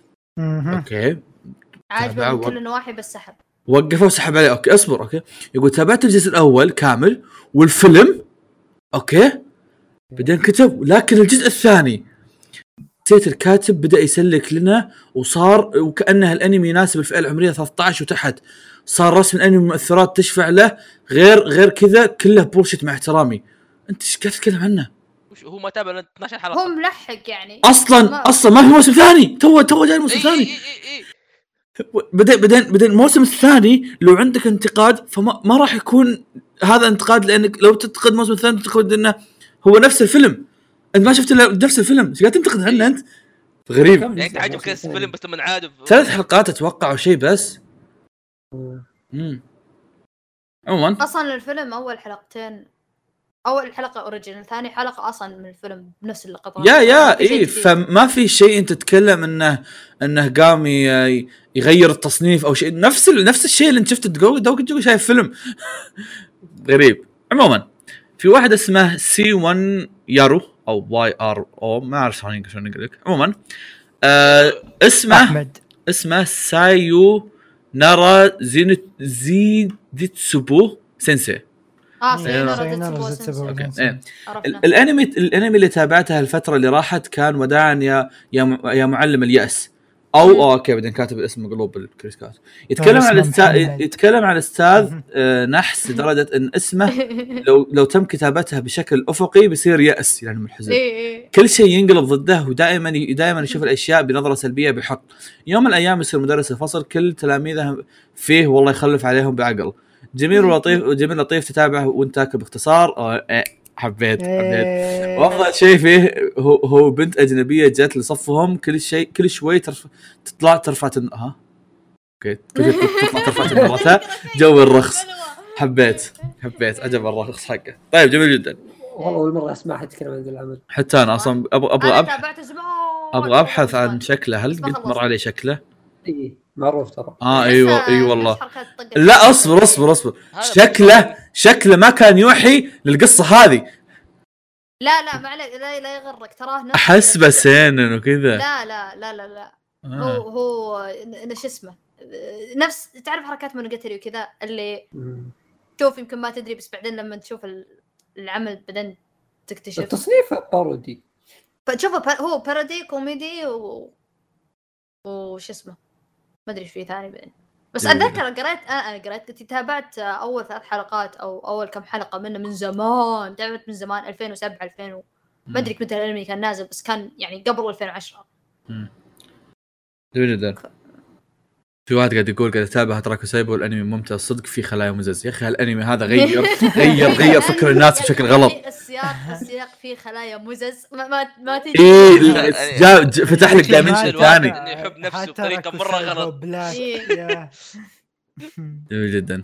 اوكي عاجبه من كل النواحي بس سحب، وقفه وسحب عليه. اوكي اصبر. اوكي يقول تابعت الجزء الاول كامل والفيلم اوكي بعدين كتب لكن الجزء الثاني نسيت الكاتب بدا يسلك لنا وصار وكانه الانمي يناسب الفئه العمريه ثلاثة عشر وتحت، صار رسم الانمي مؤثرات تشفع له، غير غير كذا كله بورشت مع احترامي. انت ايش قاعد تتكلم عنه؟ وش هو ما تابع اثنا عشر حلقه؟ هو ملحق يعني اصلا ما اصلا ما في موسم ثاني، تو تو جاي الموسم الثاني. إيه إيه إيه إيه. بعدين بعدين بعدين الموسم الثاني لو عندك انتقاد فما ما راح يكون هذا انتقاد، لانك لو تنتقد الموسم الثاني تنتقد انه هو نفس الفيلم، انت ما شفت نفس الفيلم، ايش قاعد تنتقد عنه انت؟ غريب. يعني انت عجبك الفيلم بس لما عاد ثلاث حلقات اتوقع او شيء بس. امم عموما اصلا الفيلم اول حلقتين، اول حلقه اوريجينال، ثاني حلقه اصلا من الفيلم بنفس اللقطات. يا يا اي فما في شيء انت تتكلم انه انه قام يغير التصنيف او شيء، نفس نفس الشيء اللي انت شفته تقول دوك تقول شايف فيلم غريب. عموما في واحد اسمه سي واحد يارو او واي ار او ما اعرف شلون نقول لك. عموما آه اسمه أحمد. اسمه سايو نارا زينت زيدتسوبو سينسي. اه سايو سينسي. الانمي الانمي اللي تابعته الفتره اللي راحت كان وداعا يا يا معلم اليأس او أوه اوكي بعدين كاتب الاسم مقلوب بالكريسكات. يتكلم عن الاستاذ يتكلم عن الاستاذ آه نحس لدرجه ان اسمه لو لو تم كتابتها بشكل افقي بيصير يأس يعني منحزن. كل شيء ينقلب ضده ودائما دائما يشوف الاشياء بنظره سلبيه بحق. يوم من الايام يصير مدرس الفصل كل تلاميذه فيه والله يخلف عليهم بعقل. جميل ولطيف وجميل لطيف تتابعه وانت تاكل باختصار. أه حبيت حبيت. وافضل شيء فيه هو هو بنت اجنبيه جت لصفهم كل شيء كل شوي ترفع تطلع ترفع ها اوكي تطلع ترفع تنورتها جو الرخص. حبيت حبيت عجب الرخص حقه. طيب جميل جدا والله اول مره اسمع يتكلم عن العمل. حتى انا اصلا ابغى ابغى ابغى ابحث عن شكله. هل قد مر علي شكله؟ اي معروف ترى. اه ايوه اي والله. لا اصبر اصبر اصبر شكله شكله ما كان يوحي للقصه هذه. لا لا ما عليك لا, لا يغرك تراه نفس احسبه سنن وكذا. لا لا لا لا لا آه. هو هو ايش اسمه نفس تعرف حركات مونوجاتري وكذا اللي شوف يمكن ما تدري بس بعدين لما تشوف العمل بعدين تكتشف التصنيف بارودي. فتشوفه هو بارودي كوميدي و وش اسمه ما ادري ايش فيه ثاني بعدين. بس اتذكر قريت انا قريت كنت تابعت اول ثلاث حلقات او اول كم حلقه منه من زمان. تعبت من زمان ألفين وسبعة ألفين و... ما ادري متى الانمي كان نازل بس كان يعني قبل ألفين وعشرة. امم جدا. في واحد قاعد يقول قاعد اتابع دراكو سايبو الانمي ممتاز صدق في خلايا مزز. يا اخي الانمي هذا غير غير غير فكر الناس بشكل غلط. السياق السياق فيه خلايا مزز ما ما, ما تجي ايه جاء فتح لك دايمنشن ثاني انه يحب نفسه بطريقه مره غلط. جميل جدا.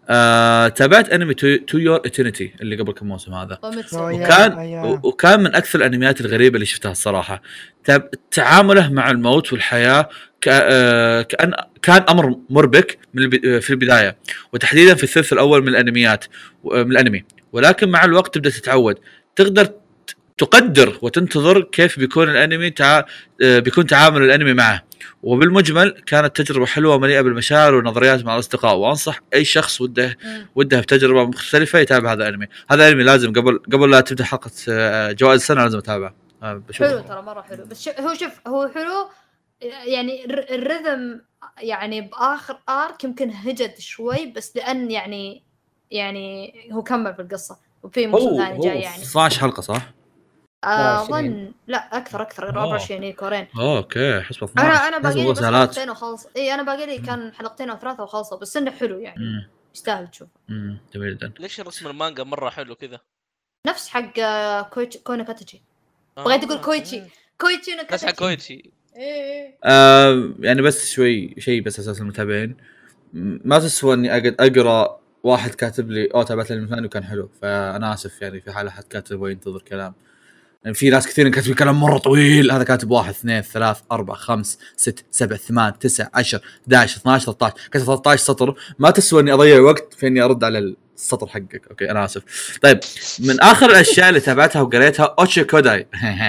آه، تابعت انمي تو يور اترنتي اللي قبل كم موسم هذا، ومتسو. وكان وكان من اكثر الانميات الغريبه اللي شفتها الصراحه. تاب- تعامله مع الموت والحياه ك- آه، كان كان امر مربك من الب- في البدايه، وتحديدا في الثلث الاول من الانميات من الانمي، ولكن مع الوقت تبدا تتعود، تقدر ت- تقدر وتنتظر كيف بيكون الانمي تع... آه، بيكون تعامل الانمي معه. وبالمجمل كانت تجربه حلوه مليئه بالمشاعر والنظريات مع الاصدقاء، وانصح اي شخص وده مم. وده بتجربه مختلفه يتابع هذا الانمي. هذا الانمي لازم قبل قبل لا تبدا حلقه آه، جوائز السنه لازم اتابعه. آه، بشوف حلو ترى مره حلو، بس شو- هو شوف هو حلو يعني الر- الرذم يعني باخر ارك يمكن هجد شوي، بس لان يعني يعني هو كمل في القصه وفي موسم هو ثاني جاي هو يعني. اثنا عشر حلقه صح؟ آه، عشرين. اظن لا اكثر اكثر أوه. أربعة وعشرين كورين. أوه، اوكي حسب اثنا انا عشر. انا حسب باقي لي بس مسلسلات. حلقتين وخلص. اي انا باقي لي كان حلقتين او ثلاثه وخلصوا، بس انه حلو يعني مم. يستاهل تشوفه. امم جميل جدا. ليش رسم المانجا مره حلو كذا؟ نفس حق آه، كويتشي كونا كاتشي. آه، بغيت اقول كويتشي أوكي. كويتشي بس نكاتشي. حق كويتشي. ايه آه يعني بس شوي شيء بس اساس المتابعين، م- ما تسوى اني أقعد اقرا واحد كاتب لي او تابعت الانمي الفلاني وكان حلو، فانا اسف يعني في حال احد كاتب وينتظر كلام. يعني في ناس كثير كاتبين كلام مره طويل، هذا كاتب واحد اثنين ثلاث اربع خمس ست سبع ثمان تسع عشر احد عشر اثنا عشر ثلاثة عشر كاتب ثلاثة عشر سطر، ما تسوى اني اضيع وقت في اني ارد على السطر حقك. اوكي انا اسف. طيب من اخر الاشياء اللي تابعتها وقريتها اوتشي كوداي.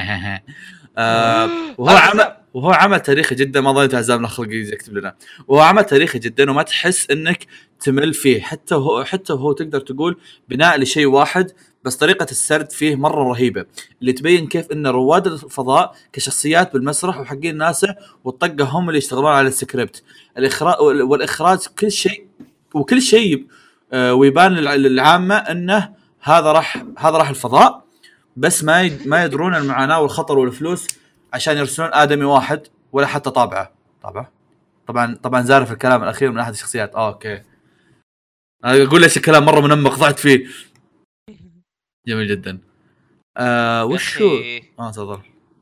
آه وهو عمل وهو عمل تاريخي جدا، ما ظنيت عزام الاخر يكتب لنا. وهو عمل تاريخي جدا وما تحس انك تمل فيه، حتى هو حتى هو تقدر تقول بناء لشيء واحد، بس طريقه السرد فيه مره رهيبه، اللي تبين كيف ان رواد الفضاء كشخصيات بالمسرح وحقين ناسا والطقه هم اللي يشتغلون على السكريبت، الاخراج والاخراج كل شيء وكل شيء آه ويبان للعامه انه هذا راح هذا راح الفضاء، بس ما يد ما يدرون المعاناه والخطر والفلوس عشان يرسلون آدمي واحد ولا حتى طابعه. طابعه طبعا طبعا زارف الكلام الأخير من أحد الشخصيات. آه أوكي أنا أقول ليش الكلام مرة منمق ضعت فيه. جميل جدا. آه وش هو؟ آه تفضل.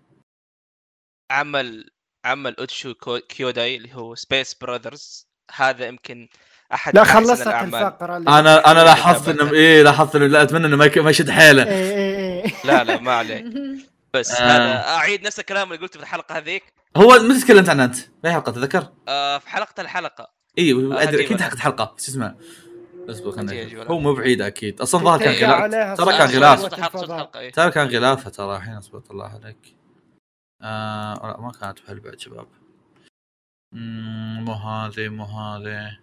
عمل عمل اوتشو كيوداي اللي هو سبيس براذرز، هذا يمكن احد لا احسن خلصت الاعمال. الفقره اللي انا انا لاحظت انه ايه لاحظت انه لا اتمنى انه ما ما يشد حيله. إيه إيه إيه. لا لا ما عليك. بس آه. هذا اعيد نفس الكلام اللي قلته في الحلقه هذيك. هو متى تكلمت عنه انت؟ في حلقه تذكر؟ آه في حلقه الحلقه. ايوه آه، ادري هجيب اكيد أنا. حلقه حلقه شو اسمه؟ اصبر خلنا هجيب نشوف. أنا. هو مو بعيد اكيد اصلا ظهر كان ترجع غلاف عليها ترى كان صوت غلاف صوت حلقه صوت الفضاء. حلقه ايه. ترى كان غلافه ترى الحين اصبر الله عليك. آه لا ما كانت بحل بعد شباب. مم، مو هذه مو هذه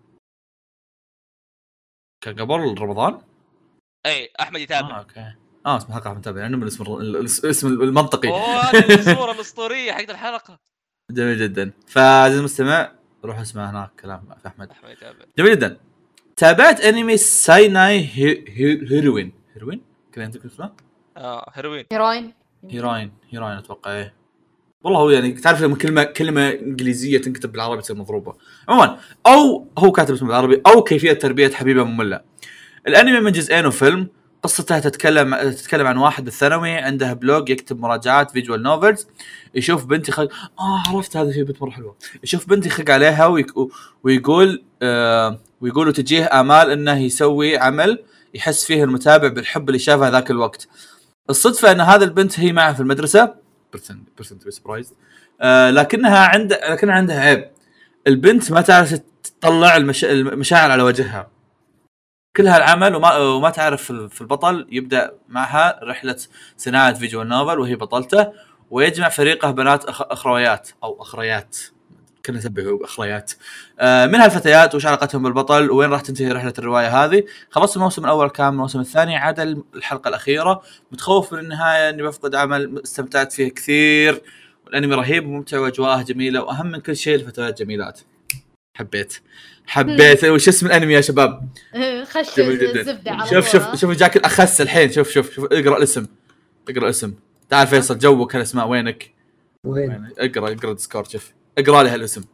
كان قبل رمضان. اي احمد اه يتابع. اوكي اه اسم الحلقه احمد تابع يعني من الاسم الاسم المنطقي. اوه هذه الصوره الاسطوريه حقت الحلقه. جميل جدا. فعزيزي المستمع روح اسمع هناك كلام في احمد. احمد يتابع. جميل جدا. تابعت انمي سايناي هي... هي... هيروين هيروين كذا انت اسمه؟ اه هيروين. هيروين هيروين هيروين اتوقع. ايه والله هو يعني تعرف لما كلمه كلمه انجليزيه تنكتب بالعربي تصير مضروبه. عموما او هو كاتب اسمه بالعربي او كيفيه تربيه حبيبه ممله. الانمي من جزئين وفيلم. قصته تتكلم تتكلم عن واحد بالثانوي عنده بلوج يكتب مراجعات فيجوال نوفلز، يشوف بنتي خلق اه عرفت هذا شيء بنت مره حلوه، يشوف بنتي خلق عليها ويك... ويقول آه ويقولوا تجيه آمال انه يسوي عمل يحس فيه المتابع بالحب اللي شافه ذاك الوقت. الصدفه ان هذا البنت هي معه في المدرسه برسنت برسنت سبرايز آه لكنها عند لكن عندها عيب، البنت ما تعرف تطلع المش... المشاعر على وجهها كل هالعمل وما وما تعرف في البطل يبدا معها رحله صناعه فيجوال نوفل وهي بطلته، ويجمع فريقه بنات أخ... اخرويات او اخريات كنا نسبه اخريات آه من هالفتيات وش علاقتهم بالبطل وين راح تنتهي رحله الروايه هذه. خلصت الموسم الاول كامل، الموسم الثاني عدا الحلقه الاخيره، متخوف من النهايه اني بفقد عمل استمتعت فيه كثير، والانمي رهيب وممتع واجواءه جميله واهم من كل شيء الفتيات جميلات. حبيت حبيت وش اسم الانمي يا شباب؟ خش الزبده على شوف شوف شوف جاك الاخس الحين. شوف شوف شوف اقرا الاسم اقرا الاسم. تعال فيصل جوك هالاسماء وينك؟ وين؟ اقرا اقرا ديسكورد. شوف اقرا لي هالاسم.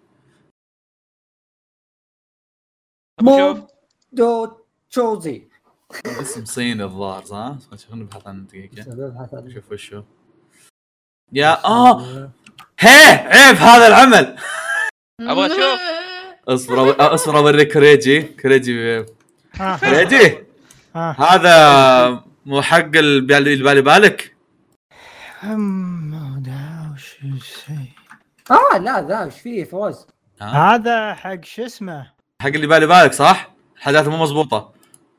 مو دو تشوزي. اسم صيني الظاهر صح؟ خلينا نبحث عنه دقيقه. نبحث عنه. شوف وشو يا اه هي عيب هذا العمل. ابغى اشوف. اصبر اصبر اوريك كوريجي كوريجي فريدي هذا مو حق اللي بالي بالك. اه لا ذا ايش فيه فوز؟ هذا حق شو اسمه حق اللي بالي بالك صح؟ الحاجات مو مزبوطه.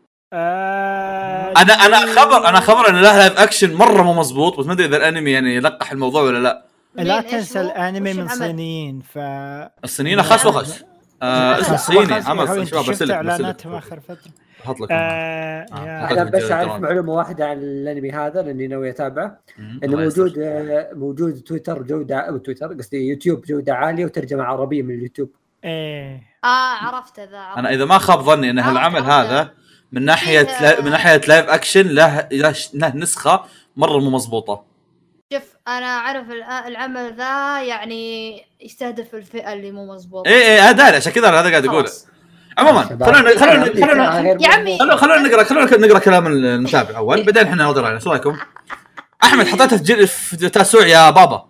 آه انا انا خبر انا خبر ان له لايف اكشن مره مو مزبوط، بس ما ادري اذا الانمي يعني يلقح الموضوع ولا لا. لا تنسى الانمي من صينيين. ف الصينيين خش وخش آه اسمه صيني عمل شباب برسل اعلاناتهم اخر فتره. احط لك آه انا بس اعرف معلومه واحده عن الانمي هذا لاني ناوي اتابعه، انه موجود آه موجود تويتر جوده او تويتر قصدي يوتيوب جوده عاليه وترجمه عربيه من اليوتيوب. ايه اه عرفت ذا. انا اذا ما خاب ظني ان هالعمل هذا من ناحيه لا... من ناحيه لايف اكشن له له نسخه مره مو مضبوطه. شوف انا اعرف العمل ذا يعني يستهدف الفئه اللي مو مضبوطه. ايه ايه هذا عشان كذا هذا قاعد اقوله. عموما خلونا خلونا خلونا يا عمي خلونا نقرا خلونا نقرا كلام المتابع اول بعدين احنا نرد عليه. ايش رايكم؟ احمد حطيته في, جل... في تاسوع يا بابا،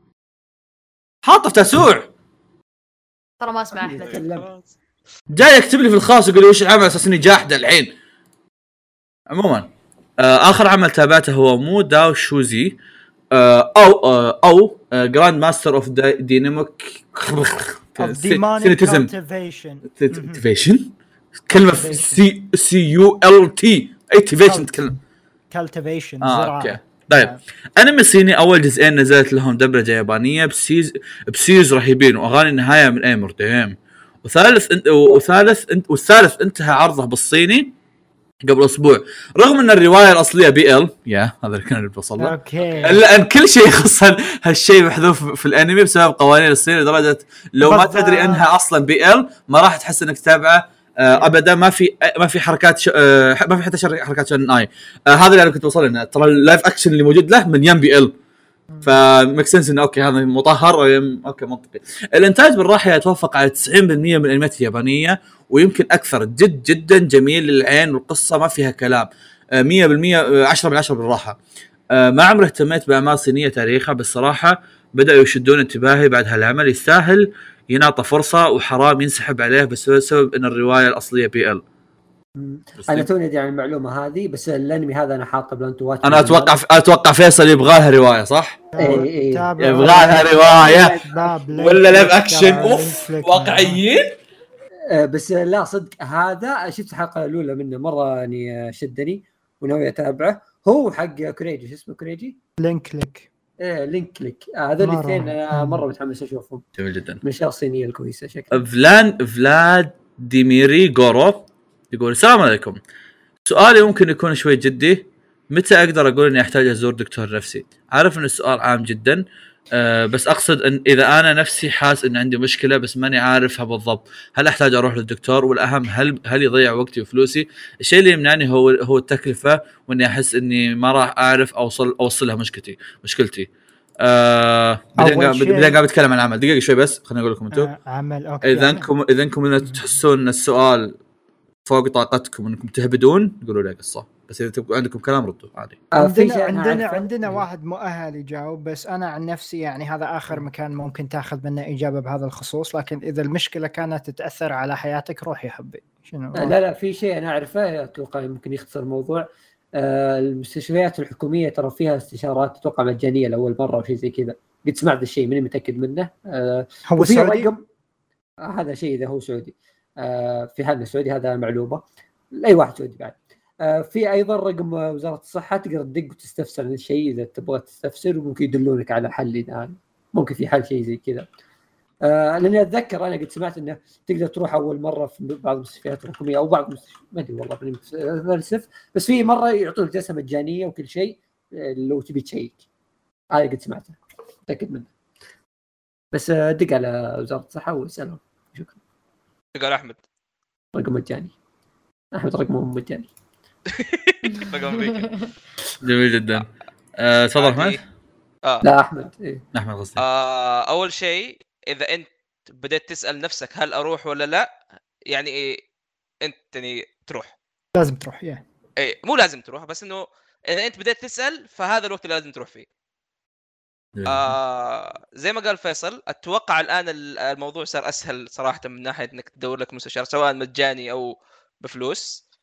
حاطه في تاسوع. ترى ما اسمع احمد جاي يكتب لي في الخاص يقول لي وش العمل اساس اني جاحده الحين. عموما آه اخر عمل تابعته هو مو داو شوزي آه او آه او آه جراند ماستر اوف ديناميك سينيتيزم اكتيفيشن كلمه سي سي يو ال تي اكتيفيشن تكلم كالتيفيشن اه اوكي. طيب انمي صيني اول جزئين نزلت لهم دبلجه يابانيه بسيز بسيز رهيبين واغاني النهايه من ايمر ديم، وثالث انت وثالث انت والثالث انتهى عرضه بالصيني قبل اسبوع، رغم ان الروايه الاصليه بي ال يا هذا اللي كان بوصل له اوكي الا ان كل شيء يخص هالشيء محذوف في الانمي بسبب قوانين الصين لدرجه لو ما تدري انها اصلا بي ال ما راح تحس انك تتابعه آه ابدا. ما في ما في حركات ش... آه ما في حتى حركات شون اي آه هذا اللي انا كنت بوصل له. ترى اللايف اكشن اللي موجود له من يم بي ال فميك سنس انه اوكي هذا مطهر يم... اوكي منطقي. الانتاج بالراحه يتوافق على تسعين بالمئة من الانميات اليابانيه ويمكن اكثر. جد جدا جميل للعين والقصه ما فيها كلام آه مية بالمية عشرة من عشرة بالراحه. آه ما عمري اهتميت باعمال صينيه تاريخها بالصراحه بداوا يشدون انتباهي بعد هالعمل. يستاهل ينعطى فرصه وحرام ينسحب عليه بسبب ان الروايه الاصليه بي ال. انا توني ادري عن المعلومه هذه بس الانمي هذا انا حاطه بلانتو واتش. انا اتوقع اتوقع فيصل يبغى لها روايه صح؟ اي اي يبغى لها روايه ولا لايف اكشن اوف واقعيين. بس لا صدق هذا شفت الحلقه الاولى منه مره يعني شدني وناوي اتابعه. هو حق كريجي شو اسمه كريجي لينك لك ايه لينك لك هذول الاثنين انا مره متحمس اشوفهم. جميل جدا من الاشياء الصينيه الكويسه شكله. فلان فلاد ديميري غورو يقول السلام عليكم، سؤالي ممكن يكون شوي جدي، متى اقدر اقول اني احتاج ازور دكتور نفسي؟ عارف ان السؤال عام جدا أه بس اقصد ان اذا انا نفسي حاس ان عندي مشكله بس ماني عارفها بالضبط، هل احتاج اروح للدكتور؟ والاهم هل هل يضيع وقتي وفلوسي؟ الشيء اللي يمنعني هو هو التكلفه واني احس اني ما راح اعرف اوصل اوصلها مشكلتي مشكلتي آه بدي قاعد بتكلم عن العمل. دقيقه شوي بس خليني اقول لكم انتم آه عمل اوكي. اذا انكم اذا انكم تحسون ان السؤال فوق طاقتكم انكم تهبدون قولوا لي قصه، بس اذا تبقوا عندكم كلام ردوا عادي. عندنا عندنا عندنا واحد مؤهل يجاوب، بس انا عن نفسي يعني هذا اخر مكان ممكن تاخذ منه اجابه بهذا الخصوص، لكن اذا المشكله كانت تتاثر على حياتك روح يا حبي. شنو لا لا في شيء انا اعرفه اتوقع ممكن يختصر الموضوع. آه المستشفيات الحكوميه ترى فيها استشارات اتوقع مجانيه لاول مره او شيء زي كذا. قد سمعت الشيء ماني متاكد منه. آه هو سعودي رقم آه هذا شيء اذا هو سعودي آه في حالنا سعودي هذا معلومه لاي واحد سعودي بعد. آه في ايضا رقم وزاره الصحه تقدر تدق وتستفسر عن الشيء اذا تبغى تستفسر وممكن يدلونك على حل اذا ممكن في حل شيء زي كذا. آه لاني اتذكر انا قد سمعت انه تقدر تروح اول مره في بعض المستشفيات الحكوميه او بعض المستشفيات ما ادري والله فلسف بس في مره يعطونك جلسه مجانيه وكل شيء لو تبي تشيك. هذا قد سمعته متاكد منه بس دق على وزاره الصحه واسالهم. شكرا. قال احمد رقم مجاني. احمد رقمه مجاني. رقم امريكي. جميل جدا. تفضل أه احمد. آه. لا احمد إيه؟ احمد قصدي. آه اول شيء اذا انت بدأت تسال نفسك هل اروح ولا لا، يعني إيه انت يعني تروح لازم تروح يعني اي مو لازم تروح بس انه اذا انت بدأت تسال فهذا الوقت اللي لازم تروح فيه. آه زي ما قال فيصل اتوقع الان الموضوع صار اسهل صراحه من ناحيه انك تدور لك مستشار سواء مجاني او بفلوس.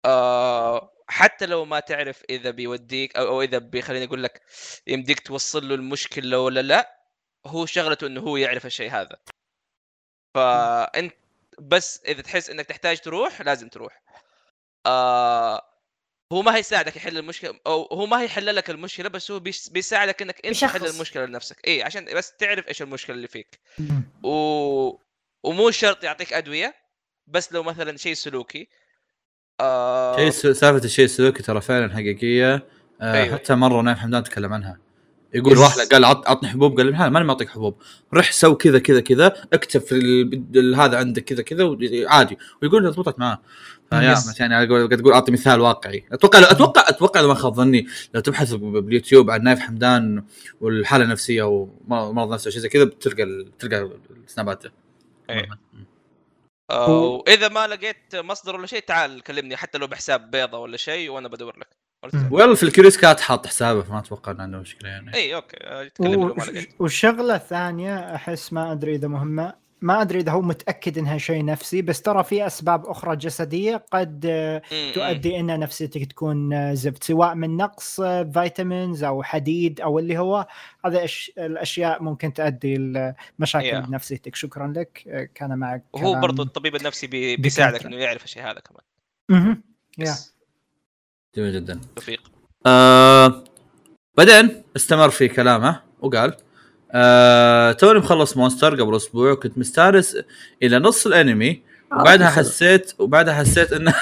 آه حتى لو ما تعرف اذا بيوديك او, أو اذا بيخليني اقول لك يمديك توصل له المشكله ولا لا، هو شغلته انه هو يعرف الشيء هذا. فانت بس اذا تحس انك تحتاج تروح لازم تروح. آه هو ما هيساعدك يحل المشكله، او هو ما هيحل لك المشكله، بس هو بيس- بيساعدك انك انت تحل بيشخص. المشكله لنفسك. اي عشان بس تعرف ايش المشكله اللي فيك. و... ومو شرط يعطيك ادويه، بس لو مثلا شيء سلوكي. آه... شيء س- سالفه الشيء السلوكي ترى فعلا حقيقيه. آه أيوة. حتى مره نايف حمدان تكلم عنها، يقول راح له قال عط عطني حبوب، قال له ماني معطيك حبوب، رح سو كذا كذا كذا، اكتب في ال- ال- هذا عندك كذا كذا عادي، ويقول له ضبطت معاه. فيا Yes. يعني اقول قد تقول اعطي مثال واقعي. اتوقع اتوقع اتوقع لو ما خاب ظني لو تبحث باليوتيوب عن نايف حمدان والحاله النفسيه ومرض نفسي شيء زي كذا بتلقى ال- تلقى السنابات. أي. آه... واذا ما لقيت مصدر ولا شيء تعال كلمني، حتى لو بحساب بيضة ولا شيء وانا بدور لك. والله في الكيوريوس كات حاط حسابه، فما اتوقع انه عنده مشكله يعني. اي اوكي آه، تكلمني لو ما لقيت. والشغله الثانيه احس ما ادري اذا مهمه، ما ادري اذا هو متاكد انها شيء نفسي، بس ترى في اسباب اخرى جسديه قد آه، م- م. تؤدي ان نفسيتك تكون آه، زفت، سواء من نقص آه، فيتامينز او حديد او اللي هو هذا إش- الاشياء ممكن تؤدي لمشاكل Yeah. بنفسيتك. شكرا لك، آه، كان معك وهو كلام. برضو الطبيب النفسي بي... بيساعدك دكاترة. انه يعرف الشيء هذا كمان. مهم. يا يس. جميل جدا. توفيق. آه بعدين استمر في كلامه وقال آه توني مخلص مونستر قبل اسبوع، كنت مستانس الى نص الانمي، وبعدها حسيت وبعدها حسيت انه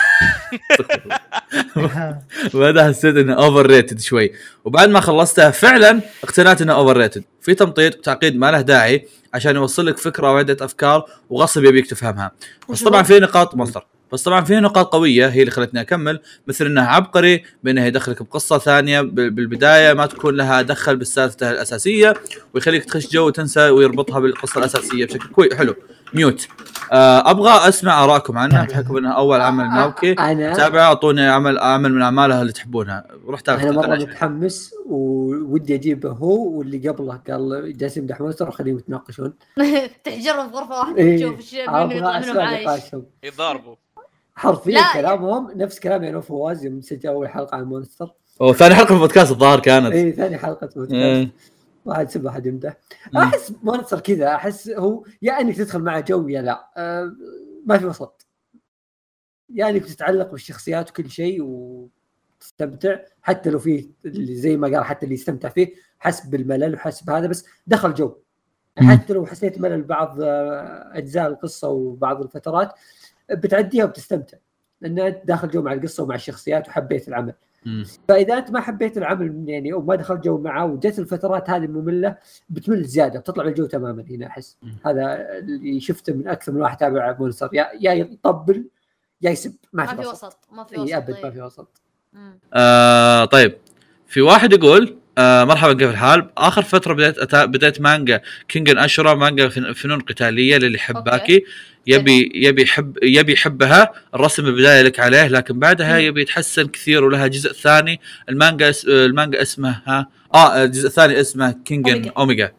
وبعدها حسيت انه اوفر ريتد شوي، وبعد ما خلصتها فعلا اقتنعت انه اوفر ريتد، في تمطيط وتعقيد ما له داعي عشان يوصل لك فكره وعده افكار وغصب يبيك تفهمها. بس طبعا في نقاط مونستر بس طبعا في نقاط قويه هي اللي خلتني اكمل، مثل انه عبقري بانه يدخلك بقصه ثانيه بالبدايه ما تكون لها دخل بالسالفه الاساسيه، ويخليك تخش جو وتنسى ويربطها بالقصه الاساسيه بشكل كويس حلو. ميوت. آه ابغى اسمع ارائكم عنها بحكم انها اول عمل ناوكي تابع، اعطوني عمل عمل من اعمالها اللي تحبونها. رحت انا مره متحمس وودي اجيبه هو واللي قبله قال جالس يمدح مونستر وخليهم يتناقشون. تحجرهم في غرفه واحده إيه. تشوف ايش منو يطلع منهم عايش يضاربوا حرفيا كلامهم نفس كلام يعني فواز يوم سجل اول حلقه عن مونستر. او ثاني حلقه في البودكاست الظاهر كانت اي ثاني حلقه بودكاست. إيه. واحد سب احد يمدح. احس مونستر كذا، احس هو يا انك تدخل معه جو يا لا، أه ما في وسط، يعني انك تتعلق بالشخصيات وكل شيء وتستمتع، حتى لو في اللي زي ما قال حتى اللي يستمتع فيه حسب الملل وحسب هذا، بس دخل جو. حتى لو حسيت ملل بعض اجزاء القصه وبعض الفترات بتعديها وبتستمتع لأنه داخل جو مع القصة ومع الشخصيات وحبيت العمل. م. فإذا أنت ما حبيت العمل يعني أو ما دخلت جو معه وجت الفترات هذه مملة بتمل زيادة، بتطلع بالجو تماما. هنا أحس م. هذا اللي شفته من أكثر من واحد تابع مونستر، يا يا يطبل يا يسب، ما, ما في وسط. وسط ما في وسط أبد طيب. ما في وسط. آه طيب في واحد يقول آه مرحبا كيف الحال؟ اخر فتره بديت أتا... بديت مانجا كينجن اشورا، مانجا فنون قتاليه للي يحب باكي، يبي يبي يحب يبي يحبها. الرسم البدايه لك عليه لكن بعدها م. يبي يتحسن كثير ولها جزء ثاني. المانجا اس... المانجا اسمها اه الجزء الثاني اسمه كينجن اوميجا.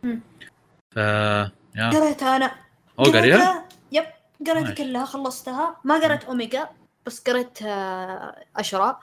ف يا قريتها انا قريتها يب قريتها كلها خلصتها. ما قريت اوميجا بس قريت اشورا.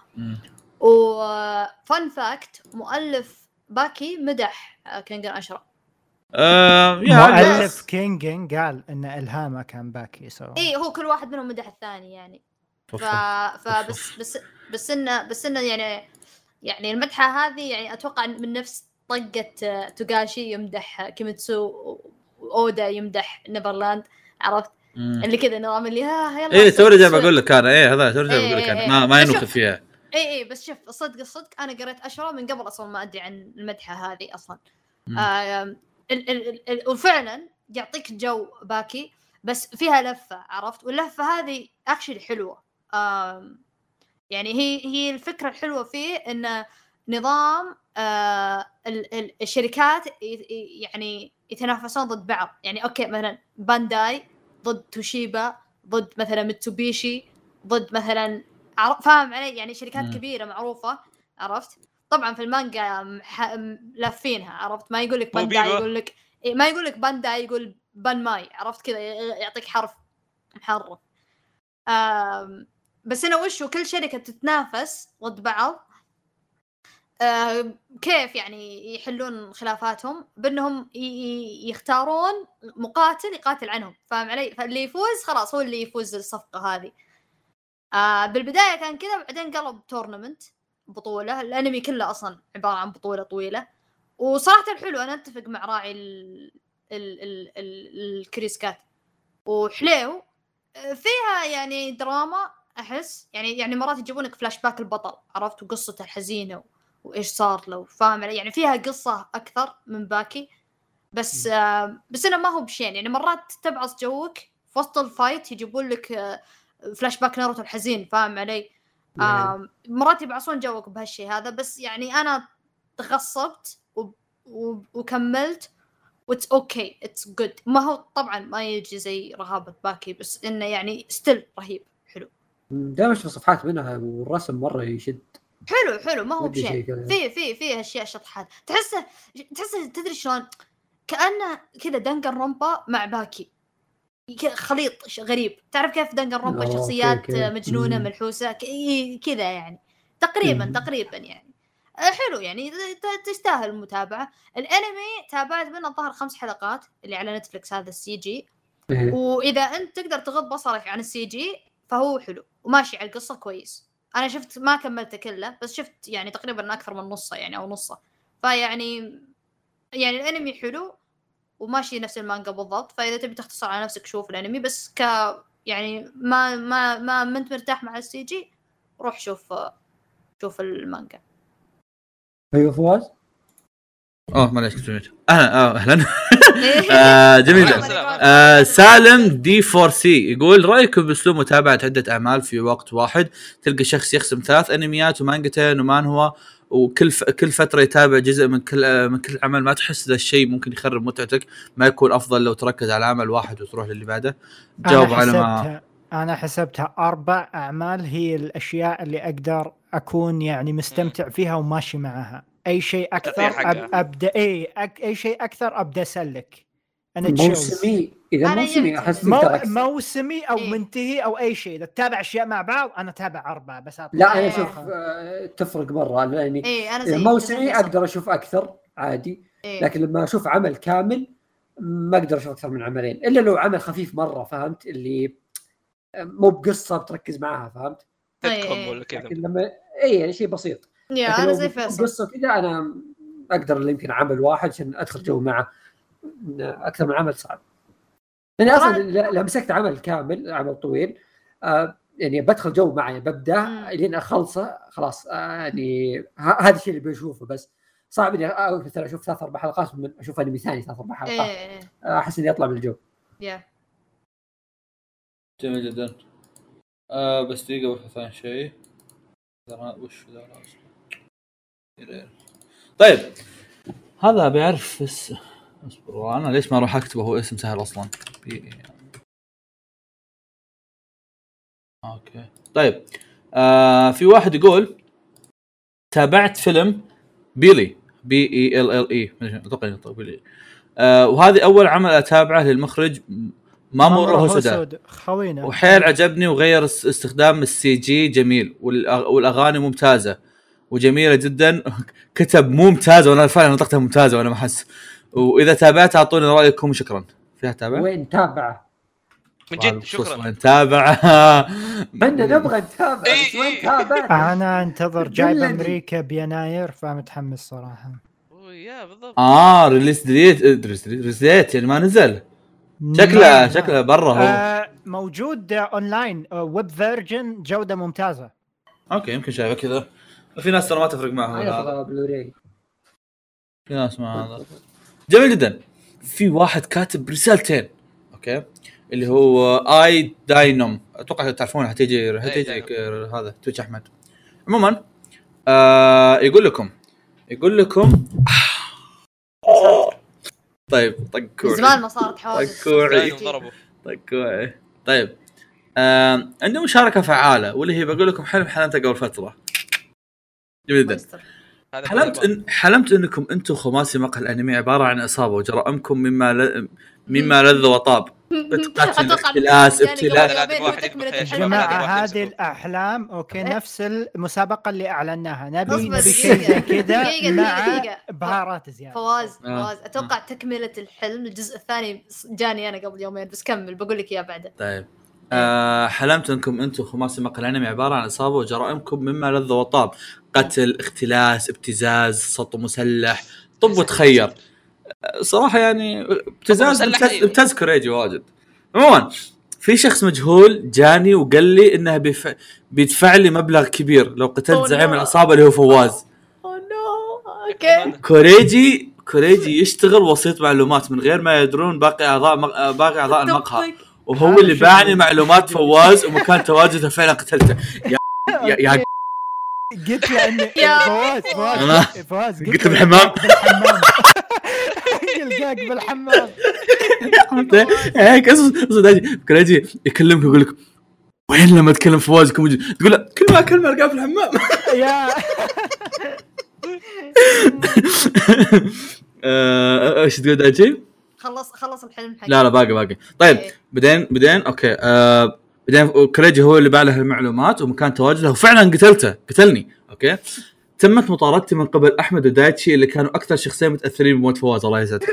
وفن فاكت مؤلف باكي مدح كينجن أشرا. آه مؤلف كينجن قال ان الهامه كان باكي سو اي هو كل واحد منهم مدح الثاني يعني. ف... فبس بس بس انه بس انه يعني يعني المدحه هذه يعني اتوقع من نفس طقه توغاشي يمدح كيميتسو واودا يمدح نيفرلاند، عرفت؟ مم. اللي كذا نظام اللي ها يلا ايه توري جاي بقول لك انا ايه هذا توري جاي بقول لك انا ما ما ينوخ فيها. اي اي بس شوف الصدق الصدق انا قريت أشرا من قبل اصلا ما ادري عن المدحه هذه اصلا. آه ال ال ال وفعلا يعطيك جو باكي بس فيها لفه، عرفت؟ واللفه هذه اكشلي حلوه. آه يعني هي هي الفكره الحلوه فيه ان نظام آه ال ال الشركات يعني يتنافسون ضد بعض. يعني اوكي مثلا بانداي ضد توشيبا ضد مثلا ميتسوبيشي ضد مثلا، فاهم علي؟ يعني شركات م. كبيرة معروفة، عرفت؟ طبعا في المانجا مح... لافينها، عرفت؟ ما يقول لك بانداي يقول لك ما يقول لك بانداي يقول بان ماي، عرفت كذا يعطيك حرف محرف. آم... بس أنا وشو كل شركة تتنافس ضد بعض. آه كيف يعني يحلون خلافاتهم بأنهم يختارون مقاتل يقاتل عنهم، فاهم علي؟ فاللي يفوز خلاص هو اللي يفوز الصفقة هذه. آه بالبداية كان كذا، بعدين قلب تورنمنت بطولة. الأنمي كله أصلا عبارة عن بطولة طويلة، وصراحة الحلو أنا أتفق مع راعي ال ال ال ال الكريسكات وحليو فيها يعني دراما أحس، يعني يعني مرات يجيبونك فلاش باك البطل عرفت وقصته الحزينة وإيش صار له، فاهم علي؟ يعني فيها قصة أكثر من باكي. بس آه بس أنا ما هو بشين، يعني مرات تبعص جوك في وسط الفايت يجيبون لك آه فلاش باك ناروتو الحزين، فاهم علي؟ آه مرات يبعصون جوك بهالشي هذا، بس يعني أنا تغصبت و... و... وكملت واتس اوكي اتس جود. ما هو طبعا ما يجي زي رهابة باكي، بس إنه يعني ستيل رهيب حلو. دائما اشوف صفحات منها والرسم مرة يشد. حلو حلو ما هو ودي شيء بشيء كذا. في في في اشياء شطحات تحسه تحسه تدري شلون كأنه كذا دانجن رومبا مع باكي ك- خليط ش- غريب. تعرف كيف دانجن رومبا أوه، شخصيات أوكي، أوكي. مجنونة مم. ملحوسة ك- إيه كذا يعني تقريبا مم. تقريبا يعني آه، حلو يعني ت- تستاهل المتابعة. الانمي تابعت منه الظاهر خمس حلقات اللي على نتفلكس هذا السي جي، إيه. واذا انت تقدر تغض بصرك عن السي جي فهو حلو وماشي على القصة كويس. انا شفت ما كملته كله بس شفت يعني تقريبا اكثر من نصه يعني او نصه، فيعني يعني الانمي حلو وماشي نفس المانجا بالضبط. فاذا تبي تختصر على نفسك شوف الانمي، بس ك يعني ما ما ما منت مرتاح مع السي جي روح شوف شوف المانجا. ايوه فواز. اوه معليش كنت ميوت. اهلا اهلا آه جميل. آه سالم دي فور سي يقول رايكم باسلوب متابعه عده اعمال في وقت واحد؟ تلقى شخص يقسم ثلاث انميات ومانجتين ومانهوا وكل ف... كل فتره يتابع جزء من كل آه من كل عمل. ما تحس ذا الشيء ممكن يخرب متعتك؟ ما يكون افضل لو تركز على عمل واحد وتروح للي بعده؟ جاوب على ما انا حسبتها اربع اعمال هي الاشياء اللي اقدر اكون يعني مستمتع فيها وماشي معها. اي شيء اكثر أب... ابدا اي أك... اي شيء اكثر ابدا اسلك. انا موسمي اذا أنا موسمي يمتي. احس مو... تقدر موسمي او إيه. منتهي او اي شيء. اذا تتابع اشياء مع بعض انا اتابع اربعه بس أطلع. لا انا إيه. اشوف آه، تفرق مره يعني. ايه انا إذا زي موسمي اقدر اشوف اكثر عادي، إيه. لكن لما اشوف عمل كامل ما اقدر اشوف اكثر من عملين الا لو عمل خفيف مره، فهمت؟ اللي مو بقصه بتركز معاها، فهمت؟ تتكم ولا كذا. لكن لما اي يعني شيء بسيط، يا لكن انا لو زي بتكون فيصل قصه كذا انا اقدر اللي يمكن عمل واحد عشان ادخل جو معه. اكثر من عمل صعب، يعني اصلا لو مسكت عمل كامل عمل طويل آه يعني بدخل جو معي ببدا لين اخلصه خلاص. آه يعني هذا الشيء اللي بشوفه. بس صعب اني مثلا اشوف ثلاث اربع حلقات من اشوف انمي ثاني ثلاث اربع حلقات. إيه. احس اني اطلع من الجو. يا جميل جدا. آه بس دقيقة بحث عن شيء. وش ذا طيب هذا بيعرف بس اصبر انا ليش ما اروح اكتبه؟ هو اسم سهل اصلا. بي... اوكي طيب آه في واحد يقول تابعت فيلم بيلي بي اي ال ال اي اتوقع بيلي آه وهذه اول عمل اتابعه للمخرج مامورو هوسودا خوينا، وحيل عجبني وغير استخدام السي جي جميل والاغاني ممتازه وجميله جدا. كتب مو ممتازه وانا فعلا نطقتها ممتازه وانا ما احس. واذا تابعت اعطوني رايكم شكرا. فيها تابع وين تابعه من جد شكرا. وين تابع بدنا نبغى نتابع بس وين تابع؟ انا انتظر جايب امريكا بيناير فمتحمس صراحه. يا بالضبط. اه ريليس ديت ريليس يعني ما نزل. شكله شكله برا هو آه موجود اونلاين ويب فيرجن جوده ممتازه. اوكي يمكن شايفه كذا. في ناس ترى ما تفرق معهم هذا. في ناس ما هذا جميل جدا. في واحد كاتب رسالتين اوكي اللي هو اي داينوم اتوقع تعرفونه حتيجي حتيجي هذا تويتش احمد. عموما آه يقول لكم يقول لكم طيب طقوا زمان ما صارت حوادث طقوا طقوا طيب آه عندي مشاركه فعاله واللي هي بقول لكم حلم حلمته قبل فتره. جميل جدا. حلمت إن حلمت انكم انتم خماسي مقهى الانمي عباره عن اصابه وجرائمكم مما ل... مما لذ وطاب بتقاتل اختلاس ابتلاء. يا جماعه هذه الاحلام اوكي نفس المسابقه اللي اعلناها، نبي نبي شيء زي كذا مع بهارات زياده. فواز فواز اتوقع تكمله الحلم الجزء الثاني جاني انا قبل يومين، بس كمل بقول لك اياه بعده. طيب آه حلمت انكم انتم خماسي مقال انمي عباره عن اصابه وجرائمكم مما لذ وطاب، قتل اختلاس ابتزاز سطو مسلح طب وتخير. صراحه يعني ابتزاز ابتز كوريجي واجد. عموما في شخص مجهول جاني وقال لي انه بيف... بيدفع لي مبلغ كبير لو قتلت زعيم العصابه اللي هو فواز. اوه نو اوكي. كوريجي كوريجي يشتغل وسيط معلومات من غير ما يدرون باقي اعضاء مق... باقي اعضاء المقهى، وهو اللي باعني معلومات فواز ومكان تواجده فعلا قتلته. يا يا, يا قلت له اني فواز فواز فواز قلت بالحمام يلقاك بالحمام هيك اصلا كوريجي يكلمك يقول لك وين لما تكلم فواز يكون موجود، تقول له كلمه كلمه القاه في الحمام. يا ايش تقول داجي؟ خلص خلص الحلم حقي. لا لا باقي باقي. طيب إيه. بعدين بعدين اوكي آه بعدين كوريجي هو اللي باع له المعلومات ومكان تواجده وفعلا قتلته قتلني. اوكي تمت مطاردتي من قبل احمد ودايتشي اللي كانوا اكثر شخصين متاثرين بموت فواز. الله يسعدكم.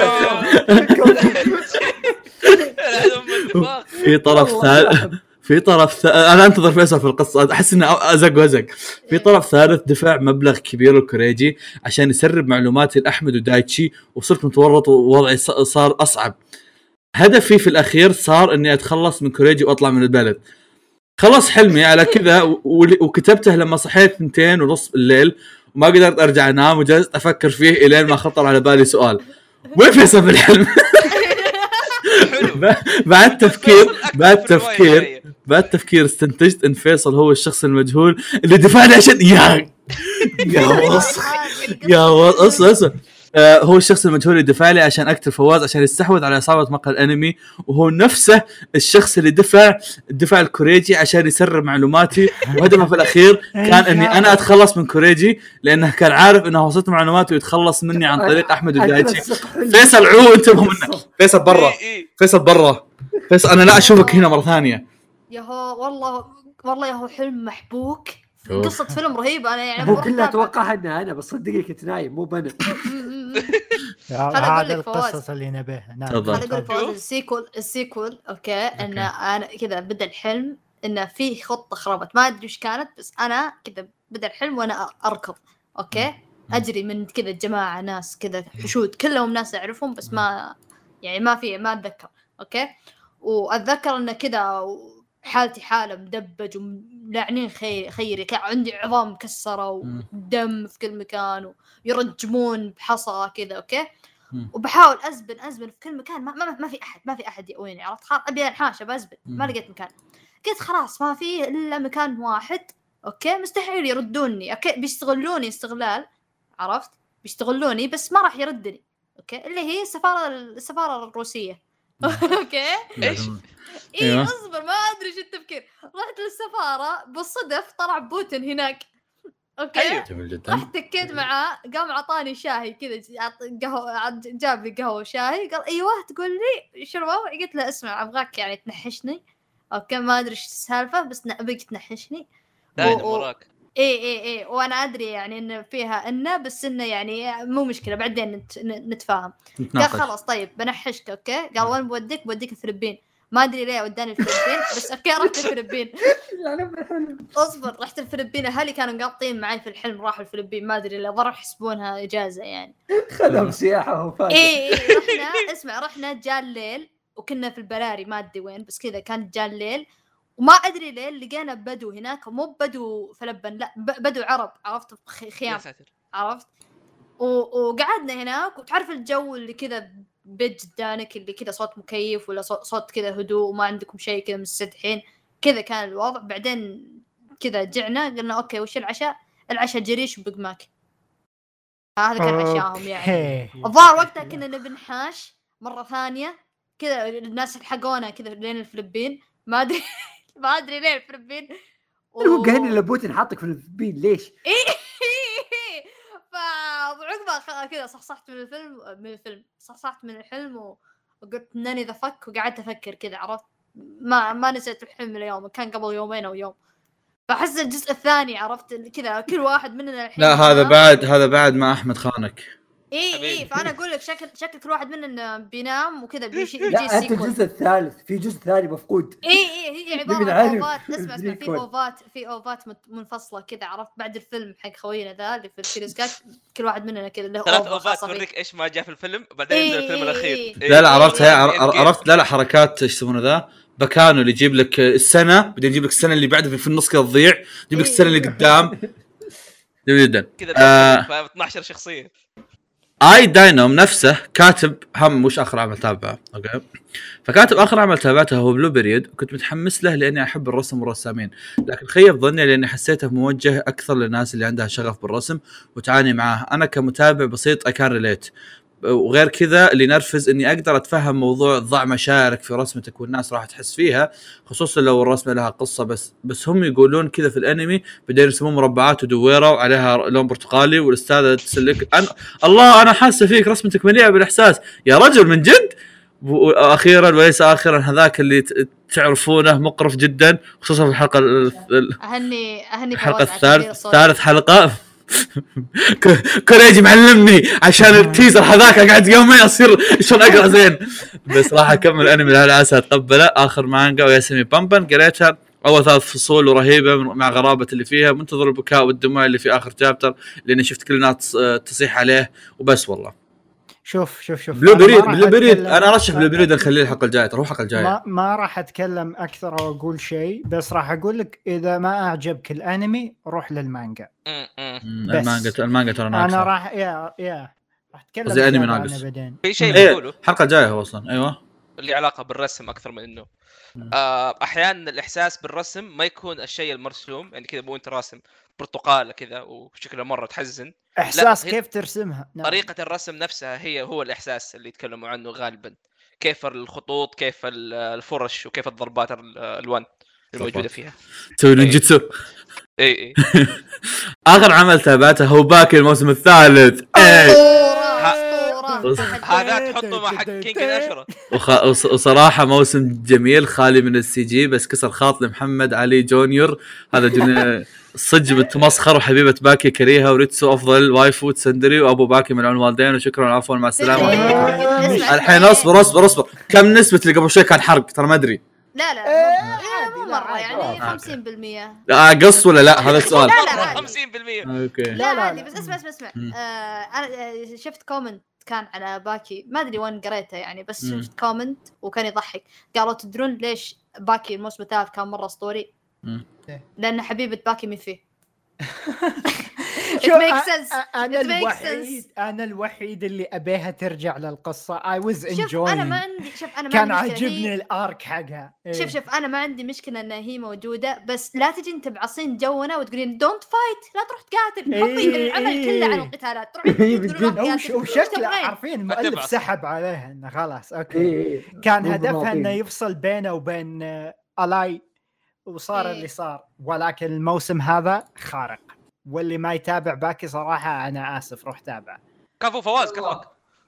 في طرف ثالث في طرف ث... انا انتظر فيصل في القصه، احس انه ازق وزق. في طرف ثالث دفع مبلغ كبير لكوريجي عشان يسرب معلوماتي لاحمد ودايتشي، وصرت متورط ووضعي صار اصعب. هدفي في الاخير صار اني اتخلص من كوريجي واطلع من البلد. خلص حلمي على كذا و... وكتبته لما صحيت اثنتين ونص بالليل وما قدرت ارجع انام، وجلست افكر فيه الين ما خطر على بالي سؤال: وين فيصل في الحلم؟ بعد تفكير بعد تفكير بعد تفكير استنتجت ان فيصل هو الشخص المجهول اللي دفع لي عشان يا يا وسخ يا وسخ آه هو الشخص المجهول اللي دفع لي عشان اقتل فواز عشان يستحوذ على عصابه مقهى الانمي، وهو نفسه الشخص اللي دفع دفع الكوريجي عشان يسرب معلوماتي، وهدفه في الاخير كان اني انا اتخلص من كوريجي لانه كان عارف انه وصلت معلوماتي ويتخلص مني عن طريق احمد ودايتشي. فيصل عو انتبهوا منه. فيصل برا فيصل برا فيصل انا لا اشوفك هنا مره ثانيه. يا هو والله والله يا هو حلم محبوك، قصة فيلم رهيبة. أنا يعني مو كلها أتوقع أنها أنا، بس صدقني كنت نايم مو بنا. هذا القصص اللي نبيها. نعم خليني أقول فواز السيكول السيكول أوكي إن أنا كذا بدأ الحلم إنه فيه خطة خربت ما أدري إيش كانت، بس أنا كذا بدأ الحلم وأنا أركض أوكي أجري من كذا جماعة ناس كذا حشود كلهم ناس أعرفهم بس ما يعني ما في ما أتذكر أوكي. وأتذكر إنه كذا حالتي حالة مدبج وملاعنين خيري خيري كان عندي عظام مكسرة ودم في كل مكان ويرجمون بحصى كذا أوكي. وبحاول أزبن أزبن في كل مكان ما, ما, ما في أحد ما في أحد يقويني، عرفت خلاص أبي الحاشة بزبن ما لقيت مكان. قلت خلاص ما في إلا مكان واحد أوكي مستحيل يردوني أوكي بيستغلوني استغلال عرفت بيستغلوني بس ما راح يردني أوكي اللي هي السفارة السفارة الروسية أوكي إيش إيه أصبر ما أدري إيش التفكير. رحت للسفارة بالصدف طلع بوتين هناك أوكي رحت تكيت معاه قام عطاني شاهي كذا قهوة جاب لي قهوة شاهي قال أيوة تقول لي شربه. قلت له اسمع أبغاك يعني تنحشني أوكي ما أدري إيش السالفة بس أبيك تنحشني دايما وراك. إيه إيه إيه وأنا أدري يعني إن فيها إنه بس إنه يعني مو مشكلة بعدين نت... نتفاهم. قال خلاص طيب بنحشك أوكي. قال وين بوديك؟ بوديك الفلبين. ما أدري ليه وداني الفلبين بس أوكي رحت الفلبين. أصبر رحت الفلبين أهلي كانوا قاطين معي في الحلم راحوا الفلبين ما أدري ليه ضروا يحسبونها إجازة يعني خذهم سياحة وفاجأة. إيه إيه رحنا اسمع رحنا جاء الليل وكنا في البراري ما أدري وين بس كذا كان جاء الليل وما أدري ليه لقينا بدو هناك مو بدو فلبن لا بدو عرب عرفت خيام عرفت وقعدنا هناك وتعرف الجو اللي كذا بيت جدانك اللي كذا صوت مكيف ولا صوت كذا هدوء وما عندكم شيء كذا مستدحين كذا كان الوضع. بعدين كذا جعنا قلنا أوكي وش العشاء؟ العشاء جريش وبقماك هذا كان عشاهم يعني. الظاهر وقتها كنا نبنحاش مرة ثانية كذا الناس الحقونا كذا لين الفلبين ما أدري ما أدري ليه الفلبين هو قاعدين لبوتين حاطك في الفلبين ليش؟ إيه فعقبها كذا صحصحت من الفيلم من الفيلم صحصحت من الحلم وقلت انني ذا فك وقعدت افكر كذا عرفت ما ما نسيت الحلم اليوم كان قبل يومين او يوم فحس الجزء الثاني عرفت كذا كل واحد مننا الحين لا هذا بعد هذا بعد ما احمد خانك. اي اي فانا اقول لك شكل شكل كل واحد مننا بينام وكذا بيجي لا انت الجزء الثالث في جزء ثاني مفقود. اي اي هي عباره عن اوفات اسمع اسمع في اوفات في اوفات منفصله كذا عرفت بعد الفيلم حق خوينا ذا اللي في الكيرسكات كل واحد مننا كذا له ثلاث اوفات توريك ايش ما جاء في الفيلم بعدين إيه ينزل الفيلم الاخير. إيه لا لا عرفت هي عرفت لا لا حركات ايش يسمونه ذا بكانو اللي يجيب لك السنه بعدين يجيب لك السنه اللي بعدها في النص كذا تضيع يجيب لك السنه اللي قدام جميل جدا كذا آه اثناشر شخصيه. اي داينوم نفسه كاتب هم مش اخر عمل تابعه اوكي فكاتب اخر عمل تابعته هو بلو بيريود كنت متحمس له لاني احب الرسم والرسامين لكن خيب ظني لاني حسيته موجه اكثر للناس اللي عندها شغف بالرسم وتعاني معاه. انا كمتابع بسيط اكان ريليت وغير كذا اللي نرفز اني اقدر اتفهم موضوع ضع مشاعرك في رسمتك والناس راح تحس فيها خصوصا لو الرسمه لها قصه بس بس هم يقولون كذا في الانمي بعدين يرسمون مربعات ودويره وعليها لون برتقالي والاستاذه تسلك أنا الله انا حاسه فيك رسمتك مليئه بالاحساس يا رجل من جد. واخيرا وليس اخرا هذاك اللي تعرفونه مقرف جدا خصوصا في الحلقه اهني اهني الحلقه الثالث ثالث حلقه كوريجي معلمني عشان التيزر هذاك قاعد يومين اصير شلون اقرا زين بس راح اكمل انمي لهالعسى اتقبله. اخر مانجا وياسمي بامبن قريتها اول ثلاث فصول ورهيبه مع غرابه اللي فيها منتظر البكاء والدموع اللي في اخر شابتر لاني شفت كل الناس تصيح عليه وبس. والله شوف شوف شوف بلو بريد بلو بريد انا ارشح بلو بريد نخليه الحلقه الجايه تروح الحلقه الجايه ما, ما راح اتكلم اكثر او اقول شيء بس راح اقول لك اذا ما اعجبك الانمي روح للمانجا. المانجا المانجا ترى ناقصه. انا راح يا يا راح اتكلم زي انمي ناقص في شيء إيه بقوله الحلقه الجايه هو اصلا ايوه اللي علاقه بالرسم اكثر من انه آه احيانا الاحساس بالرسم ما يكون الشيء المرسوم يعني كذا مو انت راسم برتقاله كذا وشكله مره تحزن احساس كيف ترسمها نعم. طريقه الرسم نفسها هي هو الاحساس اللي يتكلموا عنه غالبا كيف الخطوط كيف الفرش وكيف الضربات الالوان الموجوده فيها تسوي نينجتسو. اي اي اخر عمل تابعته هو باكي الموسم الثالث. هذا تحطه مع حق كينج الاشرة وصراحه موسم جميل خالي من السي جي بس كسر خاطر محمد علي جونيور هذا جن صج بتمسخر وحبيبه باكي كريهه وريتسو افضل وايفو تسندري وابو باكي من الوالدين وشكرا عفوا مع السلامه. الحين اصبر اصبر اصبر كم نسبه اللي قبل شوي كان حرق ترى ما ادري. لا لا مو مره يعني خمسين بالمية. لا قص ولا لا هذا السؤال. لا لا خمسين بالمية اوكي لا لا بس اسمع اسمع اسمع انا شفت كومنت كان على باكي ما ادري وين قريته يعني بس م. شفت كومنت وكان يضحك قالوا تدرون ليش باكي الموسم الثالث كان مره اسطوري؟ لان حبيبه باكي مين فيه. انا الوحيد انا الوحيد اللي ابيها ترجع للقصه. I was enjoying. انا ما عندي شوف انا ما كان عاجبني الارك حقها. شوف شوف انا ما عندي مشكله ان هي موجوده بس لا تجي انت بعصين جونا وتقولين دونت فايت لا تروح تقاتل حطي العمل كله عن القتالات تروح وشكله عارفين المؤلف سحب عليها انه خلاص اوكي كان هدفها انه يفصل بينه وبين الاي وصار اللي صار ولكن الموسم هذا خارق واللي ما يتابع باكي صراحة أنا آسف روح تابع. كفو فواز كفوك.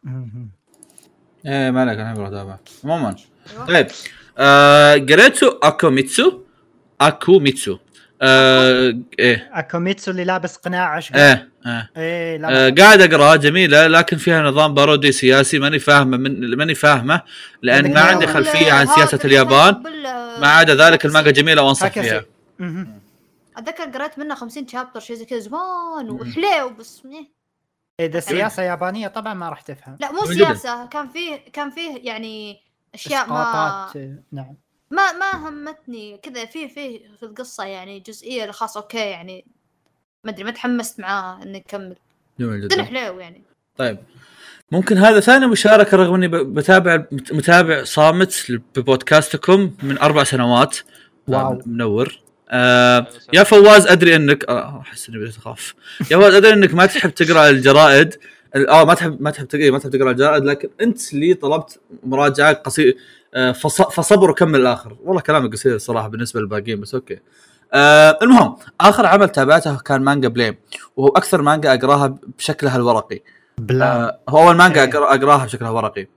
إيه ما لك أنا بروح تابع. عموما طيب آه قريتو أكوميتسو أكوميتسو آه إيه أكوميتسو اللي لابس قناع عشق. إيه إيه, إيه آه قاعد أقرأ جميلة لكن فيها نظام بارودي سياسي ماني فاهمه من ماني فاهمه لأن ما عندي خلفية عن سياسة اليابان. ما عدا ذلك المانجا جميلة وأنصح فيها. اتذكر قرأت منها خمسين شابتر شيء زي كذا زمان وحليو بس اذا سياسه يابانيه طبعا ما راح تفهم. لا مو سياسه كان فيه كان فيه يعني اشياء ما نعم ما ما همتني كذا فيه فيه في القصه يعني جزئيه الخاصه اوكي يعني ما ادري ما تحمست معاها اني اكمل. جميل جدا حليو يعني. طيب ممكن هذا ثاني مشاركه رغم اني بتابع متابع صامت ببودكاستكم من اربع سنوات. واو منور. آه يا فواز ادري انك احس اني بديت اخاف. يا فواز ادري انك ما تحب تقرا الجرائد اه ما تحب ما تحب تقرا ما تحب تقرا الجرائد لكن انت اللي طلبت مراجعه قصيره آه فصبر وكمل الاخر. والله كلامك قصير الصراحه بالنسبه للباقيين بس اوكي. آه المهم اخر عمل تابعته كان مانجا بليم وهو اكثر مانجا اقراها بشكلها الورقي. آه هو اول مانجا اقراها بشكلها ورقي.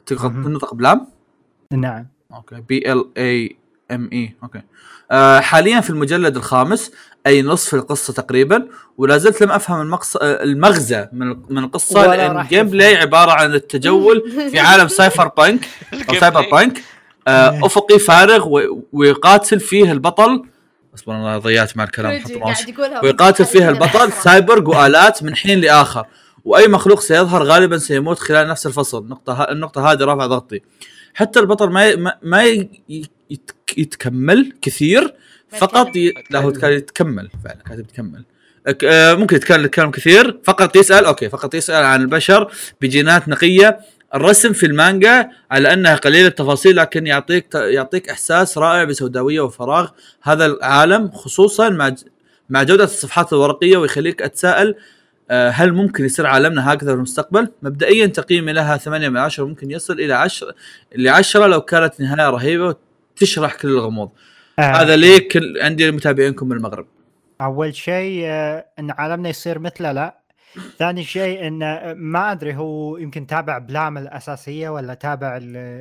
تنطق بلام. نعم اوكي بي ال اي ام اي اوكي. آه حاليا في المجلد الخامس اي نصف القصه تقريبا، ولا زلت لم افهم المقص... المغزى من من القصه، لان جيم بلاي عباره عن التجول في عالم سايفر بانك او سايبر بانك آه افقي فارغ و... ويقاتل فيه البطل. اصبر انا ضيعت مع الكلام. ويقاتل فيها البطل سايبرغ والات من حين لاخر، واي مخلوق سيظهر غالبا سيموت خلال نفس الفصل. النقطه ه... النقطه هذه رافع ضغطي. حتى البطل ما ما, ما يت... يتكمل كثير، فقط ي... لا هو يتكمل فعلا كاتب يتكمل. آه ممكن يتكلم كلام كثير، فقط يسال اوكي فقط يسال عن البشر بجينات نقيه. الرسم في المانجا على انها قليله التفاصيل، لكن يعطيك يعطيك احساس رائع بسوداويه وفراغ هذا العالم، خصوصا مع مع جوده الصفحات الورقيه، ويخليك اتساءل هل ممكن يصير عالمنا هكذا في المستقبل. مبدئيا تقييمي لها ثمانية من عشرة، ممكن يصل الى عشرة لعشرة لو كانت نهايه رهيبه وتشرح كل الغموض. آه. هذا ليه كل عندي متابعينكم من المغرب. اول شيء آه ان عالمنا يصير مثله، لا. ثاني شيء ان ما ادري هو يمكن تابع بلام الاساسيه ولا تابع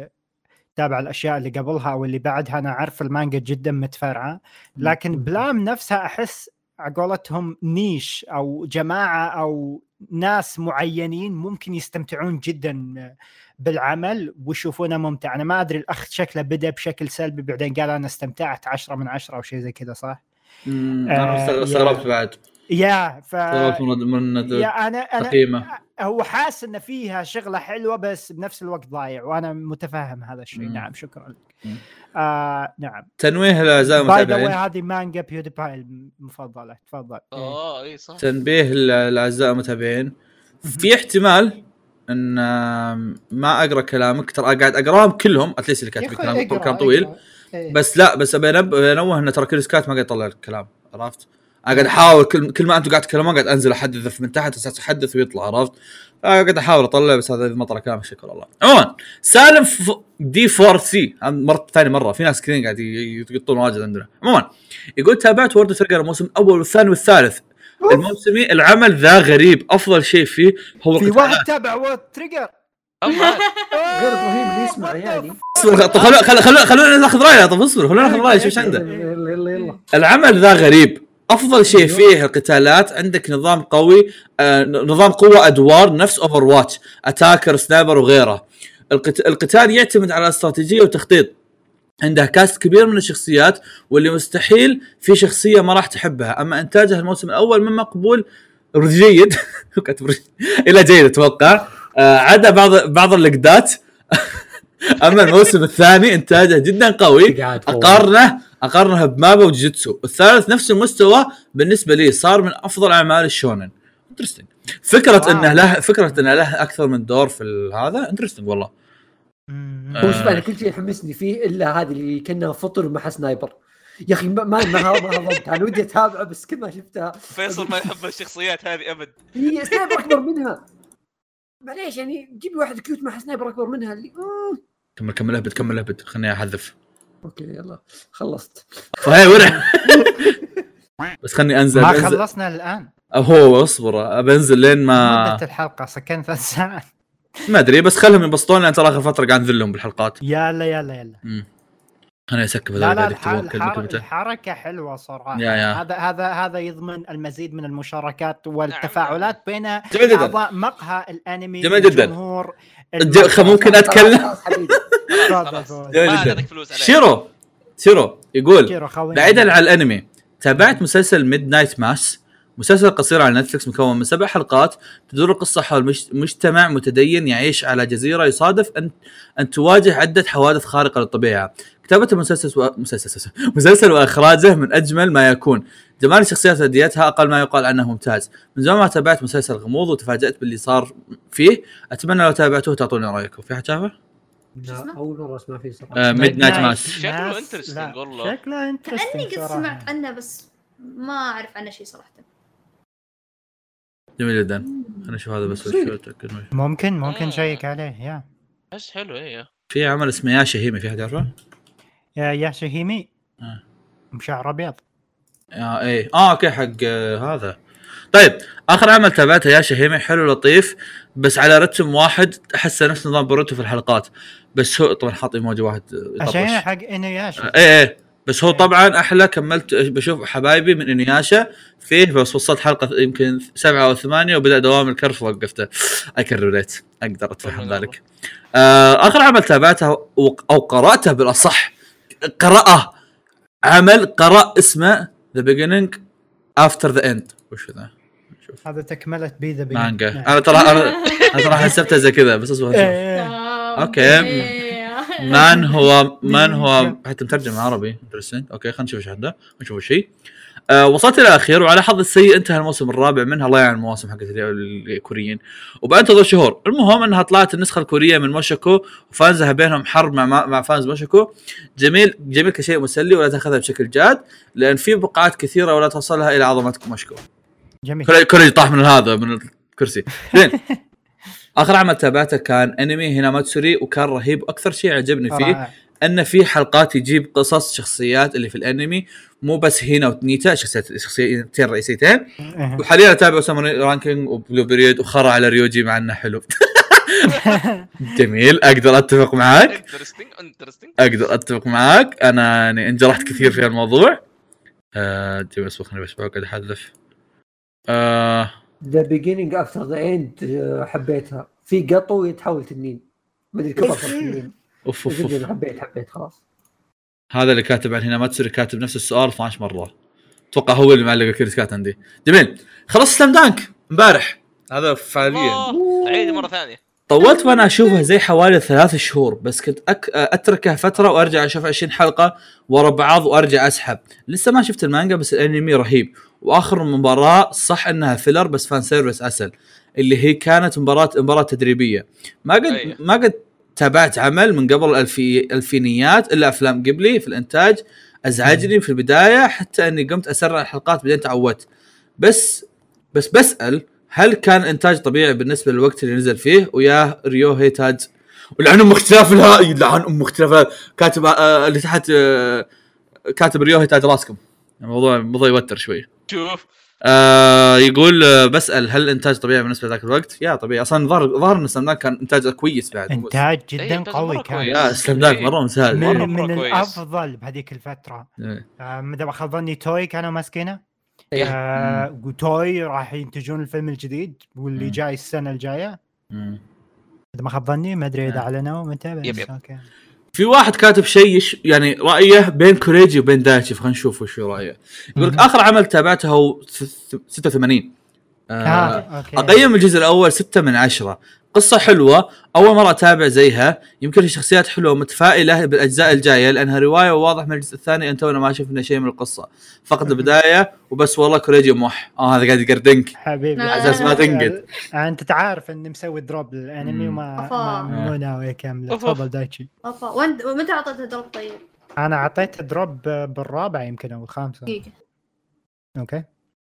تابع الاشياء اللي قبلها او اللي بعدها. انا عارف المانجا جدا متفرعه، لكن بلام نفسها احس عقولتهم نيش او جماعه او ناس معينين ممكن يستمتعون جدا بالعمل ويشوفونه ممتع. انا ما ادري الاخ شكله بدا بشكل سلبي بعدين قال انا استمتعت عشرة من عشرة او شيء زي كذا، صح؟ انا استغربت بعد يا ف من يا انا انا تقييمه. هو حاس ان فيها شغله حلوه بس بنفس الوقت ضايع، وانا متفهم هذا الشيء. نعم شكرا لك. آه نعم تنويه لاعزائي المتابعين، هذه مانجا بيودي باي المفضله. تفضل. اه اي صح. تنبيه لاعزائي المتابعين، في احتمال ان ما اقرا كلامك، ترى قاعد اقراهم كلهم اتليست اللي كاتب الكلام كان طويل ايه. بس لا بس ابي انوه ان ترى كل سكات ما قاعد يطلع الكلام، عرفت؟ قاعد احاول كل كل ما انتم قاعد تتكلمون قاعد انزل احدث من تحت اساس احدث ويطلع، عرفت؟ قاعد احاول اطلع بس هذا ما طلع كلام شكر الله. عموما سالم ف... دي فور سي مرة ثاني مره في ناس كثيرين قاعد يقطون واجد عندنا. عموما يقول تابعت وورد تريجر الموسم الاول والثاني والثالث الموسمي، العمل ذا غريب، افضل شيء فيه هو في واحد تابع وورد تريجر غير ابراهيم اللي يسمع يعني. خلونا خلونا خلونا ناخذ رايه. طب اصبر خلونا ناخذ رايه شو عنده. العمل ذا غريب، افضل شيء فيه القتالات، عندك نظام قوي آه، نظام قوه ادوار نفس اوفر واتش اتاكر سنايبر وغيره. القت... القتال يعتمد على استراتيجيه وتخطيط، عنده كاست كبير من الشخصيات واللي مستحيل في شخصيه ما راح تحبها. اما انتاجه الموسم الاول من مقبول جيد الى جيد اتوقع آه، عدا بعض بعض اللقدات اما الموسم الثاني انتاجه جدا قوي، اقارنه اقارنها بمابا وجيتسو. الثالث نفس المستوى بالنسبه لي، صار من افضل اعمال الشونن. انترستينج فكره انه له فكره انه له اكثر من دور في هذا. انترستينج والله. هو شوف انا كل شيء يحمسني فيه الا هذه اللي كنا فطر مع سنايبر. يا اخي ما ما ما هضمت، انا ودي اتابعه بس كل ما شفتها. فيصل ما يحب الشخصيات هذه ابد. هي سنايبر اكبر منها، معليش يعني جيب لي واحد كيوت مع سنايبر اكبر منها اللي آه. كمل كمل اهبط كمل اهبط خليني احذف. اوكي يلا خلصت. فهي ورع بس خلني انزل. ما بنزل. خلصنا الان هو اصبر بنزل لين ما مدة الحلقه سكن ثلاث ساعات ما ادري، بس خلهم ينبسطون لان ترى اخر فتره قاعد نذلهم بالحلقات. يلا يلا يلا امم انا اسكب هذا. لا لا الحر... الحركه حلوه صراحه. يا يا. هذا هذا هذا يضمن المزيد من المشاركات والتفاعلات بين اعضاء مقهى الانمي والجمهور. ج... ممكن اتكلم شيرو شيرو يقول بعيدا عن الانمي تابعت مسلسل ميد نايت ماس، مسلسل قصير على نتفلكس مكون من سبع حلقات، تدور القصة حول مجتمع متدين يعيش على جزيرة يصادف أن أن تواجه عدة حوادث خارقة للطبيعة. كتابة المسلسل و... مسلسل مسلسل وإخراجه من أجمل ما يكون، جمال الشخصيات وديتها أقل ما يقال عنه ممتاز. من زمان ما تابعت مسلسل غموض وتفاجأت باللي صار فيه، أتمنى لو تابعتوه تعطوني رأيكم. في حد شافه؟ لا أول مرة أسمع فيه صراحة. ميد نايت ماس شكله انترستينج والله. شكله انترستينج كأني قد سمعت عنه بس ما أعرف عنه شيء صراحة. جميل جدا. انا اشوف هذا بس شو اتاكد ممكن ممكن شيك عليه. يا بس حلو. ايه في عمل اسمه يا شهيمي، في احد يعرفه؟ يا يا شهيمي آه. مشعر ابيض. اه ايه اه اوكي حق آه هذا. طيب اخر عمل تابعته يا شهيمي حلو لطيف بس على رتم واحد احسه نفس نظام بوروتو في الحلقات بس هو طبعا حاط ايموجي واحد يطرش عشان حق انوياشا ايه ايه بس هو طبعا احلى. كملت بشوف حبايبي من انياشا فيه بس وصلت حلقه يمكن سبعة او ثمانية وبدا دوام الكرف وقفته. اكرر ريت اقدر اتفهم ذلك. آه اخر عمل تابعته او قراته بالاصح قرأه عمل قرأ اسمه The Beginning After the End. وش ذا؟ شوف هذا تكمله بي ذا مانجا. انا ترى انا ترى حسبته زي كذا بس اصبر اشوف. اوكي من هو من هو حتى مترجم عربي انترستنج. اوكي خلينا نشوف ايش عنده نشوف الشيء. أه وصلت الى الاخير وعلى حظ السيء انتهى الموسم الرابع منها. الله يعين المواسم حقت الكوريين وبانتظر شهور. المهم انها طلعت النسخه الكوريه من موشكو وفانزها بينهم حرب مع مع فانز موشكو. جميل جميل كشيء مسلي ولا تاخذها بشكل جاد لان في بقعات كثيره ولا توصلها الى عظمه موشكو. جميل كل كل طاح من هذا من الكرسي. زين اخر عمل تابعته كان انمي هيناماتسوري وكان رهيب. اكثر شيء عجبني فيه ان في حلقات يجيب قصص شخصيات اللي في الانمي مو بس هينا ونيتا شخصيات شخصيتين رئيسيتين. وحاليا اتابع اوساما رانكينج وبلو بريد وخرا على ريوجي مع انه حلو. جميل اقدر اتفق معاك اقدر اتفق معاك انا يعني انجرحت كثير في الموضوع. آه جميل بس خليني بس بقعد احذف. آه The beginning after the end حبيتها في قطو يتحول تنين ما ادري كيف اصلا تنين. اوف اوف حبيت حبيت خلاص. هذا اللي كاتب عن هنا ماتسوري كاتب نفس السؤال اثنتي عشرة مره اتوقع هو اللي معلق الكريسكات عندي. جميل خلص سلام دانك امبارح هذا فعليا عيد مره ثانيه. طولت وانا اشوفه زي حوالي ثلاث شهور بس كنت أك... اتركه فتره وارجع اشوف عشرين حلقه ورا بعض وارجع اسحب. لسه ما شفت المانجا بس الانمي رهيب. واخر مباراه صح انها فيلر بس فان سيرفيس عسل اللي هي كانت مباراه مباراه تدريبيه. ما قد أيه. ما قد تابعت عمل من قبل الألفي... الفينيات الا افلام قبلي في الانتاج ازعجني في البدايه حتى اني قمت اسرع الحلقات بعدين تعودت. بس بس بسال هل كان انتاج طبيعي بالنسبه للوقت اللي نزل فيه ويا ريو هيتاج ولعن ام اختلاف الهائي لعن ام اختلاف كاتب آه اللي تحت آه كاتب ريو هيتاج راسكم. الموضوع الموضوع يوتر شوي. شوف آه يقول آه بسال هل الانتاج طبيعي بالنسبه لذاك الوقت؟ يا طبيعي اصلا ظهر ظهر ان سلمان كان انتاج كويس بعد انتاج جدا قوي كان. يا سلمان مره ممتاز من, من الافضل بهذيك الفتره. آه مدى ما خاب ظني توي كانوا ماسكينه. آه وتوي راح ينتجون الفيلم الجديد واللي جاي السنه الجايه. اذا ما خاب ظني ما ادري اذا اعلنوا متى بس اوكي. في واحد كاتب شيء يعني رايه بين كوريجي وبين دايتشي فخلينا نشوف وش رايه. يقول لك اخر عمل تابعته هو ستة وثمانين. آه آه اقيم الجزء الاول ستة من عشرة. قصة حلوة أول مرة أتابع زيها. يمكن الشخصيات حلوة ومتفائلة بالأجزاء الجاية لأنها رواية وواضح من الجزء الثاني أنت وأنا ما شفنا شيء من القصة فقط البداية وبس. والله كوريجي موح آه هذا قاعد يقردنك حبيبي أساس ما تنقد. أنت تعرف إني مسوي دروب للأنمي وما مو ناوي كامل. تفضل دايتشي. أفا وأنت ومتى أعطيته دروب طيب؟ أنا أعطيته دروب بالرابع يمكن أو الخامسة. أوكي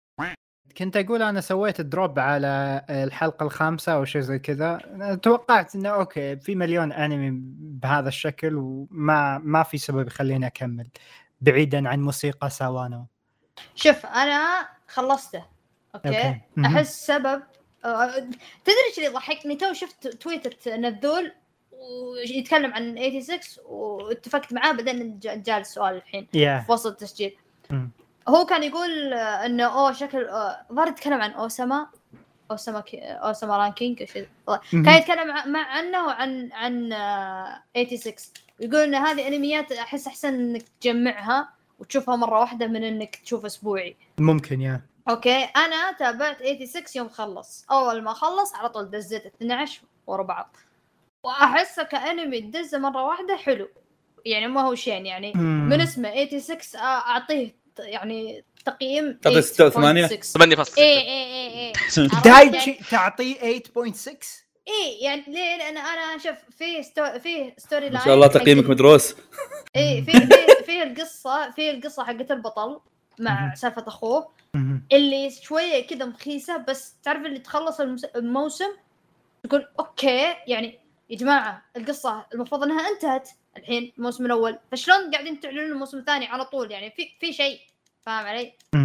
كنت أقول أنا سويت دروب على الحلقة الخامسة أو شيء زي كذا. توقعت إنه أوكي في مليون أنمي بهذا الشكل وما ما في سبب يخليني أكمل بعيدا عن موسيقى ساوانو. شوف أنا خلصته أوكي, أوكي. أحس سبب أه... تدري إيش اللي ضحكني؟ تو شفت تويتة نذول ويتكلم عن ستة وثمانين واتفقت معاه بعدين جاء السؤال الحين yeah. في وسط التسجيل. هو كان يقول انه اوه شكل ظهر يتكلم عن اوساما اوساما كي... اوساما رانكينج شيء كان يتكلم مع عنه وعن عن ستة وثمانين يقول ان هذه انميات احس احسن انك تجمعها وتشوفها مره واحده من انك تشوف اسبوعي ممكن يا اوكي. انا تابعت ثمانية وثمانين يوم خلص اول ما خلص على طول دزيت اثني عشر ورا بعض واحسه كانمي تدزه مره واحده حلو يعني ما هو شين يعني مم. من اسمه ثمانية وثمانين اعطيه يعني تقييم ستة وثمانين ثمانية فاصلة ستة. اي اي اي اي دايتشي تعطيه ثمانية فاصلة ستة. اي يعني ليه؟ لان انا شوف في ستو... في ستوري لاين ما شاء الله تقييمك مدروس. اي في في في القصه في القصه حقت البطل مع سالفه اخوه اللي شويه كذا مخيسه بس تعرف اللي تخلص الموسم تقول اوكي يعني يا جماعه القصه المفروض انها انتهت الحين الموسم الاول فشلون قاعدين تعلنون الموسم الثاني على طول يعني في في شيء فاهم علي؟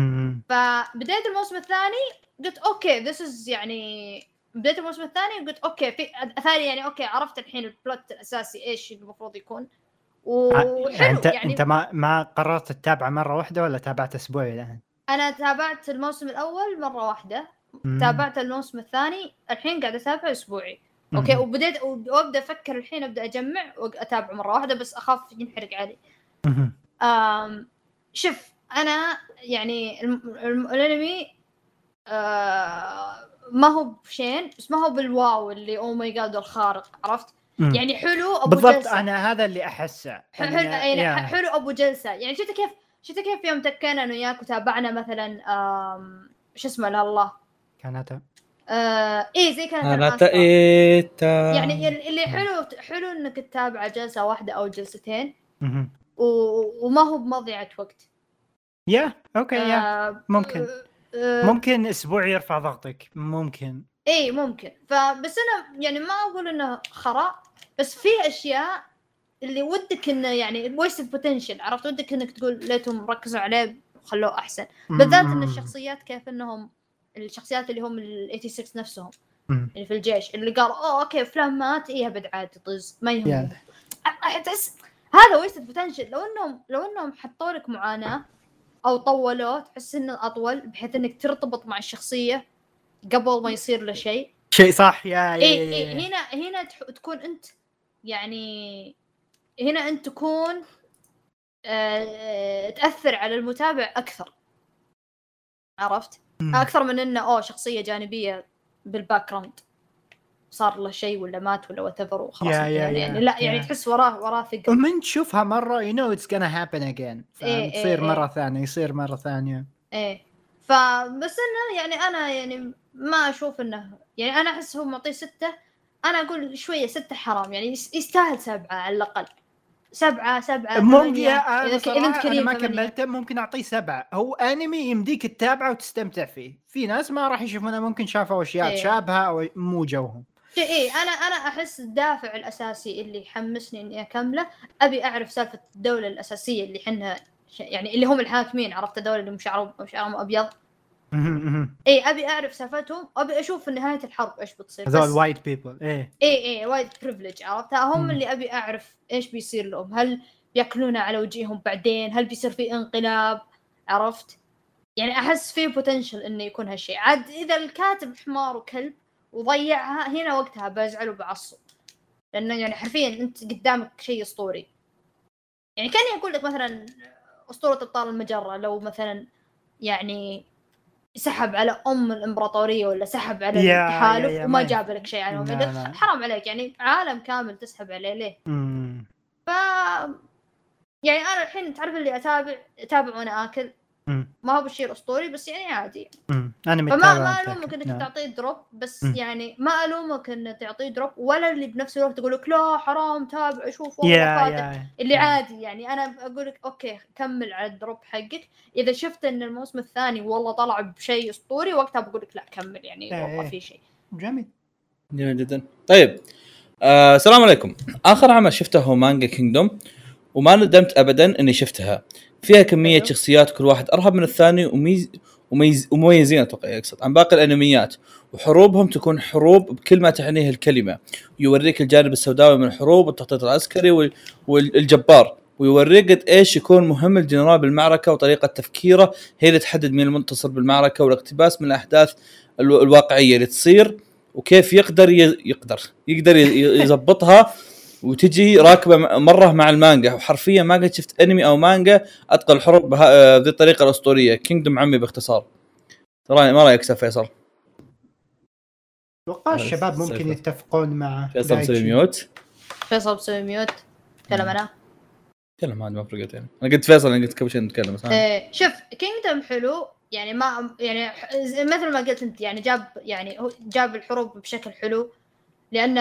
فبدايه الموسم الثاني قلت اوكي ذس از يعني بدايه الموسم الثاني قلت اوكي في ثاني يعني اوكي عرفت الحين البلوت الاساسي ايش المفروض يكون وحلو. انت يعني انت ما ما قررت تتابع مره واحده ولا تابعت اسبوعي الان؟ انا تابعت الموسم الاول مره واحده، مم. تابعت الموسم الثاني، الحين قاعد اتابع اسبوعي. مم. اوكي وبديت وابدا افكر الحين ابدا اجمع واتابع مره واحده بس اخاف ينحرق علي. مم. أم شوف انا يعني الم- الم- الانمي آه ما هو بشين بس ما هو بالواو اللي او ماي جاد الخارق، عرفت؟ مم. يعني حلو ابو بالضبط جلسة. انا هذا اللي احسه حلو إن- يعني يا. حلو ابو جلسه. يعني شفت كيف شفت كيف يوم تكينا انا وياك وتابعنا مثلا آم، شو اسمه لا الله كانت آه ايه زي كانت انا الماستر. تأيتا يعني اللي حلو حلو انك تتابع جلسه واحده او جلستين مم. و- وما هو بمضيعه وقت. يا اوكي يا آه ممكن آه ممكن اسبوع يرفع ضغطك ممكن. ايه ممكن. فبس انا يعني ما اقول انه خرا بس في اشياء اللي ودك انه يعني ويست بوتنشل، عرفت؟ ودك انك تقول ليتهم ركزوا عليه وخلوه احسن، بالذات ان الشخصيات كيف انهم الشخصيات اللي هم ال ستة وثمانين نفسهم مم. اللي في الجيش اللي قال اوه اوكي فلان مات ايه بعد عادي طز ما يهم. تحس هذا ويست بوتنشل. لو انهم لو انهم حطوا لك معاناه او طولوه تحس انه اطول بحيث انك ترتبط مع الشخصيه قبل ما يصير له شيء شيء صح يا إيه إيه هنا هنا تكون انت يعني هنا انت تكون أه تأثر على المتابع اكثر، عرفت؟ مم. اكثر من انه اوه شخصيه جانبيه بالباك جراوند صار له شيء ولا مات ولا وتفر وخلاص يا- يا- يعني, يا- يعني لا يعني يا. تحس وراه وراه ثقل. ومن تشوفها مرة you know it's gonna happen again إيه تصير إيه مرة إيه. ثانية يصير مرة ثانية. ايه فبس انه يعني انا يعني ما اشوف انه يعني انا احس هو معطيه ستة، انا اقول شوية ستة حرام يعني يستاهل سبعة على الاقل. سبعة سبعة ممكن ثمانية أنا اذا صراحة انت أنا كريم ما ثمانية. كملته ممكن أعطيه سبعة. هو أنمي يمديك تتابعه وتستمتع فيه. في ناس ما راح يشوفونه ممكن شافوا أشياء إيه. تشابهه أو مو جوهم. ايه انا انا احس الدافع الاساسي اللي يحمسني اني اكمله ابي اعرف سالفه الدوله الاساسيه اللي حنا يعني اللي هم الحاكمين، عرفت؟ الدوله اللي مشعرهم مشعرهم ابيض. ايه ابي اعرف سالفتهم، ابي اشوف في نهايه الحرب ايش بتصير. هذول وايت بيبل ايه ايه ايه وايد بريفليج، عرفت؟ هم مم. اللي ابي اعرف ايش بيصير لهم، هل بياكلونا على وجيههم بعدين، هل بيصير في انقلاب، عرفت؟ يعني احس فيه بوتنشل انه يكون هالشيء. عاد اذا الكاتب حمار وكلب وضيعها هنا وقتها بزعل وبعصب، لانه يعني حرفيا انت قدامك شيء اسطوري. يعني كان يقول لك مثلا اسطوره ابطال المجره لو مثلا يعني سحب على ام الامبراطوريه ولا سحب على يا- التحالف يا- يا وما ما- جاب لك شيء عنهم، لا- لا. حرام عليك يعني عالم كامل تسحب عليه ليه؟ مم. ف يعني انا الحين تعرف اللي اتابع اتابع وانا اكل، مم. ما هو بالشيء الاسطوري بس يعني عادي. مم. أنا فما متابع ما أنت. الومك انك نعم. تعطيه دروب بس م. يعني ما الومك انك تعطيه دروب، ولا اللي بنفس الوقت يقول لك لا حرام تابع شوف والله يا فاتك يا اللي يا. عادي. يعني انا اقول لك اوكي كمل على الدروب حقك، اذا شفت ان الموسم الثاني والله طلع بشيء اسطوري وقتها بقول لك لا كمل يعني إيه والله إيه. في شيء. جميل. جميل جدا. طيب آه، السلام عليكم. اخر عمل شفته هو مانجا كينجدوم، وما ندمت ابدا اني شفتها. فيها كميه حلو. شخصيات كل واحد ارهب من الثاني وميز وميز ومميزين اتوقع يقصد عن باقي الانميات، وحروبهم تكون حروب بكل ما تعنيه الكلمه. يوريك الجانب السوداوي من الحروب والتخطيط العسكري وال- والجبار، ويوريك قد ايش يكون مهم الجنرال بالمعركه، وطريقه تفكيره هي اللي تحدد مين المنتصر بالمعركه، والاقتباس من الاحداث الو- الواقعيه اللي تصير، وكيف يقدر ي- يقدر يقدر ي- يضبطها وتجي راكبه مره مع المانجا. وحرفيا ما قد شفت انمي او مانجا اتقل الحروب بهذه الطريقه الاسطوريه. كينجدوم عمي باختصار. ترى ما رايك سفيصل؟ اتوقع الشباب ممكن سيفا. يتفقون مع فيصل مسوي ميوت. فيصل بسوي ميوت تكلم انا. تكلم عاد ما فرقت يعني. انا قلت فيصل، انا قلت قبل شيء نتكلم بس إيه شوف كينجدم حلو يعني ما يعني مثل ما قلت انت يعني جاب يعني هو جاب الحروب بشكل حلو، لان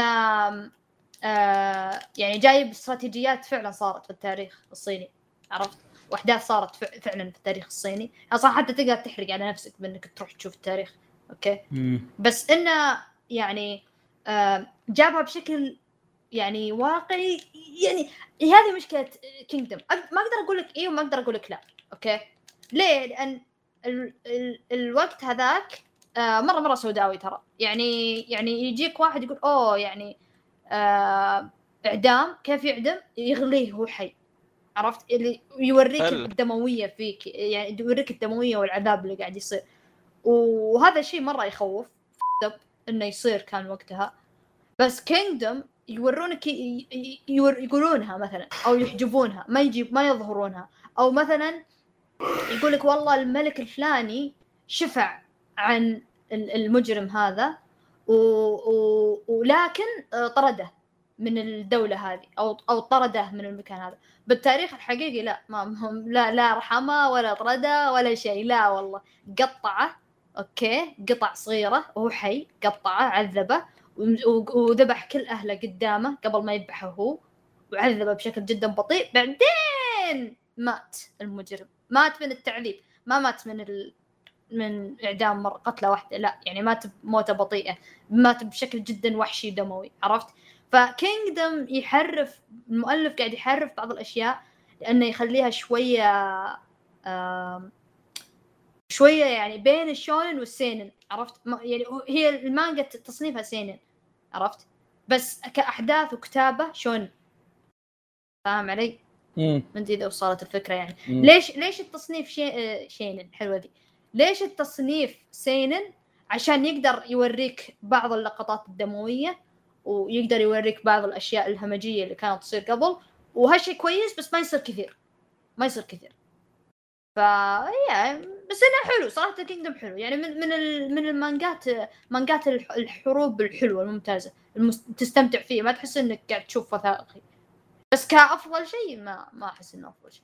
آه يعني جايب استراتيجيات فعلا صارت في التاريخ الصيني، عرفت؟ واحداث صارت فعلا في التاريخ الصيني. صح حتى تقدر تحرق على نفسك بانك تروح تشوف التاريخ اوكي. مم. بس انه يعني آه جابها بشكل يعني واقعي. يعني هذه مشكله كينجدم، ما اقدر اقول لك ايه وما اقدر اقول لك لا اوكي. ليه؟ لان ال... ال... الوقت هذاك آه مره مره سوداوي ترى. يعني يعني يجيك واحد يقول اوه يعني آه اعدام، كيف يعدم؟ يغليه هو حي، عرفت؟ اللي يوريك هل. الدمويه فيك، يعني يوريك الدمويه والعذاب اللي قاعد يصير. وهذا الشيء مره يخوف انه يصير كان وقتها. بس كينجدوم يورونك ي... ي... يور... يقولونها مثلا او يحجبونها، ما يجيب ما يظهرونها. او مثلا يقول لك والله الملك الفلاني شفع عن المجرم هذا و... و... ولكن طرده من الدولة هذه او او طرده من المكان هذا. بالتاريخ الحقيقي لا، ما لا لا رحمه ولا طرده ولا شيء، لا والله قطعه اوكي قطع صغيرة وهو حي، قطعه عذبه وذبح كل أهله قدامه قبل ما يذبحه هو، وعذبه بشكل جدا بطيء. بعدين مات المجرم، مات من التعذيب، ما مات من ال... من إعدام مرة قتلة واحدة، لا يعني مات بموتة بطيئة، مات بشكل جدا وحشي دموي، عرفت؟ فكينجدوم يحرف، المؤلف قاعد يحرف بعض الأشياء لأنه يخليها شوية آم... شوية يعني بين الشونن والسينن، عرفت؟ يعني هي المانجا تصنيفها سينن، عرفت؟ بس كأحداث وكتابة شونن، فاهم علي؟ امم من دي إذا وصلت الفكرة يعني. مم. ليش ليش التصنيف شي... شينن حلوة دي؟ ليش التصنيف سينن؟ عشان يقدر يوريك بعض اللقطات الدموية، ويقدر يوريك بعض الأشياء الهمجية اللي كانت تصير قبل، وهالشي كويس بس ما يصير كثير، ما يصير كثير. فا بس أنا حلو صراحة، كينجدوم حلو يعني، من من من المانجات مانجات الحروب الحلوة الممتازة، المس... تستمتع فيه، ما تحس إنك قاعد تشوف وثائقي. بس كأفضل شيء ما ما أحس إنه أفضل شيء.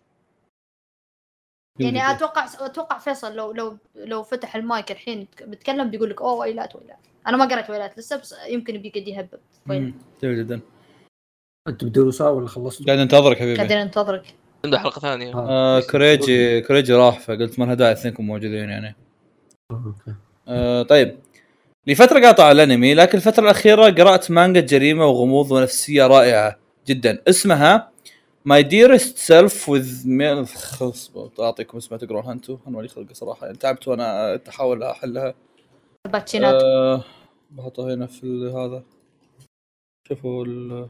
يعني أتوقع أتوقع فيصل لو لو لو فتح المايك الحين بتكلم بيقول لك أوه ويلات ويلات. أنا ما قرأت ويلات لسه، بس يمكن بيقعد يهبب. جميل جدا. أنت بدروسا ولا خلصتوا؟ قاعد ننتظرك حبيبي. قاعدين ننتظرك. عنده حلقة ثانية. آه كوريجي كوريجي راح، فقلت ما لها داعي اثنينكم موجودين يعني. أوكي. آه طيب، لفترة قاطع الأنمي، لكن الفترة الأخيرة قرأت مانجا جريمة وغموض ونفسية رائعة جدا اسمها My Dearest Self with Me. خلص أعطيكم اسمها تقرونها أنتوا، أنا مالي خلق صراحة يعني، تعبت وأنا أحاول أحلها. باتشينات. أه بحطها هنا في هذا، شوفوا ال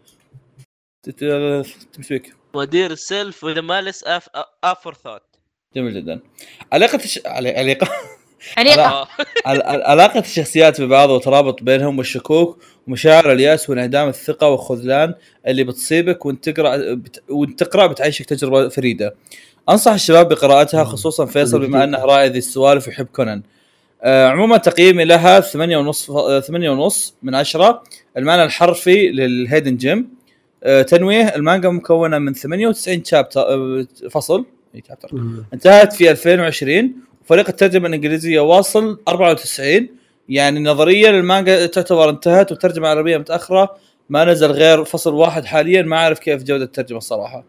تمسك مدير السيلف وذا مالس اف افور ثوت. جميل جدا. علاقة الش... علاقة علاقة علاقة الشخصيات ببعض وترابط بينهم والشكوك ومشاعر الياس وانعدام الثقة والخذلان اللي بتصيبك وانت تقرأ بت... وانت تقرأ بتعيشك تجربة فريدة. أنصح الشباب بقراءتها، خصوصا فيصل بما أنه رائع ذي السوالف ويحب كونان. آه عموما تقييمي لها ثمانية ونص ثمانية ونص من عشرة. المعنى الحرفي للهيدن جيم. آه تنويه، المانجا مكونة من ثمانية وتسعين شابتر آه فصل انتهت في ألفين وعشرين، وفريق الترجمة الإنجليزية واصل أربعة وتسعين. يعني نظريا المانجا تعتبر انتهت، والترجمة العربية متأخرة، ما نزل غير فصل واحد حاليا. ما أعرف كيف جودة الترجمة الصراحة.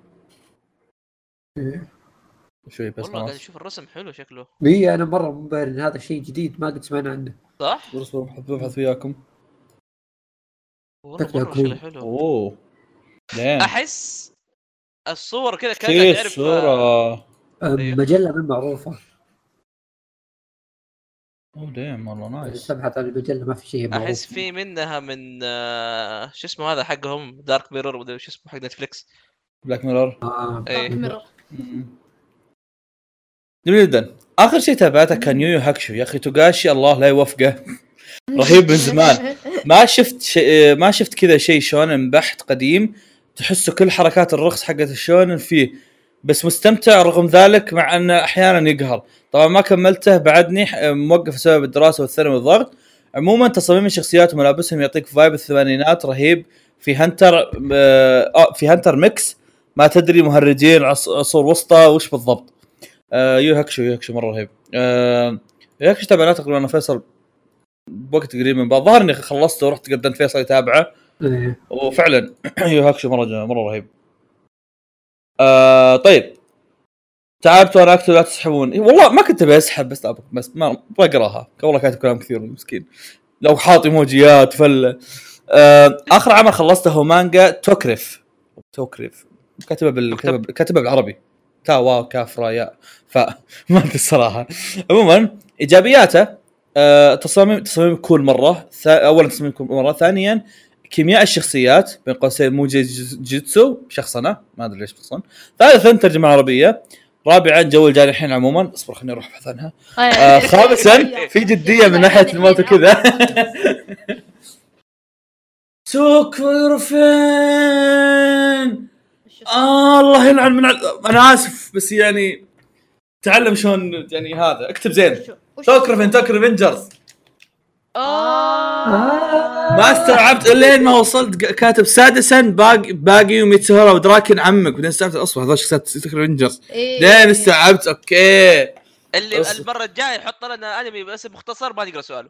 شوي بس والله قاعد اشوف الرسم حلو شكله. اي انا مره منبهر ان هذا شيء جديد ما قد سمعنا عنه. صح؟ بس بروح ابحث وياكم. والله مره شكله حلو. اوه دام. احس الصور كذا كانت تعرف صورة مجله من معروفه. اوه دام والله نايس. تبحث عن المجله ما في شيء معروف. احس في منها من آه... شو اسمه هذا حقهم دارك ميرور ولا شو اسمه حق نتفليكس بلاك ميرور. اه ايه ميرور. جميل جدا. اخر شيء تابعته كان يو يو هاكشو. يا اخي توغاشي الله لا يوفقه رهيب من زمان. ما شفت شيء ما شفت كذا شيء شونن بحت قديم تحسه كل حركات الرقص حقت الشونن فيه، بس مستمتع رغم ذلك، مع انه احيانا يقهر. طبعا ما كملته بعدني موقف بسبب الدراسه والثانوي والضغط. عموما تصاميم الشخصيات وملابسهم يعطيك فايب الثمانينات رهيب. في هنتر آه في هنتر ميكس، ما تدري مهرجين عصور وسطى وش بالضبط. آه يو هاكشو يو هاكشو مره رهيب. آه يو هاكشو تابعنا تقريبا انا فيصل بوقت قريب من بعض، ظهر اني خلصته ورحت قدمت فيصل يتابعه. إيه. وفعلا يو هاكشو مره مره رهيب. آه طيب تعبت وانا اكتب لا تسحبون. والله ما كنت بسحب بس بس ما بقراها والله كاتب كلام كثير مسكين لو حاط ايموجيات فل. آه اخر عمل خلصته هو مانجا توكريف توكريف كاتبه بالكتابه كاتبه بالعربي تا واو كاف را يا فما ادري الصراحه. عموما ايجابياته أه تصاميم تصاميم كول مره ثا... اولا تصميم كول مره، ثانيا كيمياء الشخصيات بين قوسين مو جيتسو شخصنه ما ادري ليش بتصن، ثالثا ترجمه عربيه، رابعا جو الجارحين عموما اصبر خليني اروح ابحث عنها، آه خامسا في جديه من ناحيه الموت وكذا. سكر فين آه الله يلعن من ع... انا اسف بس يعني تعلم شلون يعني هذا اكتب زين توكر فين توكر ريفنجرز. آه. ما استوعبت لين ما وصلت كاتب سادسا باقي باقي وميتسورا ودراكن عمك، بعدين استوعبت اصلا هذول شخصيات توكر ريفنجرز لين استوعبت اوكي. اللي أص... المره الجايه يحط لنا انمي باسم مختصر ما نقرا سؤاله.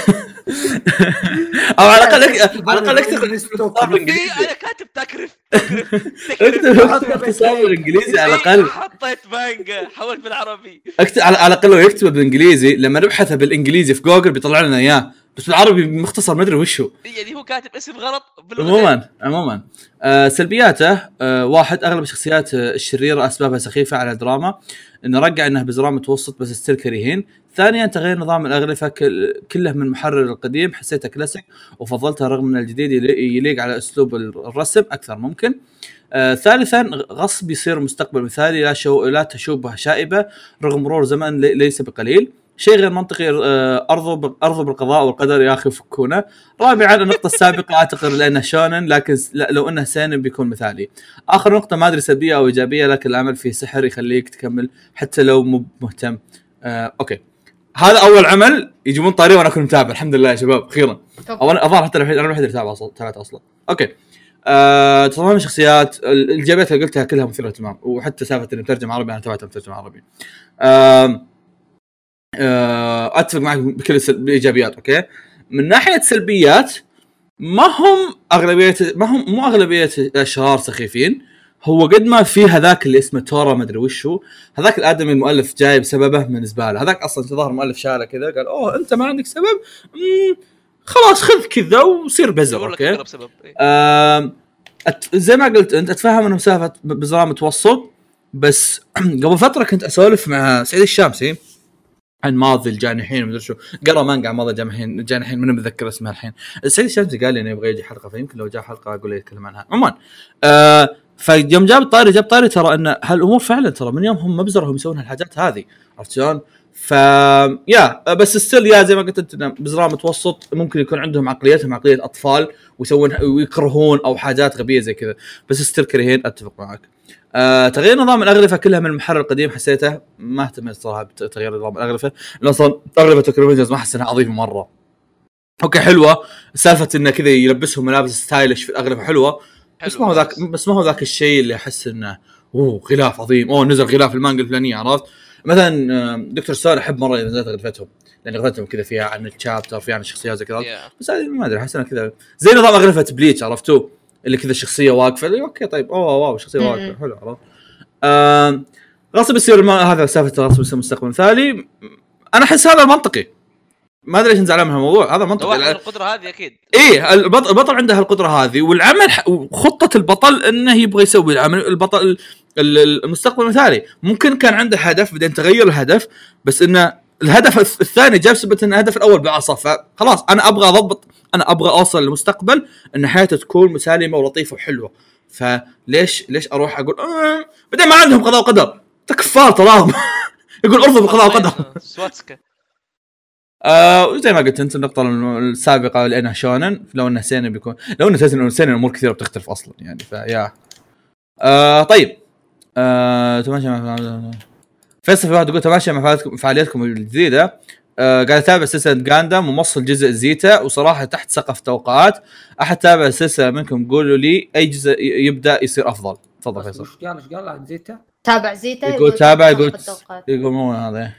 او على الاقل على الاقل اكتب بالانجليزي. انا كاتب تكرف اكتب اختصار بالانجليزي على الاقل. حطيت مانجا حولت بالعربي اكتب على الاقل يكتبه بالانجليزي لما نبحثه بالانجليزي في جوجل بيطلع لنا اياه، بس بالعربي مختصر ما ادري وش هو يعني هو كاتب اسم غلط عموما. عموما آه سلبياته آه واحد اغلب الشخصيات الشريره اسبابها سخيفه على دراما، انه رجع انه بزرام متوسط بس ستيل كريهين. ثانيا تغيير نظام الاغلفه كله من المحرر القديم حسيته كلاسيك وفضلتها رغم ان الجديد يليق على اسلوب الرسم اكثر ممكن. آه ثالثا غصب يصير مستقبل مثالي لا شو لا تشوبه شائبه رغم مرور زمن ليس بقليل، شيء غير منطقي. ارضه ارضه بالقضاء والقدر يا اخي فكونا. رابعا النقطه السابقه اعتقد لانه شونن لكن لو انه سينن بيكون مثالي. اخر نقطه ما ادري سلبيه او ايجابيه لكن العمل فيه سحر يخليك تكمل حتى لو مو مهتم. آه، اوكي هذا اول عمل يجيبون طاري وانا اكون متابع الحمد لله يا شباب اخيرا. او انا اظهر حتى الوحيد انا الوحيد اللي تابع اصلا تابعت اصلا. اوكي آه، تصميم الشخصيات الايجابيات اللي قلتها كلها مثيره تمام، وحتى سالفه اني مترجم عربي انا تابعت مترجم عربي. آه اتفق معك بكل الايجابيات. اوكي من ناحيه سلبيات ما هم اغلبيه ما هم مو اغلبيه الاشرار سخيفين، هو قد ما في هذاك اللي اسمه تورا ما ادري وش هو هذاك الادمي المؤلف جاي بسببه من زباله، هذاك اصلا ظهر مؤلف شاله كذا قال اوه انت ما عندك سبب خلاص خذ كذا وصير بزر. اوكي آه زي ما قلت انت اتفهم انه مسافه بزرام متوسط، بس قبل فتره كنت اسولف مع سعيد الشامسي عن ماضي الجانحين ومدري شو، قرا مانجا ماضي الجانحين الجانحين من متذكر اسمها الحين. سعيد الشامسي قال لي انه يبغى يجي حلقه، فيمكن لو جاء حلقه اقول له يتكلم عنها. عموما آه فيوم جاب طاري جاب طاري ترى ان هالامور فعلا ترى من يوم هم مبزرهم يسوون هالحاجات هذه، عرفت شلون؟ ف يا بس ستيل يا زي ما قلت انت بزرام متوسط ممكن يكون عندهم عقليتهم عقليه اطفال ويسوون ويكرهون او حاجات غبيه زي كذا، بس ستيل كرهين. اتفق معك. آه، تغيير نظام الأغلفة كلها من المحرر القديم حسيته ما اهتميت صراحة بتغيير نظام الأغلفة، لأن أصلا أغلفة تكريمينجز ما أحس إنها عظيمة مرة. أوكي حلوة سالفة إنه كذا يلبسهم ملابس ستايلش في الأغلفة حلوة، بس ما هو ذاك بس ما هو ذاك الشيء اللي أحس إنه أوه غلاف عظيم أوه نزل غلاف المانجا الفلانية، عرفت؟ مثلا دكتور ستون أحب مرة إذا نزلت أغلفتهم لأن أغلفتهم كذا فيها عن الشابتر فيها عن الشخصيات زي كذا yeah. بس هذه ما أدري أحس إنها كذا زي نظام أغلفة بليتش عرفتوه اللي كذا الشخصية واقفة. أوكي طيب أوه واو شخصية واقفة حلو عرفت. آه غصب يصير ما هذا سالفه غصب يصير مستقبل مثالي، انا احس هذا منطقي ما ادري ليش نزعل من الموضوع هذا منطقي. القدره هذه اكيد ايه البطل, البطل عنده القدره هذه والعمل وخطه البطل انه يبغى يسوي العمل البطل المستقبل المثالي ممكن كان عنده هدف بعدين تغير الهدف، بس انه الهدف الثاني جاب سبب ان الهدف الاول بعصا، فخلاص انا ابغى اضبط انا ابغى اوصل للمستقبل ان حياته تكون مسالمه ولطيفه وحلوه، فليش ليش اروح اقول آه بعدين ما عندهم قضاء وقدر تكفار تراهم يقول ارضوا بالقضاء والقدر سواتسكا. آه زي ما قلت انت النقطه السابقه لانها شونن لو انه سينن بيكون لو انه سينن سينن الامور كثيره بتختلف اصلا يعني فيا آه طيب آه تماشى مع فيصل في واحد يقول تماشى مع فعالياتكم الجديده. آه قاعد اتابع سلسله غاندام وموصل جزء زيتا وصراحه تحت سقف توقعات، احد تابع السلسله منكم قولوا لي اي جزء يبدا يصير افضل. تفضل فيصل. ايش قال ايش قال عن زيتا؟ تابع زيتا يقول تابع يقول يقول مو هذا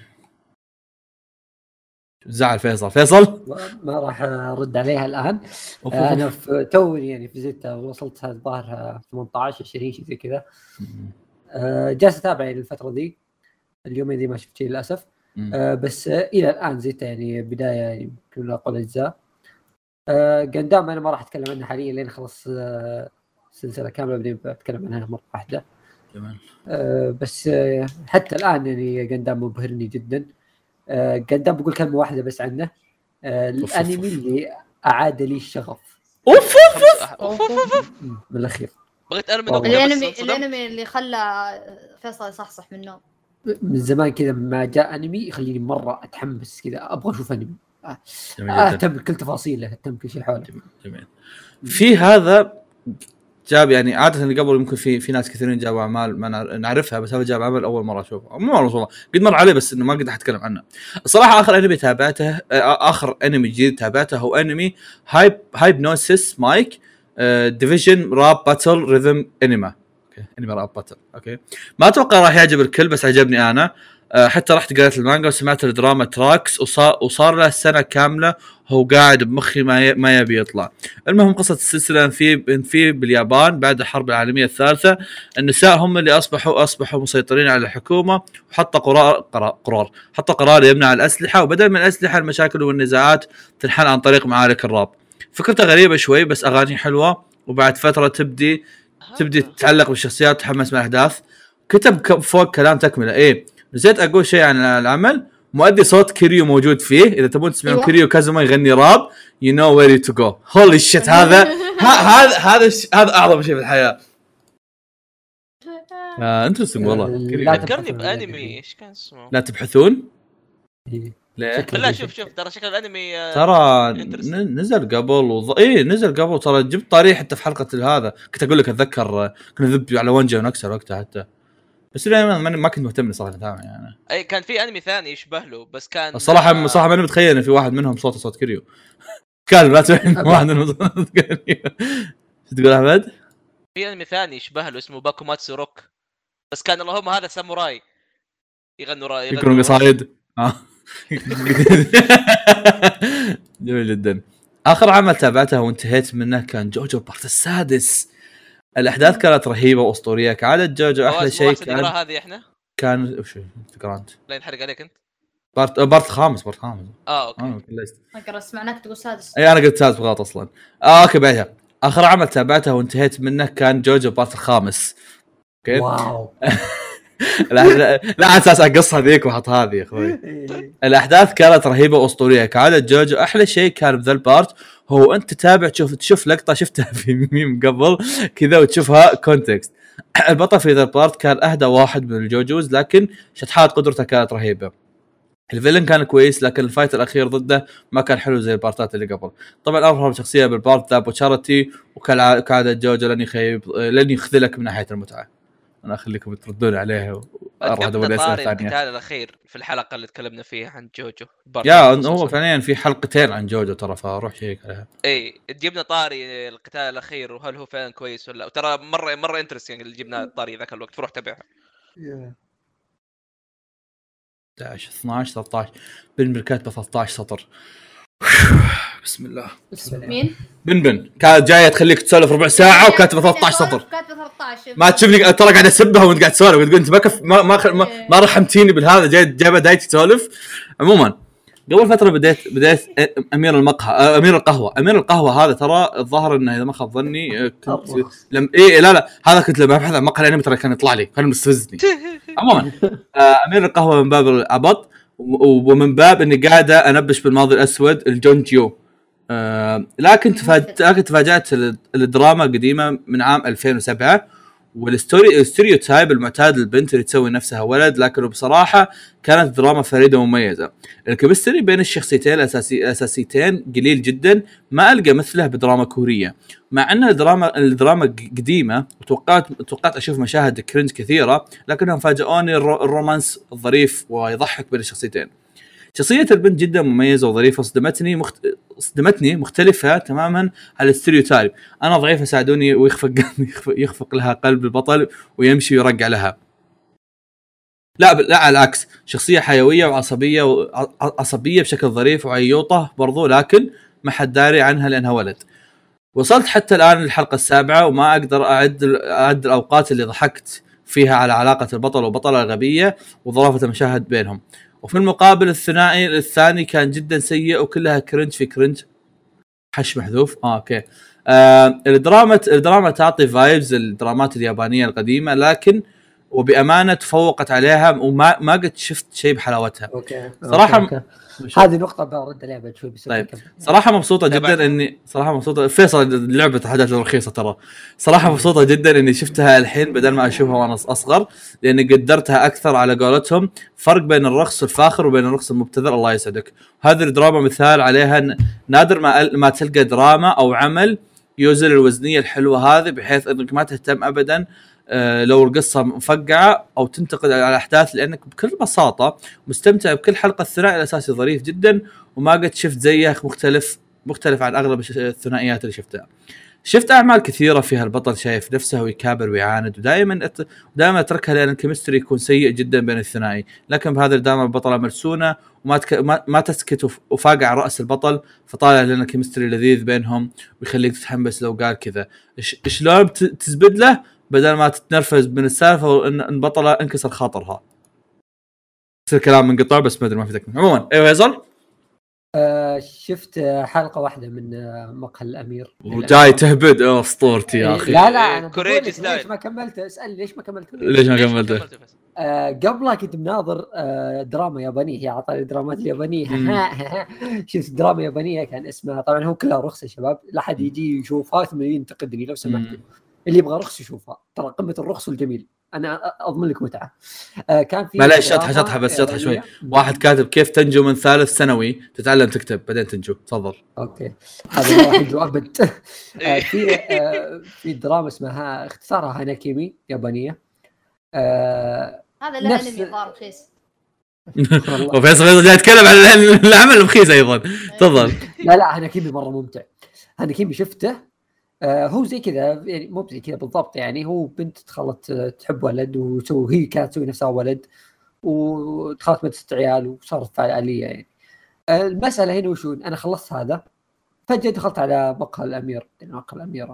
زعل فيصل فيصل ما راح ارد عليها الان. انا في توني يعني في زيتا وصلت الظاهر ثمانية عشر عشرين شيء زي كذا. جالس اتابع الفتره دي اليومين دي ما شفت شيء للاسف. آه بس آه الى الان زيتا يعني بدايه يعني كل اقل اجزاء. آه قدام انا ما راح اتكلم عنها حاليا لين خلص آه سلسله كامله بعدين بتكلم عنها مره واحده جميل. آه بس آه حتى الان يعني جندام مبهرني جدا. آه جندام بقول كلمه واحده بس عنه، آه الانمي اللي اعاد لي الشغف. اوف اوف اوف اوف من الاخير بغيت انمي والله. نقطه بس الانمي انصدمت. الانمي اللي خلى فيصل يصحصح من النوم. من زمان كذا ما جاء انمي يخليني مره اتحمس كذا ابغى اشوف انمي. آه جميل جدا. اهتم بكل تفاصيله، اهتم بكل شيء حوله. جميل. في هذا جاب يعني عاده اللي قبل يمكن في في ناس كثيرين جابوا اعمال ما نعرفها، بس هذا جاب عمل اول مره اشوفه. مو مره والله قد مر عليه بس انه ما قد اتكلم عنه الصراحه. اخر انمي تابعته اخر انمي جديد تابعته هو انمي هايب هايبنوسيس مايك ديفيجن راب باتل ريذم انيما. اوكي انمي راب باتل. اوكي ما اتوقع راح يعجب الكل بس عجبني انا. حتى رحت قرأت المانجا وسمعت الدراما تراكس وصار وصار له سنه كامله هو قاعد بمخي ما ما يبي يطلع. المهم قصه السلسله في في باليابان بعد الحرب العالميه الثالثه النساء هم اللي اصبحوا اصبحوا مسيطرين على الحكومه، وحط قرار قرار حط قرار يمنع الاسلحه، وبدل من الاسلحه المشاكل والنزاعات تنحل عن طريق معارك الراب. فكرته غريبه شوي بس اغاني حلوه، وبعد فتره تبدي تبدي تتعلق بالشخصيات وتحمس مع الاحداث. كتب فوق كلام تكمله. ايه نسيت اقول شيء عن العمل، مؤدي صوت كيريو موجود فيه، اذا تبون تسمعون أيوة. كيريو كازوما يغني راب you know where to go. holy shit هذا هذا هذا هذا اعظم شيء في الحياه. آه انترستنج والله. ذكرني بانمي ايش كان اسمه؟ لا تبحثون ليه؟ لا شوف شوف ترى شكل الانمي ترى نزل قبل وض... ايه نزل قبل ترى. جبت طريح حتى في حلقه هذا كنت اقول لك اتذكر كنا ذب على ونجا ونكسر وقتها حتى، بس لا ما كنت مهتم صراحه اتابع يعني. اي كان في انمي ثاني يشبه له بس كان الصراحه صراحه ما انا متخيل ان في واحد منهم صوته صوت كيريو. كان لا تبين واحد منهم صوت كيريو. شو تقول احمد؟ في انمي ثاني يشبه له اسمه باكوماتسو روك، بس كان اللهم هذا ساموراي يغنوا راي يقولون قصايد. اه جميل جدا. اخر عمل تابعته وانتهيت منه كان جوجو بارت السادس. الاحداث كانت رهيبه واسطوريه كعاده جوجو. احلى شيء كان هذه احنا كان وش تقرانت لا ينحرق عليك انت. بارت بارت خامس بارت خامس اه اوكي اه اقرا سمعناك تقول سادس. اي انا قلت سادس بغلط اصلا. اه اوكي بعدها اخر عمل تابعته وانتهيت منه كان جوجو بارت الخامس. اوكي واو لا لا, لا على اساس اقص هذيك وحط هذه يا اخوي. الاحداث كانت رهيبه واسطوريه كعاده جوجو. احلى شيء كان بذا البارت هو انت تتابع تشوف تشوف لقطه شفتها في ميم قبل كذا وتشوفها كونتكست. البطل في ذا البارت كان اهدى واحد من الجوجوز لكن شطحات قدرته كانت رهيبه. الفيلن كان كويس لكن الفايت الاخير ضده ما كان حلو زي البارتات اللي قبل. طبعا افضل شخصيه بالبارت ذا بوتشارتي وكعاده جوجو لن يخيب لن يخذلك من ناحيه المتعه. انا اخليكم تردون عليه واروح ادور اسئله ثانيه. القتال الاخير في الحلقه اللي تكلمنا فيها عن جوجو يا هو فعليا في حلقتين عن جوجو ترى فاروح شيك عليها. اي جبنا طاري القتال الاخير وهل هو فعلا كويس ولا ترى مره مره انترستنج اللي جبنا الطاري ذاك الوقت فروح تابعها. احد عشر اثناشر ثلاثة عشر بن كاتبه ثلاثة عشر سطر. بسم الله. مين؟ بن بن كانت جايه تخليك تسولف ربع ساعه وكاتبه ثلاثة عشر سطر. كاتبه ثلاثة عشر ما تشوفني ترى قاعد اسبها وانت قاعد تسولف وتقول انت ما كف ما ما, ما, ما رحمتيني بالهذا جاي جايبه دايتي تسولف. عموما قبل فتره بديت بديت امير المقهى امير القهوه امير القهوه هذا ترى الظاهر انه اذا ما خاب ظني كنت لم ايه لا لا هذا كنت لما ابحث عن مقهى الانمي ترى كان يطلع لي كان مستفزني. عموما امير القهوه من باب العبط ومن باب اني قاعده انبش بالماضي الاسود الجونجيو. آه لكن تفاجأت لكن تفاجأت الدراما قديمه من عام ألفين وسبعة والستوري الستيريوتايب المعتاد للبنت اللي تسوي نفسها ولد، لكن بصراحه كانت دراما فريده ومميزه. الكيمستري بين الشخصيتين الاساسي الاساسيتين قليل جدا ما القى مثله بدراما كوريه، مع ان الدراما الدراما قديمه وتوقعت توقعت اشوف مشاهد كرنج كثيره، لكنهم فاجئوني الرومانس الظريف ويضحك بين الشخصيتين. شخصيه البنت جدا مميزه وظريفه صدمتني مخت... صدمتني مختلفه تماما على الستيريوتايب. انا ضعيفه ساعدوني ويخفق يخفق لها قلب البطل ويمشي ويرجع لها. لا لا على العكس شخصيه حيويه وعصبيه وعصبيه بشكل ظريف وعيوطه برضو، لكن ما حد داري عنها لانها ولد. وصلت حتى الان للحلقه السابعه وما اقدر اعد اعد الاوقات اللي ضحكت فيها على علاقه البطل وبطله الغبيه وظرافه المشاهد بينهم. وفي المقابل الثنائي الثاني كان جدا سيء وكلها كرنج في كرنج حش محذوف. اه اوكي آه الدراما الدراما تعطي فايبز الدرامات اليابانيه القديمه، لكن وبامانه تفوقت عليها وما ما قد شفت شيء بحلاوتها. اوكي صراحه أوكي. أوكي. هذه نقطه برد عليها بعد شوي بس. طيب صراحه مبسوطه جدا اني صراحه مبسوطه فيصل لعبه حاجات رخيصه ترى. صراحه مبسوطه جدا اني شفتها الحين بدل ما اشوفها وانا اصغر لاني قدرتها اكثر على قولتهم. فرق بين الرخص الفاخر وبين الرخص المبتذل الله يسعدك. هذه الدراما مثال عليها. نادر ما ما تلقى دراما او عمل يوزن الوزنيه الحلوه هذه بحيث انك ما تهتم ابدا لو القصه مفقعه او تنتقد على الاحداث لانك بكل بساطه مستمتع بكل حلقه. الثنائي الاساسي ظريف جدا وما قد شفت زيه مختلف مختلف عن اغلب الثنائيات اللي شفتها. شفت اعمال كثيره فيها البطل شايف نفسه ويكابر ويعاند ودائما أت... دائما اتركها لان الكيمستري يكون سيء جدا بين الثنائي. لكن بهذا الدراما البطله مرسونه وما تك... ما... ما تسكت وف... وفاقع راس البطل فطالع لنا الكيمستري لذيذ بينهم ويخليك تتحمس لو قال كذا إش... شلون ت... تزبد له بدل ما تتنرفز من السالفه وان البطله انكسر خاطرها. يصير كلام منقطع بس ما ادري ما في تكمله. عموما ايوه يزل آه شفت حلقه واحده من مقهى الامير وجاي تهبد اسطورتي يا اخي. لا لا انا كوريجي ليش ستايل. ما كملت اسال ليش ما كملت ليش ما كملته؟ آه قبلها كنت مناظر آه دراما يابانيه. هي عطاني درامات اليابانيه. شفت دراما يابانيه كان اسمها طبعا هو كلها رخصه شباب لا حد يجي يشوفها ثم ينتقدني لو سمحتوا. اللي يبغى رخص يشوفها ترى قمه الرخص والجميل. انا اضمن لك متعه. آه كان في معليش شطحه شطحه بس شطحه شوي. واحد كاتب كيف تنجو من ثالث ثانوي تتعلم تكتب بعدين تنجو. تفضل. اوكي هذا ما راح ينجو ابد. آه في آه في دراما اسمها اختصارها هاناكيمي يابانيه. آه هذا له انمي ضار رخيص. وفيصل فيصل جاي يتكلم عن العمل الرخيص ايضا. تفضل. لا لا هاناكيمي مره ممتع. هاناكيمي شفته آه هو زي كذا يعني مو زي كذا بالضبط. يعني هو بنت تخلت تحب ولد وسوي هي كانت تسوي نفسها ولد ودخلت مدرسة عيال وصارت فعالية. يعني آه المسألة هنا وشو أنا خلصت هذا فجأة دخلت على مقهى الأمير يعني مقهى الأميرة.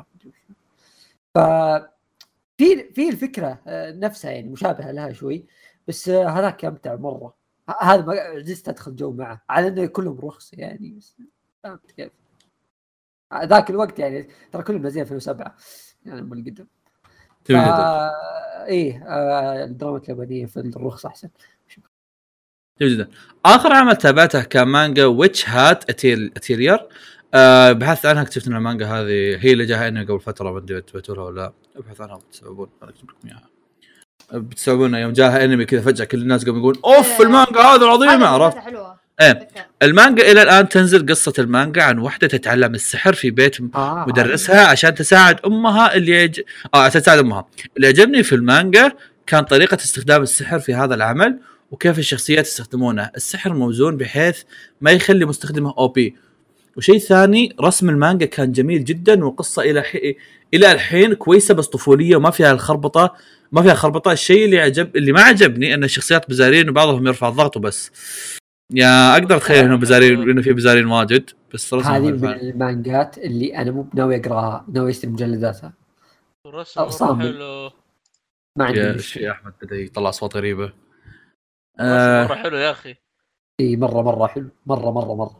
ففي في الفكرة آه نفسها يعني مشابهة لها شوي بس آه هذاك أمتع مرة. هذا ما عجزت أدخل جو معه على إنه كلهم رخص يعني. بس فهمت كيف ذاك الوقت يعني ترى كلهم نازلين ألفين وسبعة يعني من قدام. فا ايه آه الدراما اليابانيه في الرخص احسن. جدا. اخر عمل تابعته كان مانجا ويتش هات اتيل اتيرير. أه بحثت عنها اكتشفت ان المانجا هذه هي اللي جاها انها قبل فتره ما ادري تبعتوها ولا ابحث عنها بتستوعبون. انا اكتب لكم اياها بتستوعبون يوم جاها انمي كذا فجاه كل الناس قاموا يقولون اوف المانجا هذه عظيمه. عرفت ايه المانجا الى الان تنزل قصه المانجا عن وحده تتعلم السحر في بيت آه مدرسها عشان تساعد امها اللي يج... اه عشان تساعد امها. اللي عجبني في المانجا كان طريقه استخدام السحر في هذا العمل وكيف الشخصيات يستخدمونه. السحر موزون بحيث ما يخلي مستخدمه او بي. وشيء ثاني رسم المانجا كان جميل جدا وقصه الى حي... الى الحين كويسه بس طفوليه وما فيها الخربطه ما فيها خربطه. الشيء اللي عجب اللي ما عجبني ان الشخصيات بزارين وبعضهم يرفع الضغط وبس. يا اقدر اتخيل انه بزارين انه في بزارين واجد بس هذه من المانجات اللي انا مو ناوي اقراها ناوي اشتري مجلداتها. الرسم حلو ما عندي يا شيخ احمد بدا يطلع اصوات غريبه. آه مره حلو يا اخي. اي مره مره حلو مره مره مره.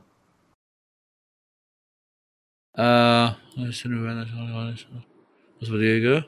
اه شنو بعد بس دقيقه.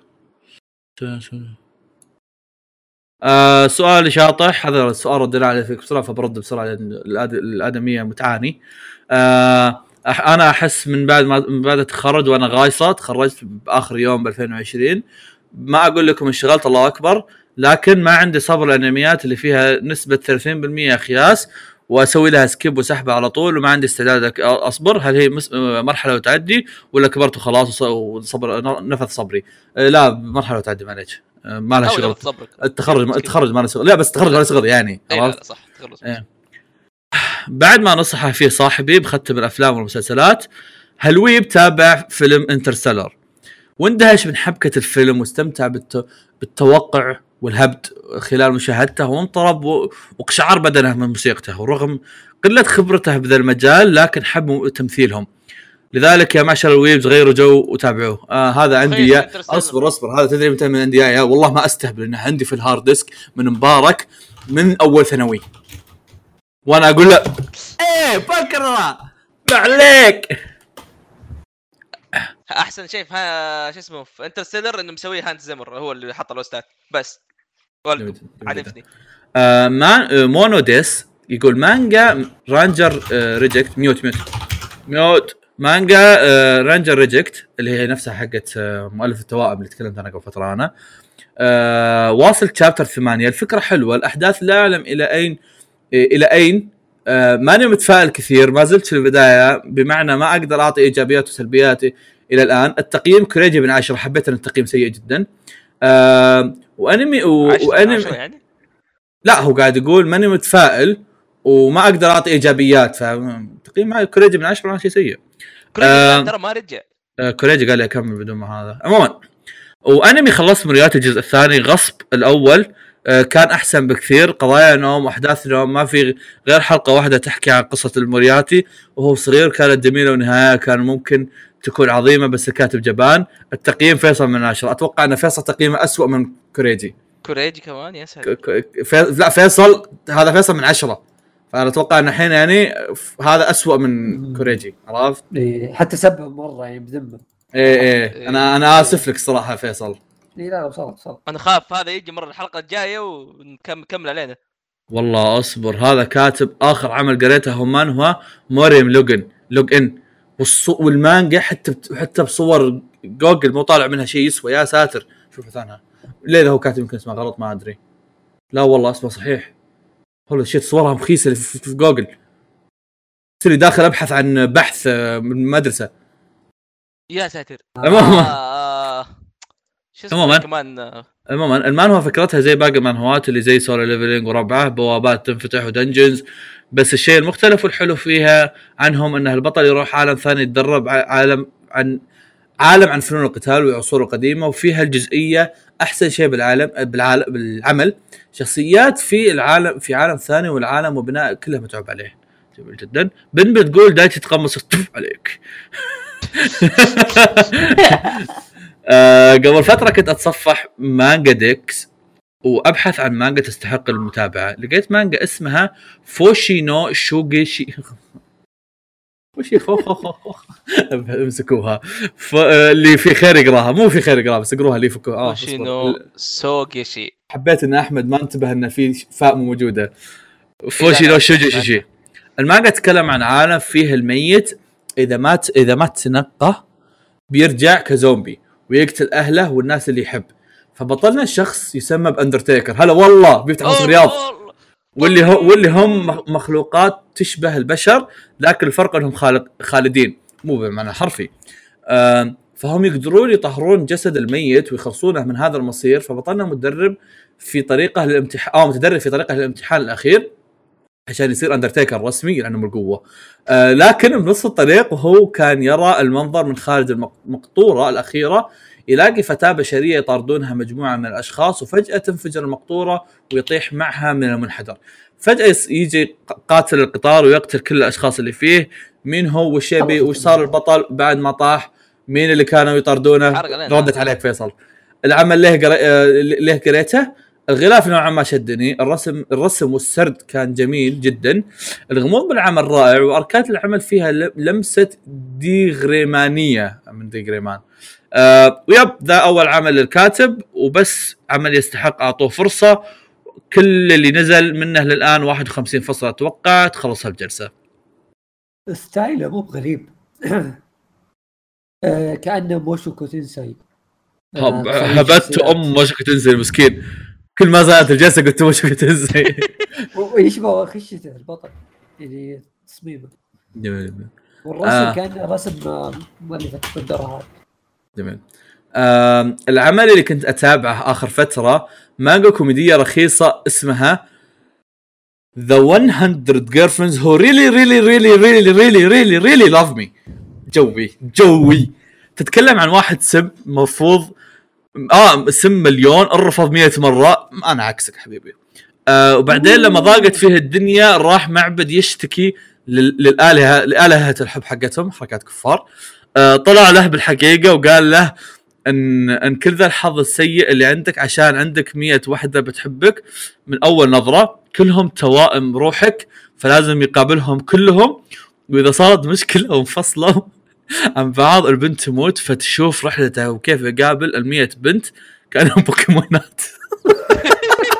آه سؤال شاطح. هذا السؤال ردنا عليه فيك بسرعه فبرد بسرعه لان الادميه متعاني. آه انا احس من بعد ما من بعد التخرج وانا غايصه تخرجت باخر يوم ب ألفين وعشرين. ما اقول لكم انشغلت الله اكبر لكن ما عندي صبر الانميات اللي فيها نسبه ثلاثين بالمئة خياس واسوي لها سكيب وسحبه على طول وما عندي استعداد اصبر. هل هي مرحله وتعدي ولا كبرت وخلاص وصبر نفذ صبري؟ لا مرحله وتعدي معليش ما لها شغل. التخرج التخرج ما له شغل. لا بس التخرج ما له شغل يعني عرفت صح تخرج. إيه. بعد ما نصح فيه صاحبي بختم الافلام والمسلسلات هلوي بتابع فيلم انترستيلر واندهش من حبكه الفيلم واستمتع بالت... بالتوقع والهبد خلال مشاهدته وانطرب وقشعر بدنه من موسيقته. ورغم قله خبرته بذا المجال لكن حب تمثيلهم. لذلك يا معشر الويبز غيروا جو وتابعوه. آه هذا عندي يا اصبر اصبر هذا تدري متى من عندي يا والله ما استهبل انه عندي في الهارد ديسك من مبارك من اول ثانوي وانا اقول له ايه بكره عليك. احسن شيء في شو اسمه في انترستيلر انه مسوي هانز زمر هو اللي حط الاستاذ بس عنفني. آه ما مونو ديس يقول مانجا رانجر آه ريجكت ميوت ميوت ميوت مانجا آه رانجر ريجكت اللي هي نفسها حقت آه مؤلف التوائم اللي تكلمت عنها قبل فتره انا. آه واصل شابتر ثمانية. الفكره حلوه، الاحداث لا اعلم الى اين الى اين آه ماني متفائل كثير، ما زلت في البدايه، بمعنى ما اقدر اعطي ايجابيات وسلبيات الى الان. التقييم كوريجي من عشرة، حبيت ان التقييم سيء جدا. آه وانمي و... وانمي يعني لا هو قاعد يقول ماني متفائل وما اقدر اعطي ايجابيات، فتقييم معي كوريجي من عشرة شيء سيء. كوريجي آه ترى ما رجع. آه كوريجي قال لي اكمل بدون ما هذا. عموما وانمي خلصت مريات الجزء الثاني غصب. الاول آه كان احسن بكثير، قضايا نوم واحداث نوم، ما في غير حلقه واحده تحكي عن قصه المورياتي وهو صغير، كانت جميله ونهايه كان ممكن تكون عظيمه بس الكاتب جبان. التقييم فيصل من عشرة. اتوقع ان فيصل تقييمه أسوأ من كوريجي. كوريجي كمان يا ساتر. في... لا فيصل هذا فيصل من عشرة، فانا اتوقع ان الحين يعني هذا أسوأ من كوريجي. عرفت؟ إيه حتى سبب مره يعني بذمه. ايه ايه انا انا اسف لك صراحه فيصل. اي لا وصلت وصلت. انا خاف هذا يجي مره الحلقه الجايه ونكمل علينا. والله اصبر، هذا كاتب اخر عمل قريته هو مانهوا موريم لوجن لوج ان والصو... والمانجا حتى حتى بصور جوجل مو طالع منها شيء يسوى. يا ساتر شوف ثانها ليه هو كاتب يمكن اسمه غلط ما ادري. لا والله اسمه صحيح. هو شيء صورها مخيسه اللي في, في جوجل. صري داخل ابحث عن بحث من مدرسه. يا ساتر. عموما آه... شو اسمه كمان. عموما المانهوا فكرتها زي باقي المانهوات اللي زي سولو ليفلينج وربعه، بوابات تنفتح ودنجنز، بس الشيء المختلف والحلو فيها عنهم انه البطل يروح عالم ثاني يتدرب عالم عن عالم عن فنون القتال وعصور قديمه، وفيها الجزئيه احسن شيء بالعالم بالعالم بالعمل شخصيات في العالم في عالم ثاني، والعالم وبناء كله متعوب عليه. جميل جدا. بن بتقول دايت تتقمص عليك. آه قبل فتره كنت اتصفح مانجا ديكس وابحث عن مانجا تستحق المتابعه، لقيت مانجا اسمها فوشي نو شوغيشي. وشي خو خو خو امسكوها اللي في خير يقراها، مو في خير يقراها بس اقروها اللي فكوها. اه فوشي نو سوغيشي. حبيت ان احمد ما انتبه ان في فاء موجوده. فوشي نو شوغيشي. المانجا تتكلم عن عالم فيه الميت اذا مات اذا مات تنقه بيرجع كزومبي ويقتل اهله والناس اللي يحب. فبطلنا شخص يسمى باندرتيكر. هلا والله بيفتح الرياض، واللي هو واللي هم مخلوقات تشبه البشر لكن الفرق انهم خالق خالدين مو بمعنى حرفي. آه فهم يقدرون يطهرون جسد الميت ويخلصونه من هذا المصير. فبطلنا مدرب في طريقه للامتحان او متدرب في طريقه للامتحان الاخير عشان يصير اندرتيكر رسمي لانه من القوه. آه لكن بنص الطريق وهو كان يرى المنظر من خارج المقطوره الاخيره، يلاقي فتاة بشرية يطاردونها مجموعة من الأشخاص وفجأة تنفجر المقطورة ويطيح معها من المنحدر. فجأة يجي قاتل القطار ويقتل كل الأشخاص اللي فيه. مين هو وش يبي وش صار البطل بعد ما طاح؟ مين اللي كانوا يطاردونه؟ ردت عليك فيصل. العمل ليه قري... ليه قريته؟ الغلاف نوعا ما شدني، الرسم الرسم والسرد كان جميل جدا، الغموض بالعمل رائع، وأركات العمل فيها لمسة ديغريمانية من ديغريمان. آه ويب ذا أول عمل للكاتب وبس عمل يستحق أعطوه فرصة. كل اللي نزل منه للآن واحد وخمسين فصل، أتوقع تخلصها بجلسة. ستايله مو غريب. آه كأنه موشوكو تنساي. آه هبت أم موشوكو تنساي المسكين، كل ما زالت الجلسة قلت موشوكو تنساي. ويشبه خشته البطل يعني تصميمه جميل. والرسم آه. كان رسم مؤلفة الدرهات. جميل. آه العمل اللي كنت أتابعه آخر فترة مانجا كوميدية رخيصة اسمها The one hundred Girlfriends Who Really Really Really Really Really Really Really Love Me. جوي جوي تتكلم عن واحد سب مفروض آه سم مليون الرفض مية مرة. أنا عكسك حبيبي. آه وبعدين لما ضاقت فيه الدنيا راح معبد يشتكي للآلهة لآلهة الحب حقتهم حركات كفار. آه طلع له بالحقيقة وقال له ان ان كل ذا الحظ السيء اللي عندك عشان عندك مية وحده بتحبك من اول نظره، كلهم توائم روحك فلازم يقابلهم كلهم، واذا صارت مشكله وانفصلوا عن بعض البنت تموت فتشوف رحلته وكيف يقابل المية بنت كانهم بوكيمونات.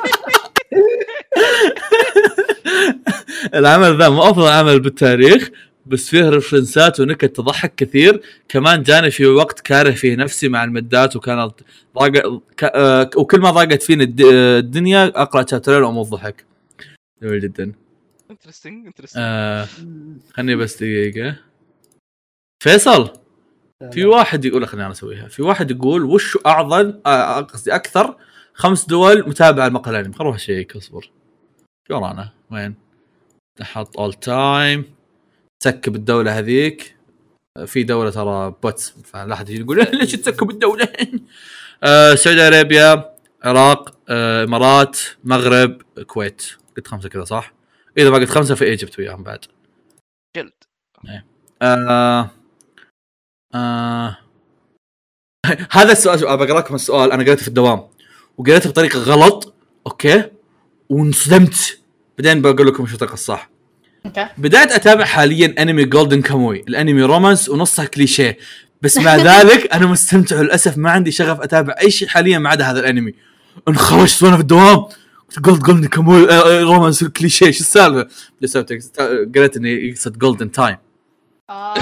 العمل ذا مو افضل عمل بالتاريخ، بس فيه ريفرنسات ونكت تضحك كثير. كمان جاني في وقت كاره فيه نفسي مع المدات، وكانت ضاق ك... آه... وكل ما ضاقت فيني الد... الدنيا اقرا شابترين واموت ضحك. جميل جدا. انترستنج انترستنج. آه... خلني بس دقيقه. فيصل، في واحد يقول خليني انا اسويها. في واحد يقول وش اعظم قصدي آه... اكثر خمس دول متابعه المقال الانمي. خلوها شيك. اصبر شو ورانا وين تحط اول تايم تسكب الدوله هذيك. في دوله ترى بوتس، فلا احد يقول ليش تسكب الدوله. آه، السعوديه، ارابيا، العراق، آه، امارات، مغرب، الكويت. قلت خمسه كذا صح؟ اذا ما قلت خمسه في ايجيبت وياهم بعد. جلد. آه آه هذا السؤال ابغى اقراكم السؤال. انا قريته في الدوام وقريته بطريقه غلط، اوكي، وانصدمت. بعدين بقول لكم شو الطريقه الصح. بدأت أتابع حاليا أنمي جولدن كاموي. الأنمي رومانس ونصها كليشيه، بس مع ذلك أنا مستمتع. للأسف ما عندي شغف أتابع أي شيء حاليا ما عدا هذا الأنمي. انخرجت وأنا في الدوام قلت جولدن كاموي رومانس كليشيه شو السالفة. لسه قريت إني يقصد جولدن تايم. آه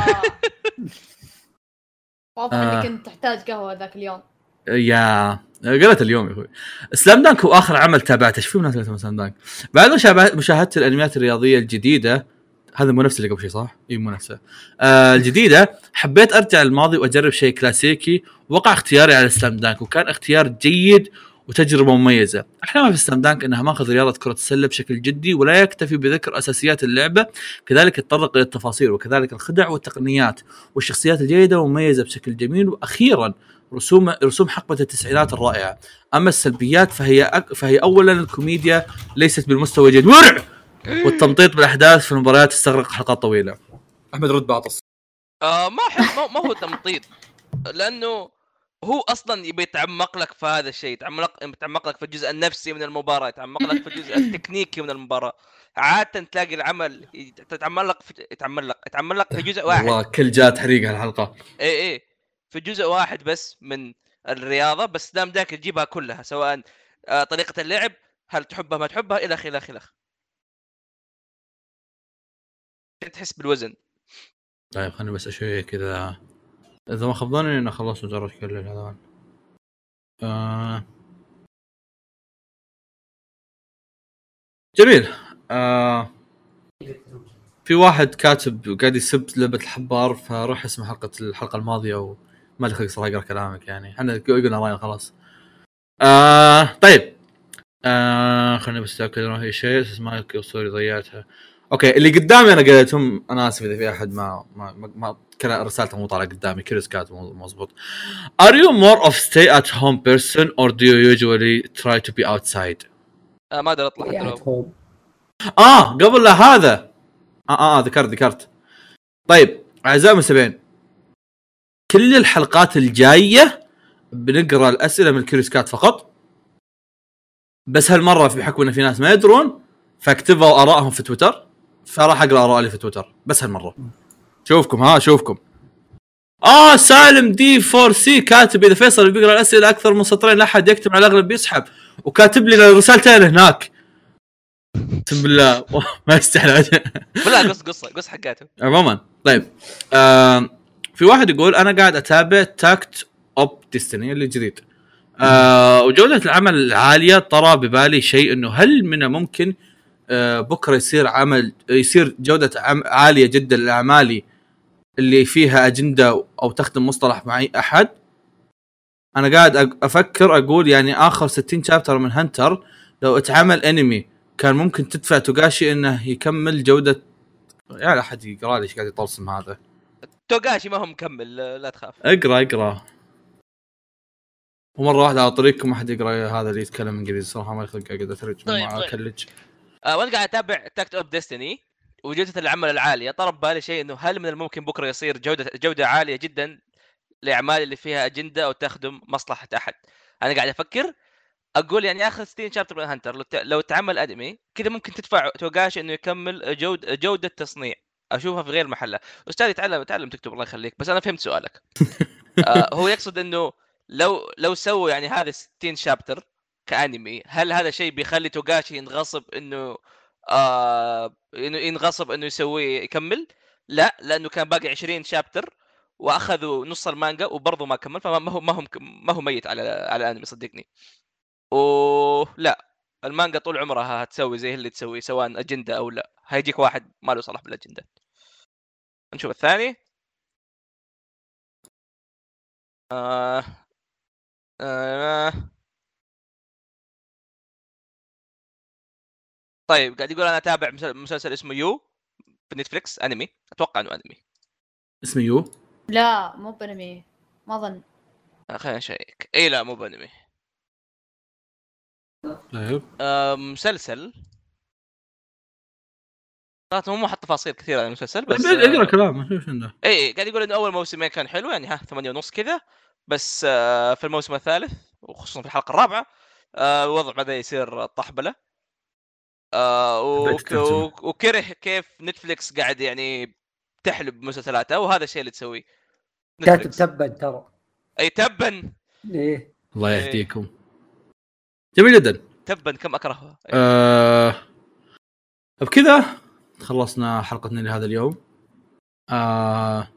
واضح إنك كنت تحتاج قهوة ذاك اليوم. يا قرأت اليوم يا اخوي. سلام دانك هو اخر عمل تابعته. ايش في مناسبه سلام دانك؟ بعد مشاهده الانميات الرياضيه الجديده، هذا مو نفس اللي قبل شيء صح؟ اي مو نفسه. آه الجديده حبيت ارجع للماضي واجرب شيء كلاسيكي، وقع اختياري على سلام دانك، وكان اختيار جيد وتجربه مميزه. احلى ما في سلام دانك انها ماخذ رياضه كره السله بشكل جدي، ولا يكتفي بذكر اساسيات اللعبه، كذلك يتطرق الى التفاصيل وكذلك الخدع والتقنيات والشخصيات الجيده ومميزه بشكل جميل. واخيرا رسوم رسوم حقبه التسعينات الرائعه. اما السلبيات فهي أك... فهي اولا الكوميديا ليست بالمستوى الجيد، ورع، والتمطيط بالاحداث في المباريات تستغرق حلقات طويله. احمد رد بعطس. آه ما حب ما هو تمطيط، لانه هو اصلا يبي يتعمق لك في هذا الشيء، يتعمق يتعمق لك في الجزء النفسي من المباراه، يتعمق لك في الجزء التكنيكي من المباراه. عاده تلاقي العمل تتعمق في يتعمق يتعمق في جزء واحد. والله كل جاء تحريق الحلقه. اي اي في جزء واحد بس من الرياضه، بس دام ذاك تجيبها كلها، سواء آه طريقه اللعب، هل تحبها ما تحبها، الى اخره الى اخره تحس بالوزن. طيب خليني بس اشوي كذا. اذا ما خبضوني انا خلصت مجرد كل هذا. آه... جميل. آه... في واحد كاتب قاعد يسب لعبة الحبار، فروح اسمع حلقة الحلقة الماضية وما لي خلق صراحة اقرا كلامك. يعني احنا قلنا راينا خلاص. آه... طيب آه... خليني بس اتاكد انه هي شيء اسمها اسطوري ضيعتها. اوكي اللي قدامي انا قريتهم. انا اسف اذا في احد ما ما ما كان رسالته مو طالعه قدامي. كريس كات مضبوط. Are you more of stay at home person or do you usually try to be outside؟ آه ما ادري اطلع حتى اه قبل لا هذا اه اه, آه ذكرت ذكرت طيب اعزائي المستمعين، كل الحلقات الجايه بنقرا الاسئله من كريس كات فقط، بس هالمره في حكم ان في ناس ما يدرون فاكتبوا ارائهم في تويتر، فراح اقرا ارائي في تويتر بس هالمره. شوفكم ها شوفكم. اه سالم دي فور سي كاتب اذا فيصل بيقرا الاسئله اكثر من سطرين لا احد يكتب على الاغلب بيسحب، وكاتب لي رسالتين هناك. اقسم بالله ما يستحل. لا قص قصه قص حقاته عموما. طيب آه في واحد يقول انا قاعد اتابع تاكت اوب ديستني اللي جديد، آه وجوده العمل عاليه. طرى ببالي شيء انه هل من ممكن آه بكره يصير عمل يصير جوده عاليه جدا للاعمال اللي فيها اجنده او تخدم مصطلح معي احد. انا قاعد افكر اقول يعني اخر ستين شابتر من هنتر لو اتعمل انمي كان ممكن تدفع توغاشي انه يكمل جوده. يا لا احد يقرا لي ايش قاعد يطلسم هذا. توغاشي ما هو مكمل لا تخاف. اقرا اقرا ومره واحده على طريقكم احد يقرا هذا اللي يتكلم انجليزي صراحه ما يخلق قاعد اترجم مع كلج. آه وانا قاعد اتابع تاكت اوف ديستني وجوده العمل العاليه. طرب بالي شيء انه هل من الممكن بكره يصير جوده جوده عاليه جدا لاعمال اللي فيها اجنده او تخدم مصلحه احد. انا قاعد افكر اقول يعني اخر ستين شابتر من هانتر لو, ت... لو تعمل ادمي كذا ممكن تدفع توغاشي انه يكمل جوده جوده تصنيع. اشوفها في غير محلها. استاذ يتعلم تعلم تكتب الله يخليك. بس انا فهمت سؤالك. آه هو يقصد انه لو لو سووا يعني هذا ستين شابتر كانمي، هل هذا شيء بيخلي توغاشي ينغصب انه آه انه ينغصب انه يسوي يكمل، لا لانه كان باقي عشرين شابتر واخذوا نص المانجا وبرضه ما كمل، فما هو ما هو ما هو ميت على على الانمي صدقني. ولا المانجا طول عمرها هتسوي زي اللي تسوي سواء اجنده او لا، هيجيك واحد ما له صلاح بالاجنده. نشوف الثاني. آه آه طيب قاعد يقول انا اتابع مسلسل اسمه يو بنتفليكس، انمي اتوقع انه انمي اسمه يو. لا مو بانمي ما اظن. خلينا نشيك. اي لا مو بانمي. طيب آه مسلسل طلعت مو حط تفاصيل كثيره عن المسلسل بس اقرا كلامه شوف عنده. اي قاعد يقول انه اول موسمين كان حلو يعني ها ثمانية ونص كذا، بس آه في الموسم الثالث وخصوصا في الحلقه الرابعه آه الوضع بدا يصير طحبله. آه وك... وكره كيف نتفليكس قاعد يعني تحلب مسلسلاتها، وهذا الشيء اللي تسويه كاتب تبا ترى. اي تبا. ايه الله يهديكم. جميل جدا. تبا كم اكرهها. آه... بكذا خلصنا حلقتنا لهذا اليوم. آه...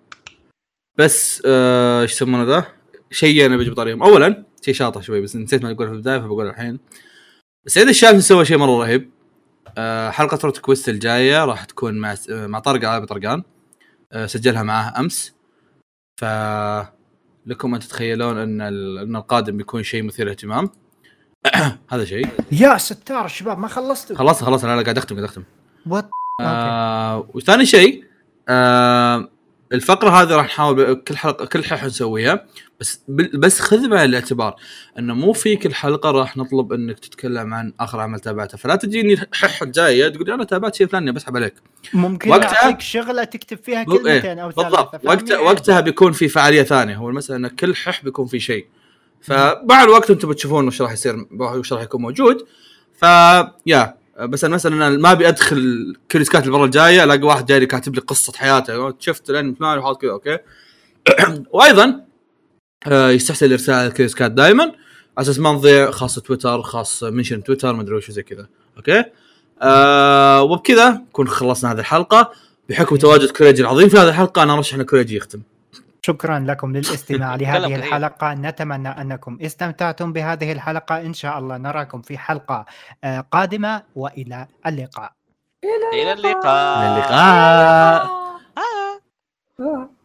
بس آه... ايش يسمونه ذا شيء انا بجي بطريقهم. اولا شيء شاطح شوي بس نسيت ما اقول في البدايه فبقول الحين. سعيد الشام سوى شيء مره رهيب. آه... حلقه روت كويست الجايه راح تكون مع مع طارق علي طرقان. آه... سجلها معاه امس. ف لكم ان تتخيلون ان ان القادم بيكون شيء مثير اهتمام. هذا شيء. يا ستار الشباب ما خلصتوا. خلاص خلاص انا قاعد اختم قاعد اختم. وات آه وثاني شيء آه الفقره هذه راح نحاول كل حلقه كل حلقه نسويها بس بس خذ بعين الاعتبار انه مو في كل حلقه راح نطلب انك تتكلم عن اخر عمل تابعته، فلا تجيني حح الجايه تقول لي انا تابعت شيء فلاني بسحب عليك. ممكن اعطيك شغله تكتب فيها كلمتين او ثلاثه. وقتها وقتها بيكون في فعاليه ثانيه. هو المساله ان كل حح بيكون في شيء، فمع الوقت انتم بتشوفون وش راح يصير وش راح يكون موجود. ف يا بس انا مثلا انا ما ابي ادخل كريسكات المره الجايه الاقي واحد جاي كاتب لي قصه حياته شفت لين فلان وحاط كذا اوكي. وايضا يستحسن الارسال على الكريسكات دائما على اساس ما نضيع، خاص تويتر خاص منشن تويتر ما ادري وش زي كذا اوكي. آه وبكذا نكون خلصنا هذه الحلقه. بحكم تواجد كوريجي العظيم في هذه الحلقه انا ارشح ان كوريجي يختم. شكرا لكم للاستماع لهذه الحلقة. نتمنى أنكم استمتعتم بهذه الحلقة. إن شاء الله نراكم في حلقة قادمة وإلى اللقاء. إلى اللقاء. إلى اللقاء. آه.